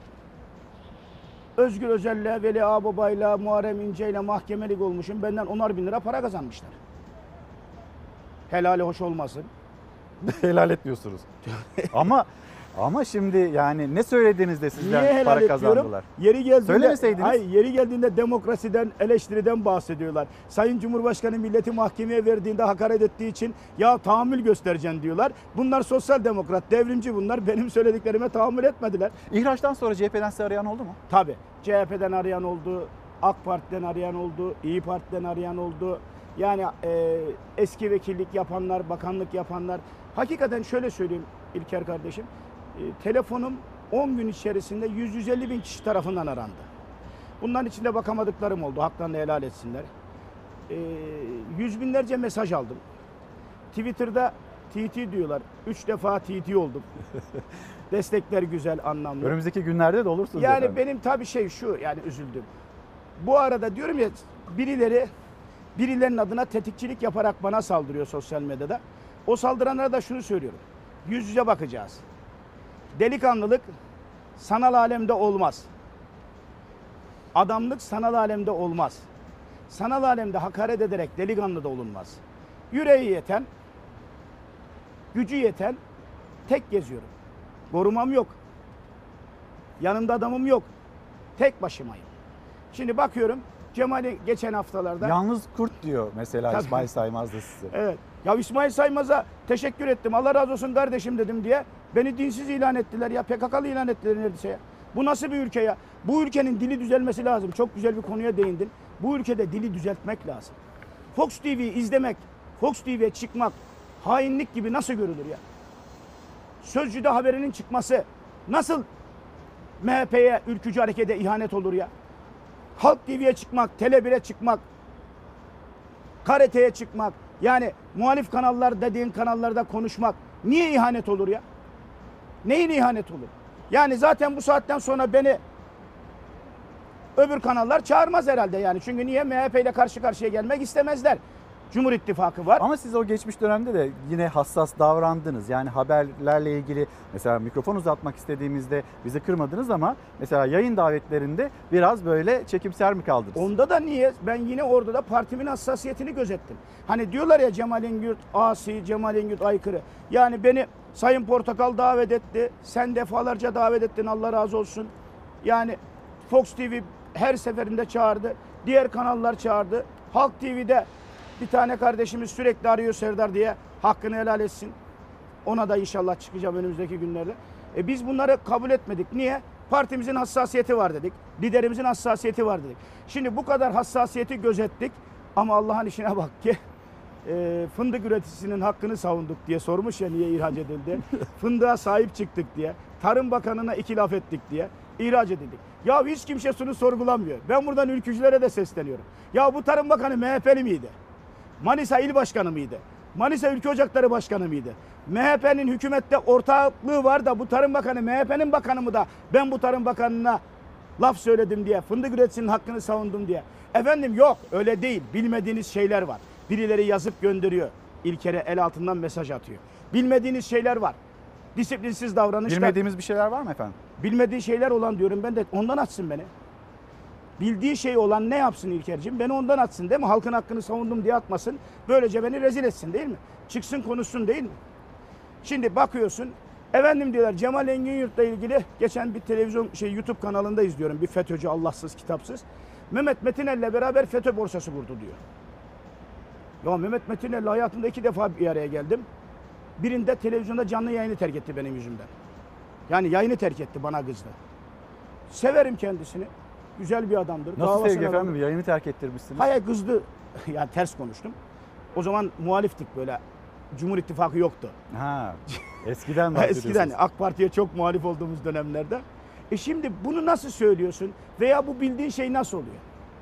Özgür Özel'le, Veli Ağbaba'yla, Muharrem İnce'yle mahkemelik olmuşum. Benden onar bin lira para kazanmışlar. Helali hoş olmasın. Helal etmiyorsunuz. ama ama şimdi yani ne söylediğinizde sizden Niye para helal kazandılar? Yeri geldiğinde, Söylemeseydiniz. hayır, yeri geldiğinde demokrasiden, eleştiriden bahsediyorlar. Sayın Cumhurbaşkanı milleti mahkemeye verdiğinde hakaret ettiği için ya tahammül göstereceksin diyorlar. Bunlar sosyal demokrat, devrimci bunlar. Benim söylediklerime tahammül etmediler. İhraçtan sonra C H P'den size arayan oldu mu? Tabii. C H P'den arayan oldu, AK Parti'den arayan oldu, İyi Parti'den arayan oldu. Yani e, eski vekillik yapanlar, bakanlık yapanlar. Hakikaten şöyle söyleyeyim İlker kardeşim. E, telefonum on gün içerisinde yüz yüz elli bin kişi tarafından arandı. Bunların içinde bakamadıklarım oldu. Haklarını helal etsinler. E, yüz binlerce mesaj aldım. Twitter'da T T diyorlar. Üç defa T T oldum. Destekler güzel, anlamlı. Önümüzdeki günlerde de olursunuz Yani efendim. benim tabii şey şu, yani üzüldüm. Bu arada diyorum ya, birileri birilerinin adına tetikçilik yaparak bana saldırıyor sosyal medyada. O saldıranlara da şunu söylüyorum. Yüz yüze bakacağız. Delikanlılık sanal alemde olmaz. Adamlık sanal alemde olmaz. Sanal alemde hakaret ederek delikanlı da olunmaz. Yüreği yeten, gücü yeten tek geziyorum. Korumam yok. Yanımda adamım yok. Tek başımayım. Şimdi bakıyorum Cemal'i geçen haftalarda... Yalnız kurt diyor mesela Tabii. İsmail Saymaz da size. Evet. Ya İsmail Saymaz'a teşekkür ettim. Allah razı olsun kardeşim dedim diye. Beni dinsiz ilan ettiler ya. P K K'lı ilan ettiler neredeyse ya. Bu nasıl bir ülke ya? Bu ülkenin dili düzelmesi lazım. Çok güzel bir konuya değindin. Bu ülkede dili düzeltmek lazım. Fox T V izlemek, Fox T V'ye çıkmak hainlik gibi nasıl görülür ya? Sözcü'de haberinin çıkması nasıl M H P'ye, ülkücü harekete ihanet olur ya? Halk T V'ye çıkmak, Tele bir'e çıkmak, K R T'ye çıkmak, yani muhalif kanallar dediğin kanallarda konuşmak niye ihanet olur ya? Neyin ihanet olur? Yani zaten bu saatten sonra beni öbür kanallar çağırmaz herhalde yani. Çünkü niye? M H P ile karşı karşıya gelmek istemezler. Cumhur İttifakı var. Ama siz o geçmiş dönemde de yine hassas davrandınız. Yani haberlerle ilgili mesela mikrofon uzatmak istediğimizde bizi kırmadınız ama mesela yayın davetlerinde biraz böyle çekimser mi kaldınız? Onda da niye? Ben yine orada da partimin hassasiyetini gözettim. Hani diyorlar ya Cemal Engürt asi, Cemal Engürt aykırı. Yani beni Sayın Portakal davet etti. Sen defalarca davet ettin, Allah razı olsun. Yani Fox T V her seferinde çağırdı. Diğer kanallar çağırdı. Halk T V'de bir tane kardeşimiz sürekli arıyor Serdar diye, hakkını helal etsin. Ona da inşallah çıkacağım önümüzdeki günlerde. E biz bunları kabul etmedik. Niye? Partimizin hassasiyeti var dedik. Liderimizin hassasiyeti var dedik. Şimdi bu kadar hassasiyeti gözettik ama Allah'ın işine bak ki e, fındık üreticisinin hakkını savunduk diye sormuş ya niye ihraç edildi. Fındığa sahip çıktık diye. Tarım Bakanı'na iki laf ettik diye ihraç edildik. Ya hiç kimse şunu sorgulamıyor. Ben buradan ülkücülere de sesleniyorum. Ya bu Tarım Bakanı M H P'li miydi? Manisa İl Başkanı mıydı? Manisa Ülke Ocakları Başkanı mıydı? M H P'nin hükümette ortaklığı var da bu Tarım Bakanı M H P'nin bakanı mı da ben bu Tarım Bakanı'na laf söyledim diye, fındık üreticisinin hakkını savundum diye. Efendim yok, öyle değil. Bilmediğiniz şeyler var. Birileri yazıp gönderiyor. İlker'e el altından mesaj atıyor. Bilmediğiniz şeyler var. Disiplinsiz davranışlar. Bilmediğimiz bir şeyler var mı efendim? Bilmediği şeyler olan diyorum ben de, ondan atsın beni. Bildiği şey olan ne yapsın İlker'cim? Beni ondan atsın değil mi? Halkın hakkını savundum diye atmasın. Böylece beni rezil etsin değil mi? Çıksın konuşsun değil mi? Şimdi bakıyorsun. Efendim diyorlar Cemal Engin Yurt'la ilgili geçen bir televizyon şey YouTube kanalında izliyorum. Bir FETÖ'cü Allahsız kitapsız. Mehmet Metinel'le beraber FETÖ borsası kurdu diyor. Ya Mehmet Metinel'le hayatımda iki defa bir araya geldim. Birinde televizyonda canlı yayını terk etti benim yüzümden. Yani yayını terk etti, bana kızdı. Severim kendisini. Güzel bir adamdır. Nasıl Davasına sevgi efendim? adamdır. Yayını terk ettirmişsiniz. Hayır kızdı. Yani ters konuştum. O zaman muhaliftik böyle. Cumhur İttifakı yoktu. Ha. Eskiden bahsediyorsunuz. Eskiden AK Parti'ye çok muhalif olduğumuz dönemlerde. E şimdi bunu nasıl söylüyorsun? Veya bu bildiğin şey nasıl oluyor?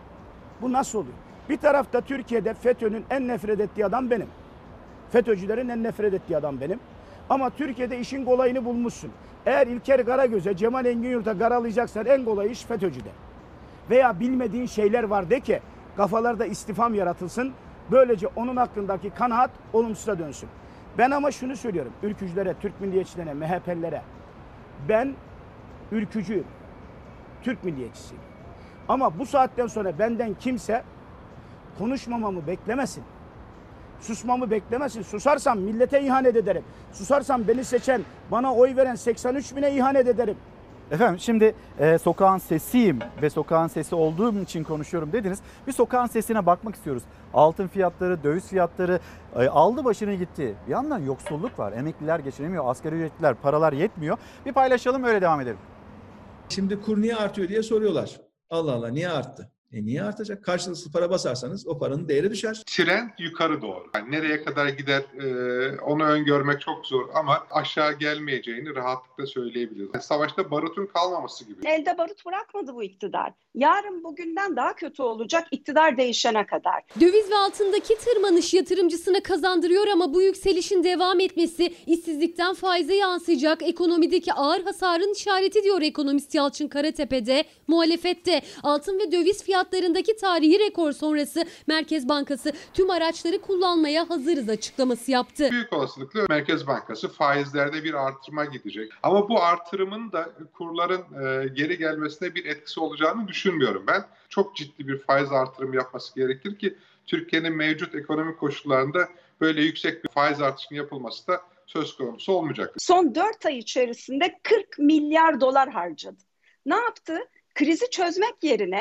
Bu nasıl oluyor? Bir tarafta Türkiye'de FETÖ'nün en nefret ettiği adam benim. FETÖ'cülerin en nefret ettiği adam benim. Ama Türkiye'de işin kolayını bulmuşsun. Eğer İlker Karagöz'e, Cemal Engin Yurt'a karalayacaksan en kolay iş FETÖ'cüde. Veya bilmediğin şeyler var de ki kafalarda istifam yaratılsın. Böylece onun hakkındaki kanaat olumsuza dönsün. Ben ama şunu söylüyorum. Ülkücülere, Türk milliyetçilerine, M H P'lilere. Ben ülkücüyüm. Türk milliyetçisiyim. Ama bu saatten sonra benden kimse konuşmamamı beklemesin. Susmamı beklemesin. Susarsam millete ihanet ederim. Susarsam beni seçen, bana oy veren seksen üç bine ihanet ederim. Efendim şimdi e, sokağın sesiyim ve sokağın sesi olduğum için konuşuyorum dediniz. Bir sokağın sesine bakmak istiyoruz. Altın fiyatları, döviz fiyatları e, aldı başını gitti. Bir yandan yoksulluk var. Emekliler geçinemiyor, asgari ücretliler, paralar yetmiyor. Bir paylaşalım, öyle devam edelim. Şimdi kur niye artıyor diye soruyorlar. Allah Allah, niye arttı? E niye artacak? Karşılıksız para basarsanız o paranın değeri düşer. Trend yukarı doğru. Yani nereye kadar gider e, onu öngörmek çok zor ama aşağı gelmeyeceğini rahatlıkla söyleyebiliriz. Yani savaşta barutun kalmaması gibi. Elde barut bırakmadı bu iktidar. Yarın bugünden daha kötü olacak iktidar değişene kadar. Döviz ve altındaki tırmanış yatırımcısına kazandırıyor ama bu yükselişin devam etmesi işsizlikten faize yansıyacak, ekonomideki ağır hasarın işareti diyor ekonomist Yalçın Karatepe'de. Muhalefette altın ve döviz fiyatlarındaki tarihi rekor sonrası Merkez Bankası tüm araçları kullanmaya hazırız açıklaması yaptı. Büyük olasılıkla Merkez Bankası faizlerde bir artırıma gidecek. Ama bu artırımın da kurların e, geri gelmesine bir etkisi olacağını düşünmüyorum ben. Çok ciddi bir faiz artırımı yapması gerekir ki Türkiye'nin mevcut ekonomik koşullarında böyle yüksek bir faiz artışının yapılması da söz konusu olmayacaktır. Son dört ay içerisinde kırk milyar dolar harcadı. Ne yaptı? Krizi çözmek yerine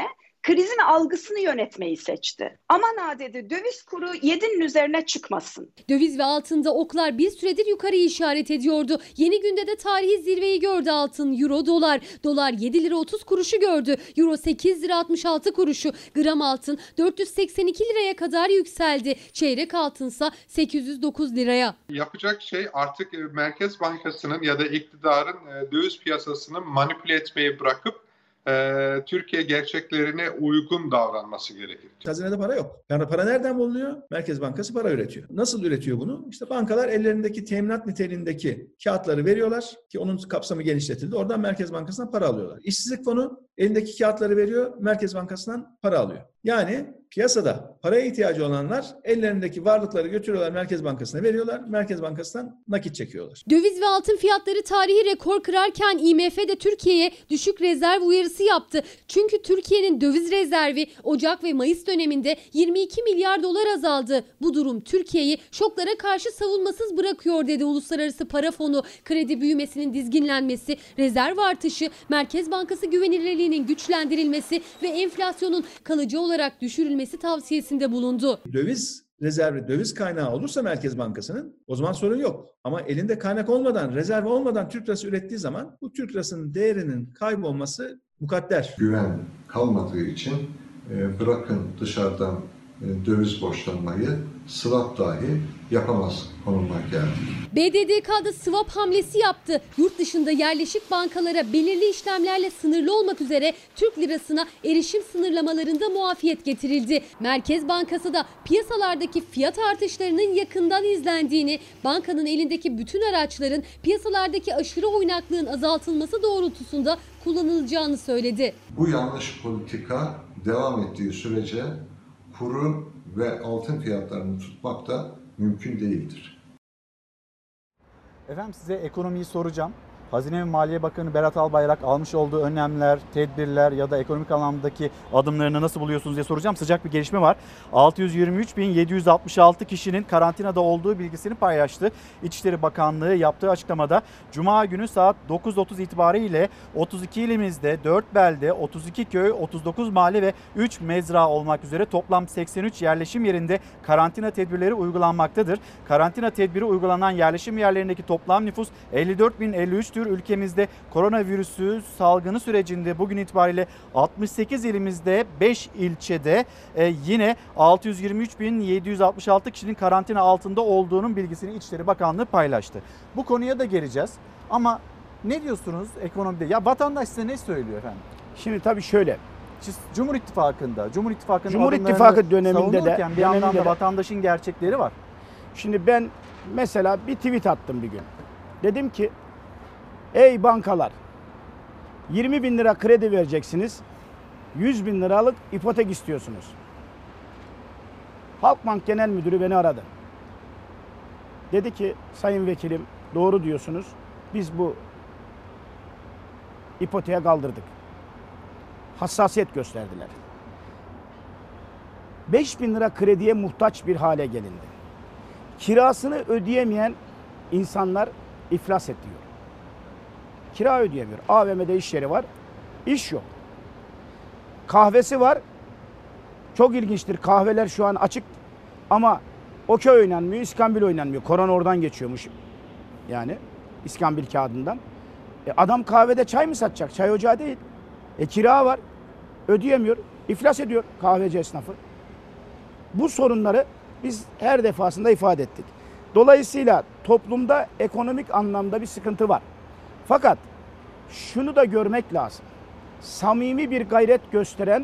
krizin algısını yönetmeyi seçti. Aman ha dedi, döviz kuru yedinin üzerine çıkmasın. Döviz ve altında oklar bir süredir yukarıya işaret ediyordu. Yeni günde de tarihi zirveyi gördü altın, euro, dolar. Dolar yedi lira otuz kuruşu gördü. Euro sekiz lira altmış altı kuruşu. Gram altın dört yüz seksen iki liraya kadar yükseldi. Çeyrek altınsa sekiz yüz dokuz liraya. Yapacak şey artık Merkez Bankası'nın ya da iktidarın döviz piyasasını manipüle etmeyi bırakıp Ee, Türkiye gerçeklerine uygun davranması gerekir. Hazinede para yok. Yani para nereden bulunuyor? Merkez Bankası para üretiyor. Nasıl üretiyor bunu? İşte bankalar ellerindeki teminat niteliğindeki kağıtları veriyorlar ki onun kapsamı genişletildi. Oradan Merkez Bankası'ndan para alıyorlar. İşsizlik fonu elindeki kağıtları veriyor, Merkez Bankası'ndan para alıyor. Yani piyasada paraya ihtiyacı olanlar ellerindeki varlıkları götürüyorlar, Merkez Bankası'na veriyorlar. Merkez Bankası'ndan nakit çekiyorlar. Döviz ve altın fiyatları tarihi rekor kırarken I M F de Türkiye'ye düşük rezerv uyarısı yaptı. Çünkü Türkiye'nin döviz rezervi Ocak ve Mayıs döneminde yirmi iki milyar dolar azaldı. Bu durum Türkiye'yi şoklara karşı savunmasız bırakıyor dedi Uluslararası Para Fonu. Kredi büyümesinin dizginlenmesi, rezerv artışı, Merkez Bankası güvenilirliğinin güçlendirilmesi ve enflasyonun kalıcı olarak düşürülmesi tavsiyesinde bulundu. Döviz rezervi, döviz kaynağı olursa Merkez Bankası'nın o zaman sorun yok. Ama elinde kaynak olmadan, rezerv olmadan Türk lirası ürettiği zaman bu Türk lirasının değerinin kaybolması mukadder. Güven kalmadığı için e, bırakın dışarıdan e, döviz borçlanmayı, swap dahi yapamaz konuma geldik. B D D K'da swap hamlesi yaptı. Yurt dışında yerleşik bankalara belirli işlemlerle sınırlı olmak üzere Türk lirasına erişim sınırlamalarında muafiyet getirildi. Merkez Bankası da piyasalardaki fiyat artışlarının yakından izlendiğini, bankanın elindeki bütün araçların piyasalardaki aşırı oynaklığın azaltılması doğrultusunda kullanılacağını söyledi. Bu yanlış politika devam ettiği sürece kuru ve altın fiyatlarını tutmak da mümkün değildir. Efendim size ekonomiyi soracağım. Hazine ve Maliye Bakanı Berat Albayrak almış olduğu önlemler, tedbirler ya da ekonomik anlamdaki adımlarını nasıl buluyorsunuz diye soracağım. Sıcak bir gelişme var. altı yüz yirmi üç bin yedi yüz altmış altı kişinin karantinada olduğu bilgisini paylaştı. İçişleri Bakanlığı yaptığı açıklamada Cuma günü saat dokuz otuz itibariyle otuz iki ilimizde dört belde, otuz iki köy, otuz dokuz mahalle ve üç mezra olmak üzere toplam seksen üç yerleşim yerinde karantina tedbirleri uygulanmaktadır. Karantina tedbiri uygulanan yerleşim yerlerindeki toplam nüfus elli dört bin elli üç. Ülkemizde koronavirüsü salgını sürecinde bugün itibariyle altmış sekiz ilimizde beş ilçede e, yine altı yüz yirmi üç bin yedi yüz altmış altı kişinin karantina altında olduğunun bilgisini İçişleri Bakanlığı paylaştı. Bu konuya da geleceğiz ama ne diyorsunuz ekonomide? Ya vatandaş size ne söylüyor efendim? Şimdi tabii şöyle. Siz Cumhur İttifakı'nda, Cumhur İttifakı'nın Cumhur İttifakı döneminde de bir yandan döneminde da de, vatandaşın gerçekleri var. Şimdi ben mesela bir tweet attım bir gün. Dedim ki ey bankalar, yirmi bin lira kredi vereceksiniz, yüz bin liralık ipotek istiyorsunuz. Halkbank Genel Müdürü beni aradı. Dedi ki sayın vekilim doğru diyorsunuz, biz bu ipoteğe kaldırdık. Hassasiyet gösterdiler. beş bin lira krediye muhtaç bir hale gelindi. Kirasını ödeyemeyen insanlar iflas ediyor. Kira ödeyemiyor. A V M'de iş yeri var, iş yok. Kahvesi var. Çok ilginçtir. Kahveler şu an açık ama okey oynanmıyor, iskambil oynanmıyor. Korona oradan geçiyormuş. Yani iskambil kağıdından. E adam kahvede çay mı satacak? Çay ocağı değil. E kira var. Ödeyemiyor. İflas ediyor kahveci esnafı. Bu sorunları biz her defasında ifade ettik. Dolayısıyla toplumda ekonomik anlamda bir sıkıntı var. Fakat şunu da görmek lazım. Samimi bir gayret gösteren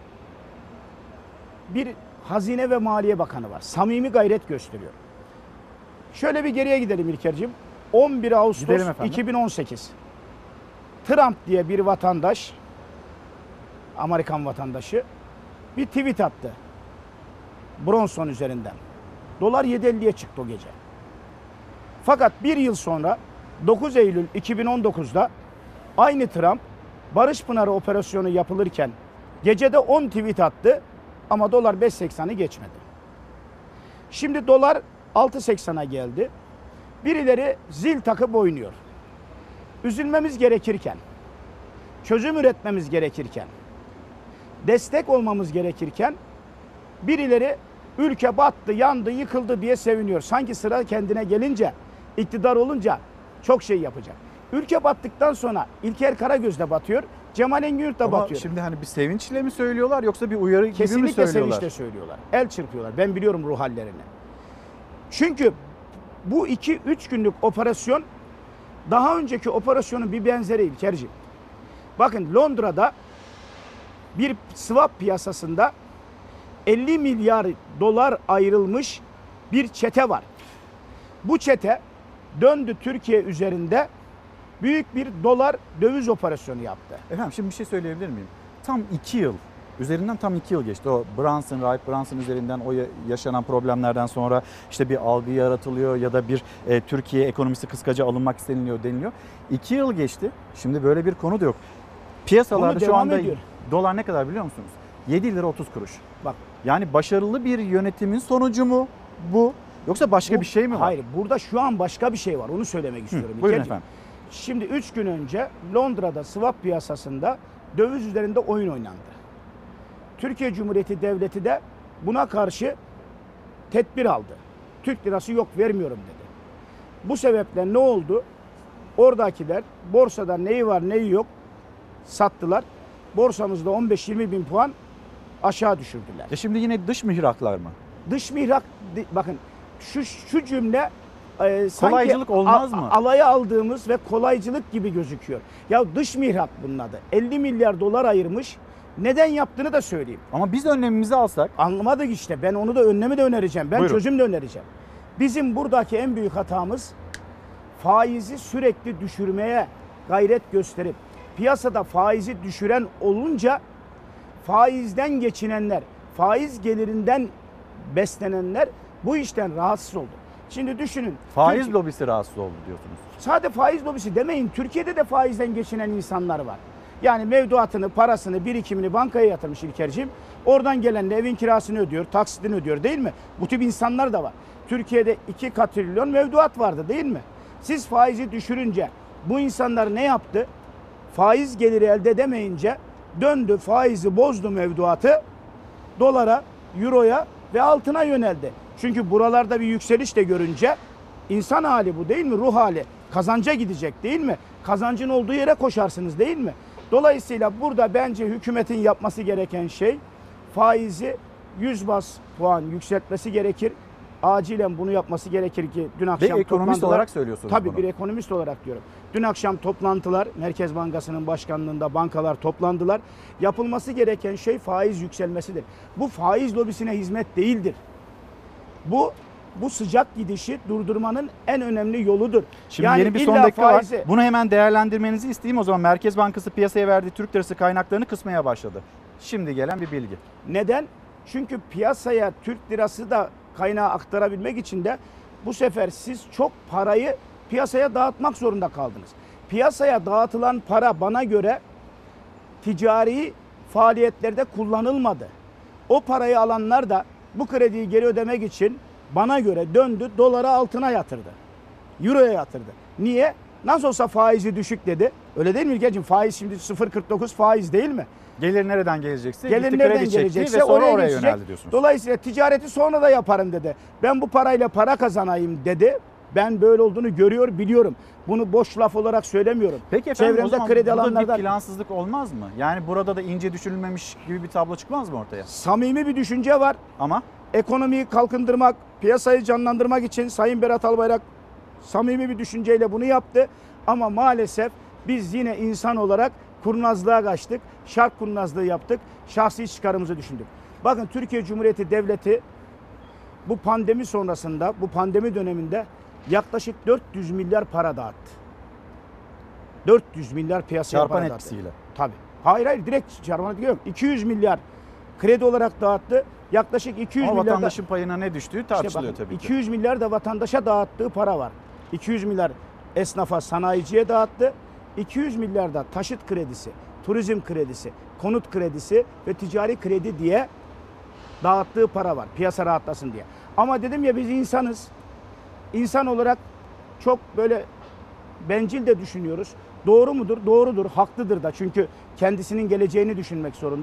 bir Hazine ve Maliye Bakanı var. Samimi gayret gösteriyor. Şöyle bir geriye gidelim İlker'cim. on bir Ağustos iki bin on sekiz. Trump diye bir vatandaş, Amerikan vatandaşı bir tweet attı. Bronson üzerinden. Dolar yedi elliye çıktı o gece. Fakat bir yıl sonra dokuz Eylül iki bin on dokuz'da aynı Trump Barış Pınarı operasyonu yapılırken gecede on tweet attı ama dolar beş seksen'i geçmedi. Şimdi dolar altı seksene geldi. Birileri zil takıp oynuyor. Üzülmemiz gerekirken, çözüm üretmemiz gerekirken, destek olmamız gerekirken birileri ülke battı, yandı, yıkıldı diye seviniyor. Sanki sıra kendine gelince, iktidar olunca çok şey yapacak. Ülke battıktan sonra İlker Karagöz de batıyor, Cemal Engin de Ama batıyor. şimdi hani bir sevinçle mi söylüyorlar yoksa bir uyarı gibi mi Kesinlikle söylüyorlar? sevinçle söylüyorlar. El çırpıyorlar. Ben biliyorum ruh hallerini. Çünkü bu iki üç günlük operasyon daha önceki operasyonun bir benzeri İlkerciğim. Bakın Londra'da bir swap piyasasında elli milyar dolar ayrılmış bir çete var. Bu çete döndü Türkiye üzerinde büyük bir dolar döviz operasyonu yaptı. Efendim şimdi bir şey söyleyebilir miyim? Tam iki yıl, üzerinden tam iki yıl geçti. O Brunson, Rahip Brunson üzerinden o yaşanan problemlerden sonra işte bir algı yaratılıyor ya da bir e, Türkiye ekonomisi kıskaca alınmak isteniliyor deniliyor. İki yıl geçti. Şimdi böyle bir konu da yok. Piyasalarda Konu şu anda ediyor. dolar ne kadar biliyor musunuz? yedi lira otuz kuruş. Bak. Yani başarılı bir yönetimin sonucu mu bu? Yoksa başka Bu, bir şey mi var? Hayır, burada şu an başka bir şey var. Onu söylemek istiyorum. Hı, buyurun İlkerciğim. efendim. Şimdi üç gün önce Londra'da swap piyasasında döviz üzerinde oyun oynandı. Türkiye Cumhuriyeti Devleti de buna karşı tedbir aldı. Türk lirası yok, vermiyorum dedi. Bu sebeple ne oldu? Oradakiler borsada neyi var neyi yok sattılar. Borsamızda on beş yirmi bin puan aşağı düşürdüler. E şimdi yine dış mihraklar mı? Dış mihrak, bakın şu şu cümle e, Kolaycılık sanki olmaz a, mı? alaya aldığımız ve kolaycılık gibi gözüküyor. Ya dış mihrak bunun adı. elli milyar dolar ayırmış. Neden yaptığını da söyleyeyim. Ama biz önlemimizi alsak. Anlamadık işte. Ben onu da önlemi de önereceğim. Ben Buyurun. çözüm de önereceğim. Bizim buradaki en büyük hatamız faizi sürekli düşürmeye gayret gösterip piyasada faizi düşüren olunca faizden geçinenler, faiz gelirinden beslenenler bu işten rahatsız oldu. Şimdi düşünün. Faiz Türkiye, lobisi rahatsız oldu diyorsunuz. Sadece faiz lobisi demeyin. Türkiye'de de faizden geçinen insanlar var. Yani mevduatını, parasını, birikimini bankaya yatırmış İlkerciğim. Oradan gelenle evin kirasını ödüyor, taksitini ödüyor değil mi? Bu tip insanlar da var. Türkiye'de iki katrilyon mevduat vardı değil mi? Siz faizi düşürünce bu insanlar ne yaptı? Faiz geliri elde edemeyince döndü, faizi bozdu, mevduatı dolara, euroya ve altına yöneldi. Çünkü buralarda bir yükseliş de görünce insan hali bu değil mi? Ruh hali. Kazanca gidecek değil mi? Kazancın olduğu yere koşarsınız değil mi? Dolayısıyla burada bence hükümetin yapması gereken şey faizi yüz bas puan yükseltmesi gerekir. Acilen bunu yapması gerekir ki dün akşam Ve ekonomist olarak söylüyorsunuz tabii bunu. bir ekonomist olarak diyorum. Dün akşam toplantılar, Merkez Bankası'nın başkanlığında bankalar toplandılar. Yapılması gereken şey faiz yükselmesidir. Bu faiz lobisine hizmet değildir. Bu bu sıcak gidişi durdurmanın en önemli yoludur. Şimdi yani yeni bir son illa dakika faizi, var. Bunu hemen değerlendirmenizi isteyeyim. O zaman Merkez Bankası piyasaya verdiği Türk lirası kaynaklarını kısmaya başladı. Şimdi gelen bir bilgi. Neden? Çünkü piyasaya Türk lirası da kaynağı aktarabilmek için de bu sefer siz çok parayı piyasaya dağıtmak zorunda kaldınız. Piyasaya dağıtılan para bana göre ticari faaliyetlerde kullanılmadı. O parayı alanlar da bu krediyi geri ödemek için bana göre döndü dolara, altına yatırdı. Euroya yatırdı. Niye? Nasıl olsa faizi düşük dedi. Öyle değil mi İlkerciğim? Faiz şimdi sıfır virgül kırk dokuz faiz değil mi? Gelir nereden gelecekse Gelir gitti nereden kredi çekti gelecekse ve sonra oraya, oraya geçecek. yöneldi diyorsunuz. Dolayısıyla ticareti sonra da yaparım dedi. Ben bu parayla para kazanayım dedi. Ben böyle olduğunu görüyor, biliyorum. Bunu boş laf olarak söylemiyorum. Peki efendim Çevremde o zaman kredi burada alanlardan bir plansızlık olmaz mı? Yani burada da ince düşürülmemiş gibi bir tablo çıkmaz mı ortaya? Samimi bir düşünce var. Ama ekonomiyi kalkındırmak, piyasayı canlandırmak için Sayın Berat Albayrak samimi bir düşünceyle bunu yaptı. Ama maalesef biz yine insan olarak kurnazlığa kaçtık. Şark kurnazlığı yaptık. Şahsi çıkarımızı düşündük. Bakın Türkiye Cumhuriyeti Devleti bu pandemi sonrasında, bu pandemi döneminde yaklaşık dört yüz milyar para dağıttı. dört yüz milyar piyasaya çarpan para dağıttı. etkisiyle. Tabii. Hayır hayır direkt çarpan etkisi yok. iki yüz milyar kredi olarak dağıttı. Yaklaşık iki yüz Ama milyar vatandaşın payına ne düştüğü tartışılıyor işte bakın, tabii ki. iki yüz milyar da vatandaşa dağıttığı para var. iki yüz milyar esnafa, sanayiciye dağıttı. iki yüz milyar da taşıt kredisi, turizm kredisi, konut kredisi ve ticari kredi diye dağıttığı para var. Piyasa rahatlasın diye. Ama dedim ya biz insanız. İnsan olarak çok böyle bencil de düşünüyoruz. Doğru mudur? Doğrudur. Haklıdır da. Çünkü kendisinin geleceğini düşünmek zorunda.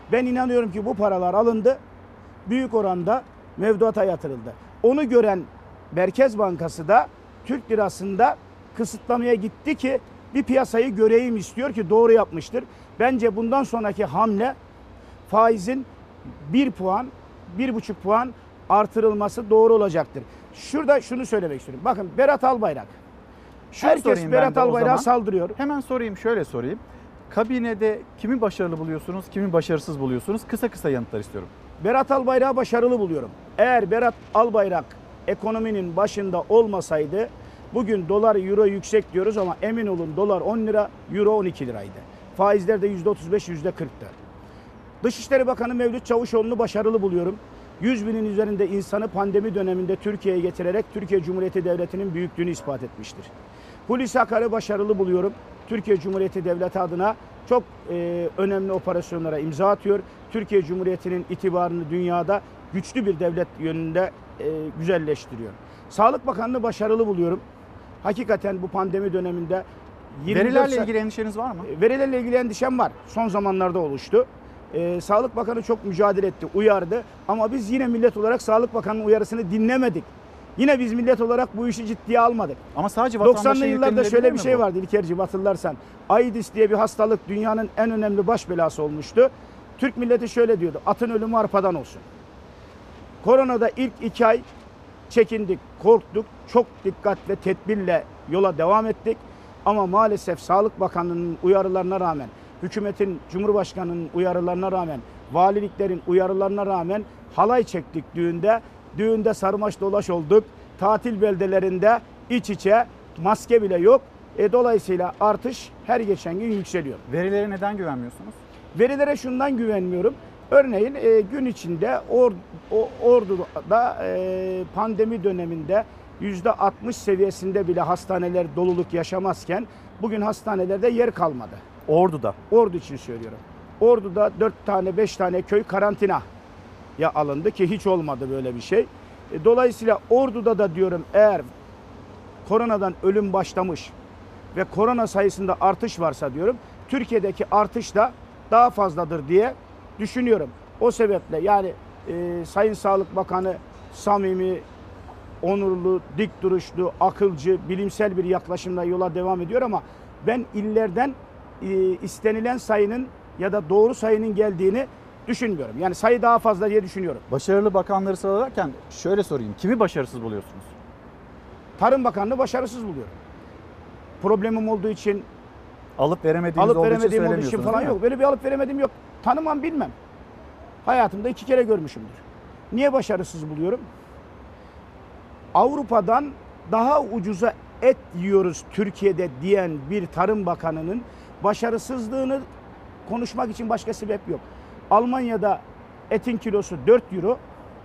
Ben inanıyorum ki bu paralar alındı, büyük oranda mevduata yatırıldı. Onu gören Merkez Bankası da Türk lirasında kısıtlamaya gitti ki bir piyasayı göreyim istiyor ki doğru yapmıştır. Bence bundan sonraki hamle faizin bir puan, bir buçuk puan artırılması doğru olacaktır. Şurada şunu söylemek istiyorum. Bakın Berat Albayrak. Şunu Herkes Berat Albayrak'a saldırıyor. Hemen sorayım, şöyle sorayım. Kabinede kimi başarılı buluyorsunuz, kimi başarısız buluyorsunuz? Kısa kısa yanıtlar istiyorum. Berat Albayrak'ı başarılı buluyorum. Eğer Berat Albayrak ekonominin başında olmasaydı bugün dolar, euro yüksek diyoruz ama emin olun dolar on lira, euro on iki liraydı. Faizler de yüzde otuz beş, yüzde kırktı. Dışişleri Bakanı Mevlüt Çavuşoğlu'nu başarılı buluyorum. yüz binin üzerinde insanı pandemi döneminde Türkiye'ye getirerek Türkiye Cumhuriyeti Devleti'nin büyüklüğünü ispat etmiştir. Hulusi Akar'ı başarılı buluyorum. Türkiye Cumhuriyeti Devleti adına çok e, önemli operasyonlara imza atıyor. Türkiye Cumhuriyeti'nin itibarını dünyada güçlü bir devlet yönünde e, güzelleştiriyor. Sağlık Bakanı'nı başarılı buluyorum. Hakikaten bu pandemi döneminde verilerle ilgili endişeniz var mı? Verilerle ilgili endişem var. Son zamanlarda oluştu. Ee, Sağlık Bakanı çok mücadele etti, uyardı. Ama biz yine millet olarak Sağlık Bakanı'nın uyarısını dinlemedik. Yine biz millet olarak bu işi ciddiye almadık. Ama sadece vatandaşa doksanlı yıllarda şöyle bir şey bu? vardı İlkerciğim, hatırlarsan. AIDS diye bir hastalık dünyanın en önemli baş belası olmuştu. Türk milleti şöyle diyordu: atın ölümü arpadan olsun. Koronada ilk iki ay çekindik, korktuk. Çok dikkat ve tedbirle yola devam ettik. Ama maalesef Sağlık Bakanlığı'nın uyarılarına rağmen, hükümetin, Cumhurbaşkanı'nın uyarılarına rağmen, valiliklerin uyarılarına rağmen halay çektik düğünde. Düğünde sarmaş dolaş olduk. Tatil beldelerinde iç içe, maske bile yok. E, dolayısıyla artış her geçen gün yükseliyor. Verilere neden güvenmiyorsunuz? Verilere şundan güvenmiyorum. Örneğin e, gün içinde or, o, Ordu'da e, pandemi döneminde yüzde altmış seviyesinde bile hastaneler doluluk yaşamazken bugün hastanelerde yer kalmadı. Ordu'da? Ordu için söylüyorum. Ordu'da dört tane beş tane köy karantinaya alındı ki hiç olmadı böyle bir şey. Dolayısıyla Ordu'da da diyorum, eğer koronadan ölüm başlamış ve korona sayısında artış varsa diyorum, Türkiye'deki artış da daha fazladır diye düşünüyorum. O sebeple yani e, Sayın Sağlık Bakanı samimi, onurlu, dik duruşlu, akılcı, bilimsel bir yaklaşımla yola devam ediyor ama ben illerden e, istenilen sayının ya da doğru sayının geldiğini düşünmüyorum. Yani sayı daha fazla diye düşünüyorum. Başarılı bakanları sıralarken şöyle sorayım. Kimi başarısız buluyorsunuz? Tarım Bakanlığı başarısız buluyorum. Problemim olduğu için, alıp veremediğiniz alıp olduğu veremediğim için olduğu için falan yok. Böyle bir alıp veremediğim yok. Tanımam, bilmem. Hayatımda iki kere görmüşümdür. Niye başarısız buluyorum? Avrupa'dan daha ucuza et yiyoruz Türkiye'de diyen bir Tarım Bakanı'nın başarısızlığını konuşmak için başka sebep yok. Almanya'da etin kilosu dört euro,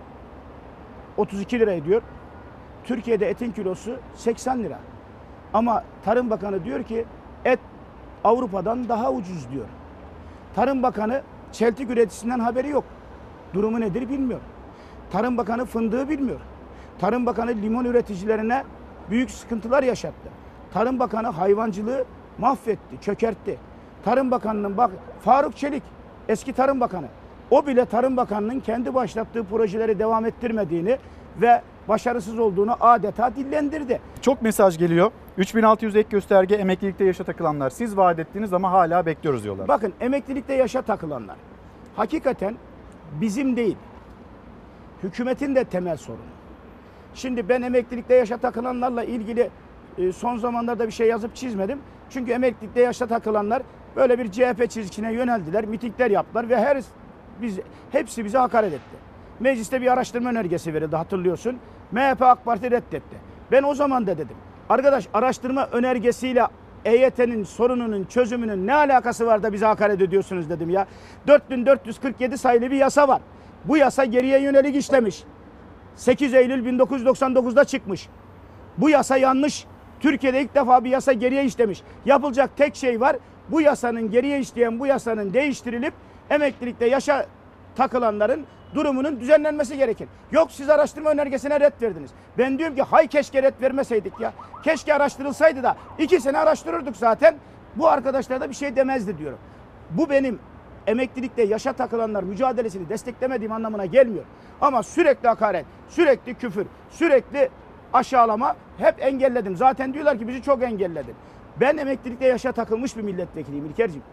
otuz iki lira ediyor. Türkiye'de etin kilosu seksen lira. Ama Tarım Bakanı diyor ki et Avrupa'dan daha ucuz diyor. Tarım Bakanı çeltik üreticisinden haberi yok. Durumu nedir bilmiyor. Tarım Bakanı fındığı bilmiyor. Tarım Bakanı limon üreticilerine büyük sıkıntılar yaşattı. Tarım Bakanı hayvancılığı mahvetti, çökertti. Tarım Bakanı'nın bak Faruk Çelik, eski Tarım Bakanı. O bile Tarım Bakanı'nın kendi başlattığı projeleri devam ettirmediğini ve başarısız olduğunu adeta dillendirdi. Çok mesaj geliyor. üç bin altı yüz ek gösterge emeklilikte yaşa takılanlar. Siz vaat ettiniz ama hala bekliyoruz diyorlar. Bakın, emeklilikte yaşa takılanlar hakikaten bizim değil, hükümetin de temel sorunu. Şimdi ben emeklilikte yaşa takılanlarla ilgili son zamanlarda bir şey yazıp çizmedim. Çünkü emeklilikte yaşa takılanlar böyle bir C H P çizgisine yöneldiler, mitingler yaptılar ve her biz hepsi bize hakaret etti. Mecliste bir araştırma önergesi verildi, hatırlıyorsun. M H P AK Parti reddetti. Ben o zaman da dedim, arkadaş araştırma önergesiyle E Y T'nin sorununun çözümünün ne alakası var da bize hakaret ediyorsunuz dedim ya. dört bin dört yüz kırk yedi sayılı bir yasa var. Bu yasa geriye yönelik işlemiş. sekiz Eylül bin dokuz yüz doksan dokuz'da çıkmış. Bu yasa yanlış. Türkiye'de ilk defa bir yasa geriye işlemiş. Yapılacak tek şey var. Bu yasanın, geriye işleyen bu yasanın değiştirilip emeklilikte yaşa takılanların durumunun düzenlenmesi gerekir. Yok, siz araştırma önergesine red verdiniz. Ben diyorum ki hay keşke red vermeseydik ya. Keşke araştırılsaydı da iki sene araştırırdık zaten. Bu arkadaşlar da bir şey demezdi diyorum. Bu benim emeklilikte yaşa takılanlar mücadelesini desteklemediğim anlamına gelmiyor. Ama sürekli hakaret, sürekli küfür, sürekli aşağılama hep engelledim. Zaten diyorlar ki bizi çok engelledin. Ben emeklilikte yaşa takılmış bir milletvekiliyim İlker'cim.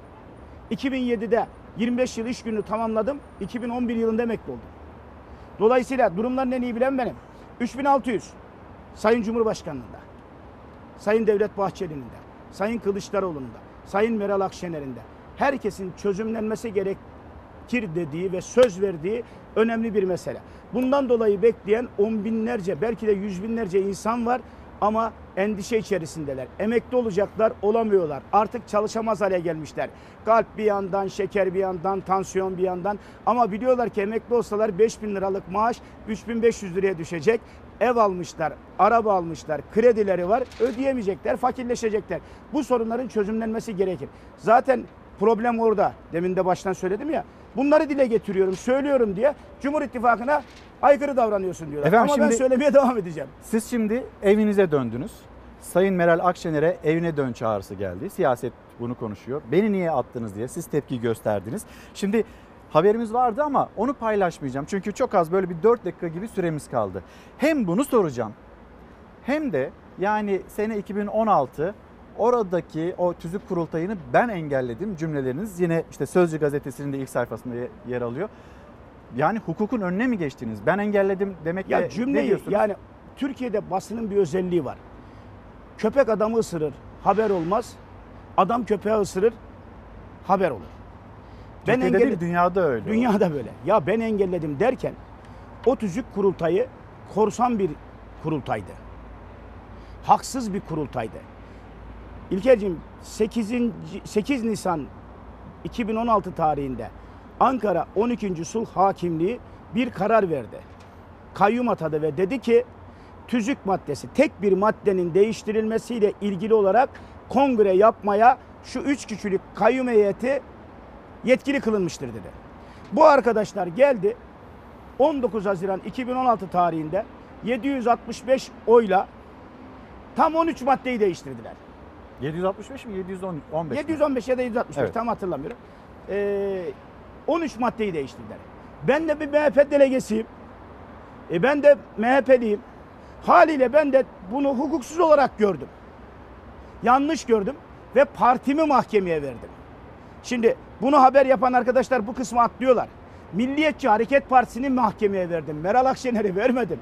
iki bin yedide yirmi beş yıl iş günü tamamladım. iki bin on bir yılında emekli oldum. Dolayısıyla durumların en iyi bilen benim. üç bin altı yüz Sayın Cumhurbaşkanlığında, Sayın Devlet Bahçeli'nin de, Sayın Kılıçdaroğlu'nun da, Sayın Meral Akşener'in de herkesin çözümlenmesi gerekir dediği ve söz verdiği önemli bir mesele. Bundan dolayı bekleyen on binlerce belki de yüz binlerce insan var ama endişe içerisindeler. Emekli olacaklar, olamıyorlar. Artık çalışamaz hale gelmişler. Kalp bir yandan, şeker bir yandan, tansiyon bir yandan. Ama biliyorlar ki emekli olsalar beş bin liralık maaş üç bin beş yüz liraya düşecek. Ev almışlar, araba almışlar, kredileri var, ödeyemeyecekler, fakirleşecekler. Bu sorunların çözümlenmesi gerekir. Zaten problem orada. Demin de baştan söyledim ya. Bunları dile getiriyorum, söylüyorum diye Cumhur İttifakı'na aykırı davranıyorsun diyorlar. Efendim, ama şimdi, ben söylemeye devam edeceğim. Siz şimdi evinize döndünüz. Sayın Meral Akşener'e evine dön çağrısı geldi. Siyaset bunu konuşuyor. Beni niye attınız diye siz tepki gösterdiniz. Şimdi haberimiz vardı ama onu paylaşmayacağım. Çünkü çok az böyle bir dört dakika gibi süremiz kaldı. Hem bunu soracağım hem de yani sene iki bin on altı oradaki o tüzük kurultayını ben engelledim cümleleriniz yine işte Sözcü gazetesinin de ilk sayfasında yer alıyor. Yani hukukun önüne mi geçtiniz? Ben engelledim demekle ya cümleyi, ne diyorsunuz? Yani Türkiye'de basının bir özelliği var. Köpek adamı ısırır, haber olmaz. Adam köpeği ısırır, haber olur. Ben Türkiye'de engelle... değil, dünyada öyle. Dünyada böyle. Ya ben engelledim derken o tüzük kurultayı korsan bir kurultaydı. Haksız bir kurultaydı. İlkerciğim sekiz Nisan iki bin on altı tarihinde Ankara on ikinci Sulh Hakimliği bir karar verdi. Kayyum atadı ve dedi ki tüzük maddesi tek bir maddenin değiştirilmesiyle ilgili olarak kongre yapmaya şu üç kişilik kayyum heyeti yetkili kılınmıştır dedi. Bu arkadaşlar geldi on dokuz Haziran iki bin on altı tarihinde yedi yüz altmış beş oyla tam on üç maddeyi değiştirdiler. yedi yüz altmış beş mi yedi yüz on beş yedi yüz on beş ya da yedi yüz altmış beş evet. Tam hatırlamıyorum. Ee, on üç maddeyi değiştirdiler. Ben de bir M H P delegesiyim. E ben de M H P'liyim. Haliyle ben de bunu hukuksuz olarak gördüm. Yanlış gördüm ve partimi mahkemeye verdim. Şimdi bunu haber yapan arkadaşlar bu kısmı atlıyorlar. Milliyetçi Hareket Partisi'ni mahkemeye verdim. Meral Akşener'i vermedim.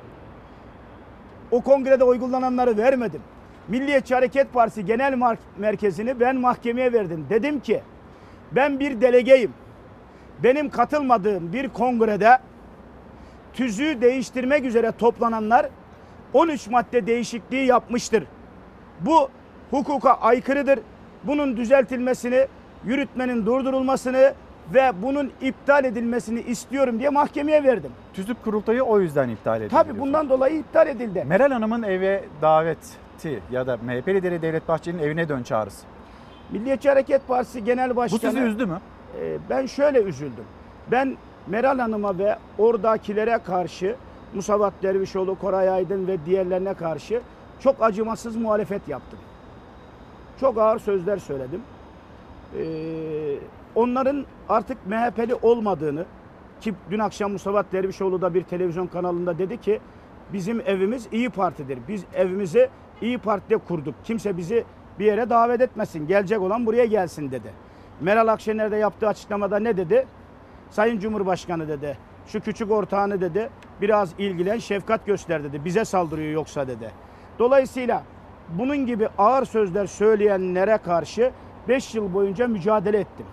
O kongrede uygulananları vermedim. Milliyetçi Hareket Partisi Genel Merkezi'ni ben mahkemeye verdim. Dedim ki ben bir delegeyim. Benim katılmadığım bir kongrede tüzüğü değiştirmek üzere toplananlar on üç madde değişikliği yapmıştır. Bu hukuka aykırıdır. Bunun düzeltilmesini, yürütmenin durdurulmasını ve bunun iptal edilmesini istiyorum diye mahkemeye verdim. Tüzük kurultayı o yüzden iptal edildi. Tabii bundan dolayı iptal edildi. Meral Hanım'ın eve daveti ya da M H P lideri Devlet Bahçeli'nin evine dön çağrısı. Milliyetçi Hareket Partisi Genel Başkanı... Bu sizi üzdü mü? E, ben şöyle üzüldüm. Ben Meral Hanım'a ve oradakilere karşı Musavat Dervişoğlu, Koray Aydın ve diğerlerine karşı çok acımasız muhalefet yaptım. Çok ağır sözler söyledim. Ee, onların artık M H P'li olmadığını ki dün akşam Musavat Dervişoğlu da bir televizyon kanalında dedi ki bizim evimiz İyi Parti'dir. Biz evimizi İyi Parti'de kurduk. Kimse bizi bir yere davet etmesin. Gelecek olan buraya gelsin dedi. Meral Akşener de yaptığı açıklamada ne dedi? Sayın Cumhurbaşkanı dedi. Şu küçük ortağını dedi. Biraz ilgilen, şefkat göster dedi. Bize saldırıyor yoksa dedi. Dolayısıyla bunun gibi ağır sözler söyleyenlere karşı beş yıl boyunca mücadele ettim.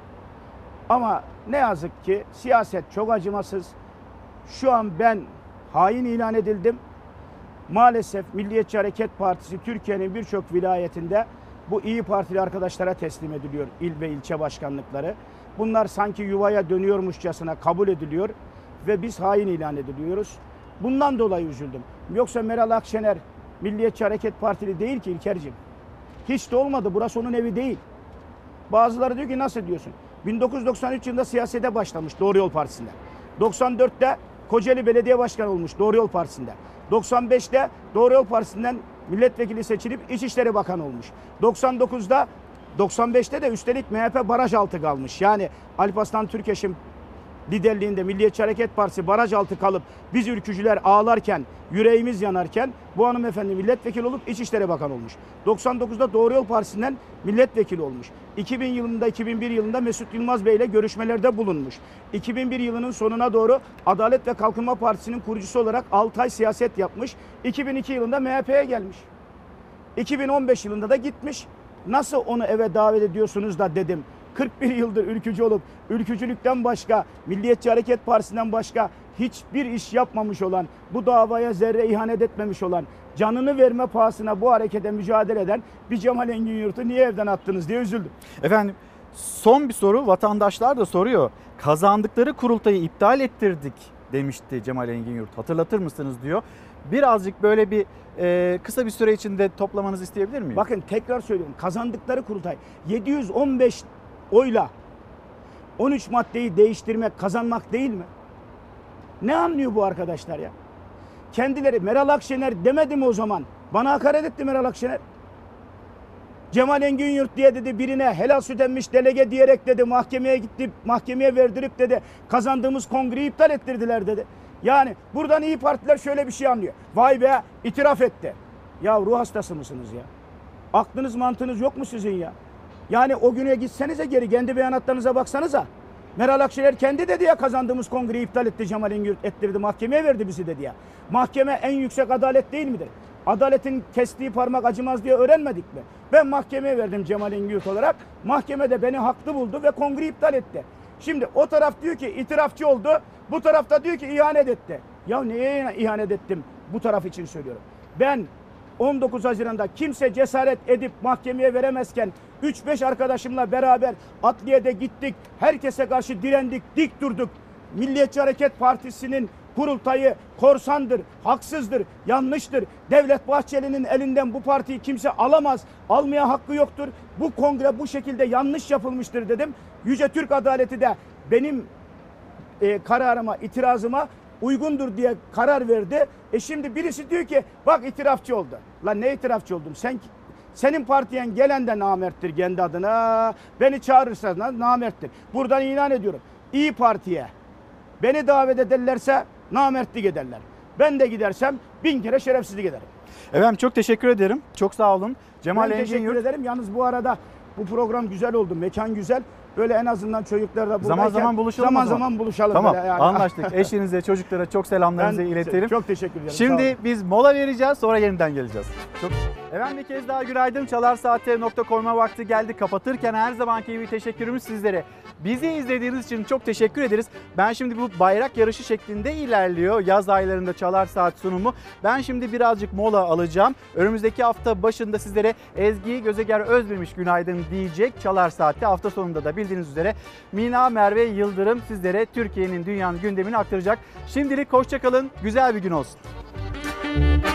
Ama ne yazık ki siyaset çok acımasız. Şu an ben hain ilan edildim. Maalesef Milliyetçi Hareket Partisi Türkiye'nin birçok vilayetinde bu İyi Partili arkadaşlara teslim ediliyor, il ve ilçe başkanlıkları. Bunlar sanki yuvaya dönüyormuşçasına kabul ediliyor ve biz hain ilan ediliyoruz. Bundan dolayı üzüldüm. Yoksa Meral Akşener Milliyetçi Hareket Partili değil ki İlker'ciğim. Hiç de olmadı. Burası onun evi değil. Bazıları diyor ki nasıl diyorsun? bin dokuz yüz doksan üç yılında siyasete başlamış Doğru Yol Partisi'nde. doksan dörtte Kocaeli Belediye Başkanı olmuş Doğru Yol Partisi'nde. doksan beşte Doğru Yol Partisi'nden milletvekili seçilip İçişleri Bakanı olmuş. doksan dokuzda doksan beşte de üstelik M H P baraj altı kalmış. Yani Alparslan Türkeş'in liderliğinde Milliyetçi Hareket Partisi baraj altı kalıp biz ülkücüler ağlarken, yüreğimiz yanarken bu hanımefendi milletvekili olup İçişleri Bakanı olmuş. doksan dokuzda Doğru Yol Partisi'nden milletvekili olmuş. iki bin yılında, iki bin bir yılında Mesut Yılmaz Bey ile görüşmelerde bulunmuş. iki bin bir yılının sonuna doğru Adalet ve Kalkınma Partisi'nin kurucusu olarak altı ay siyaset yapmış. iki bin iki yılında M H P'ye gelmiş. iki bin on beş yılında da gitmiş. Nasıl onu eve davet ediyorsunuz da dedim. kırk bir yıldır ülkücü olup ülkücülükten başka, Milliyetçi Hareket Partisi'nden başka hiçbir iş yapmamış olan, bu davaya zerre ihanet etmemiş olan, canını verme pahasına bu harekete mücadele eden bir Cemal Engin Yurt'u niye evden attınız diye üzüldüm. Efendim son bir soru, vatandaşlar da soruyor. Kazandıkları kurultayı iptal ettirdik demişti Cemal Engin Yurt. Hatırlatır mısınız diyor. Birazcık böyle bir e, kısa bir süre içinde toplamanızı isteyebilir miyim? Bakın tekrar söylüyorum, kazandıkları kurultay yedi yüz on beş oyla on üç maddeyi değiştirmek kazanmak değil mi? Ne anlıyor bu arkadaşlar ya? Kendileri Meral Akşener demedi mi o zaman? Bana hakaret etti Meral Akşener. Cemal Engin Yurt diye dedi birine helal süt emmiş delege diyerek dedi mahkemeye gitti, mahkemeye verdirip dedi kazandığımız kongreyi iptal ettirdiler dedi. Yani buradan İyi Partiler şöyle bir şey anlıyor. Vay be, itiraf etti. Ya ruh hastası mısınız ya? Aklınız mantığınız yok mu sizin ya? Yani o güne gitsenize geri, kendi beyanatlarınıza baksanıza. Meral Akşener kendi dedi ya kazandığımız kongreyi iptal etti, Cemal Engin Yurt ettirdi, mahkemeye verdi bizi dedi ya. Mahkeme en yüksek adalet değil midir? Adaletin kestiği parmak acımaz diye öğrenmedik mi? Ben mahkemeye verdim Cemal Engin Yurt olarak. Mahkeme de beni haklı buldu ve kongreyi iptal etti. Şimdi o taraf diyor ki itirafçı oldu, bu tarafta diyor ki ihanet etti. Ya neye ihanet ettim? Bu taraf için söylüyorum. Ben on dokuz Haziran'da kimse cesaret edip mahkemeye veremezken üç beş arkadaşımla beraber adliyede gittik. Herkese karşı direndik, dik durduk. Milliyetçi Hareket Partisi'nin kurultayı korsandır, haksızdır, yanlıştır. Devlet Bahçeli'nin elinden bu partiyi kimse alamaz, almaya hakkı yoktur. Bu kongre bu şekilde yanlış yapılmıştır dedim. Yüce Türk Adaleti de benim e, kararıma, itirazıma uygundur diye karar verdi. E şimdi birisi diyor ki bak itirafçı oldu. Lan ne itirafçı oldum? Sen senin partiyen gelen de namerttir kendi adına. Beni çağırırsa namerttir. Buradan ilan ediyorum. İyi Parti'ye beni davet ederlerse namertlik ederler. Ben de gidersem bin kere şerefsizlik ederim. Efendim çok teşekkür ederim. Çok sağ olun. Cemal Ben teşekkür Engin ederim. Yalnız bu arada bu program güzel oldu. Mekan güzel. Böyle en azından çocuklar da buradayken zaman zaman buluşalım. Zaman zaman. zaman buluşalım. Tamam böyle yani. Anlaştık. Eşinize, çocuklara çok selamlarınızı Ben iletelim. çok teşekkür ederim. Şimdi biz mola vereceğiz, sonra yeniden geleceğiz. Çok... Efendim bir kez daha günaydın. Çalar Saat'e nokta koyma vakti geldi. Kapatırken her zamanki gibi teşekkürümüz sizlere. Bizi izlediğiniz için çok teşekkür ederiz. Ben şimdi bu bayrak yarışı şeklinde ilerliyor. Yaz aylarında Çalar Saat sunumu. Ben şimdi birazcık mola alacağım. Önümüzdeki hafta başında sizlere Ezgi Gözeger Özmemiş günaydın diyecek. Çalar Saat'te hafta sonunda da bildiğiniz üzere Mina Merve Yıldırım sizlere Türkiye'nin, dünyanın gündemini aktaracak. Şimdilik hoşça kalın. Güzel bir gün olsun.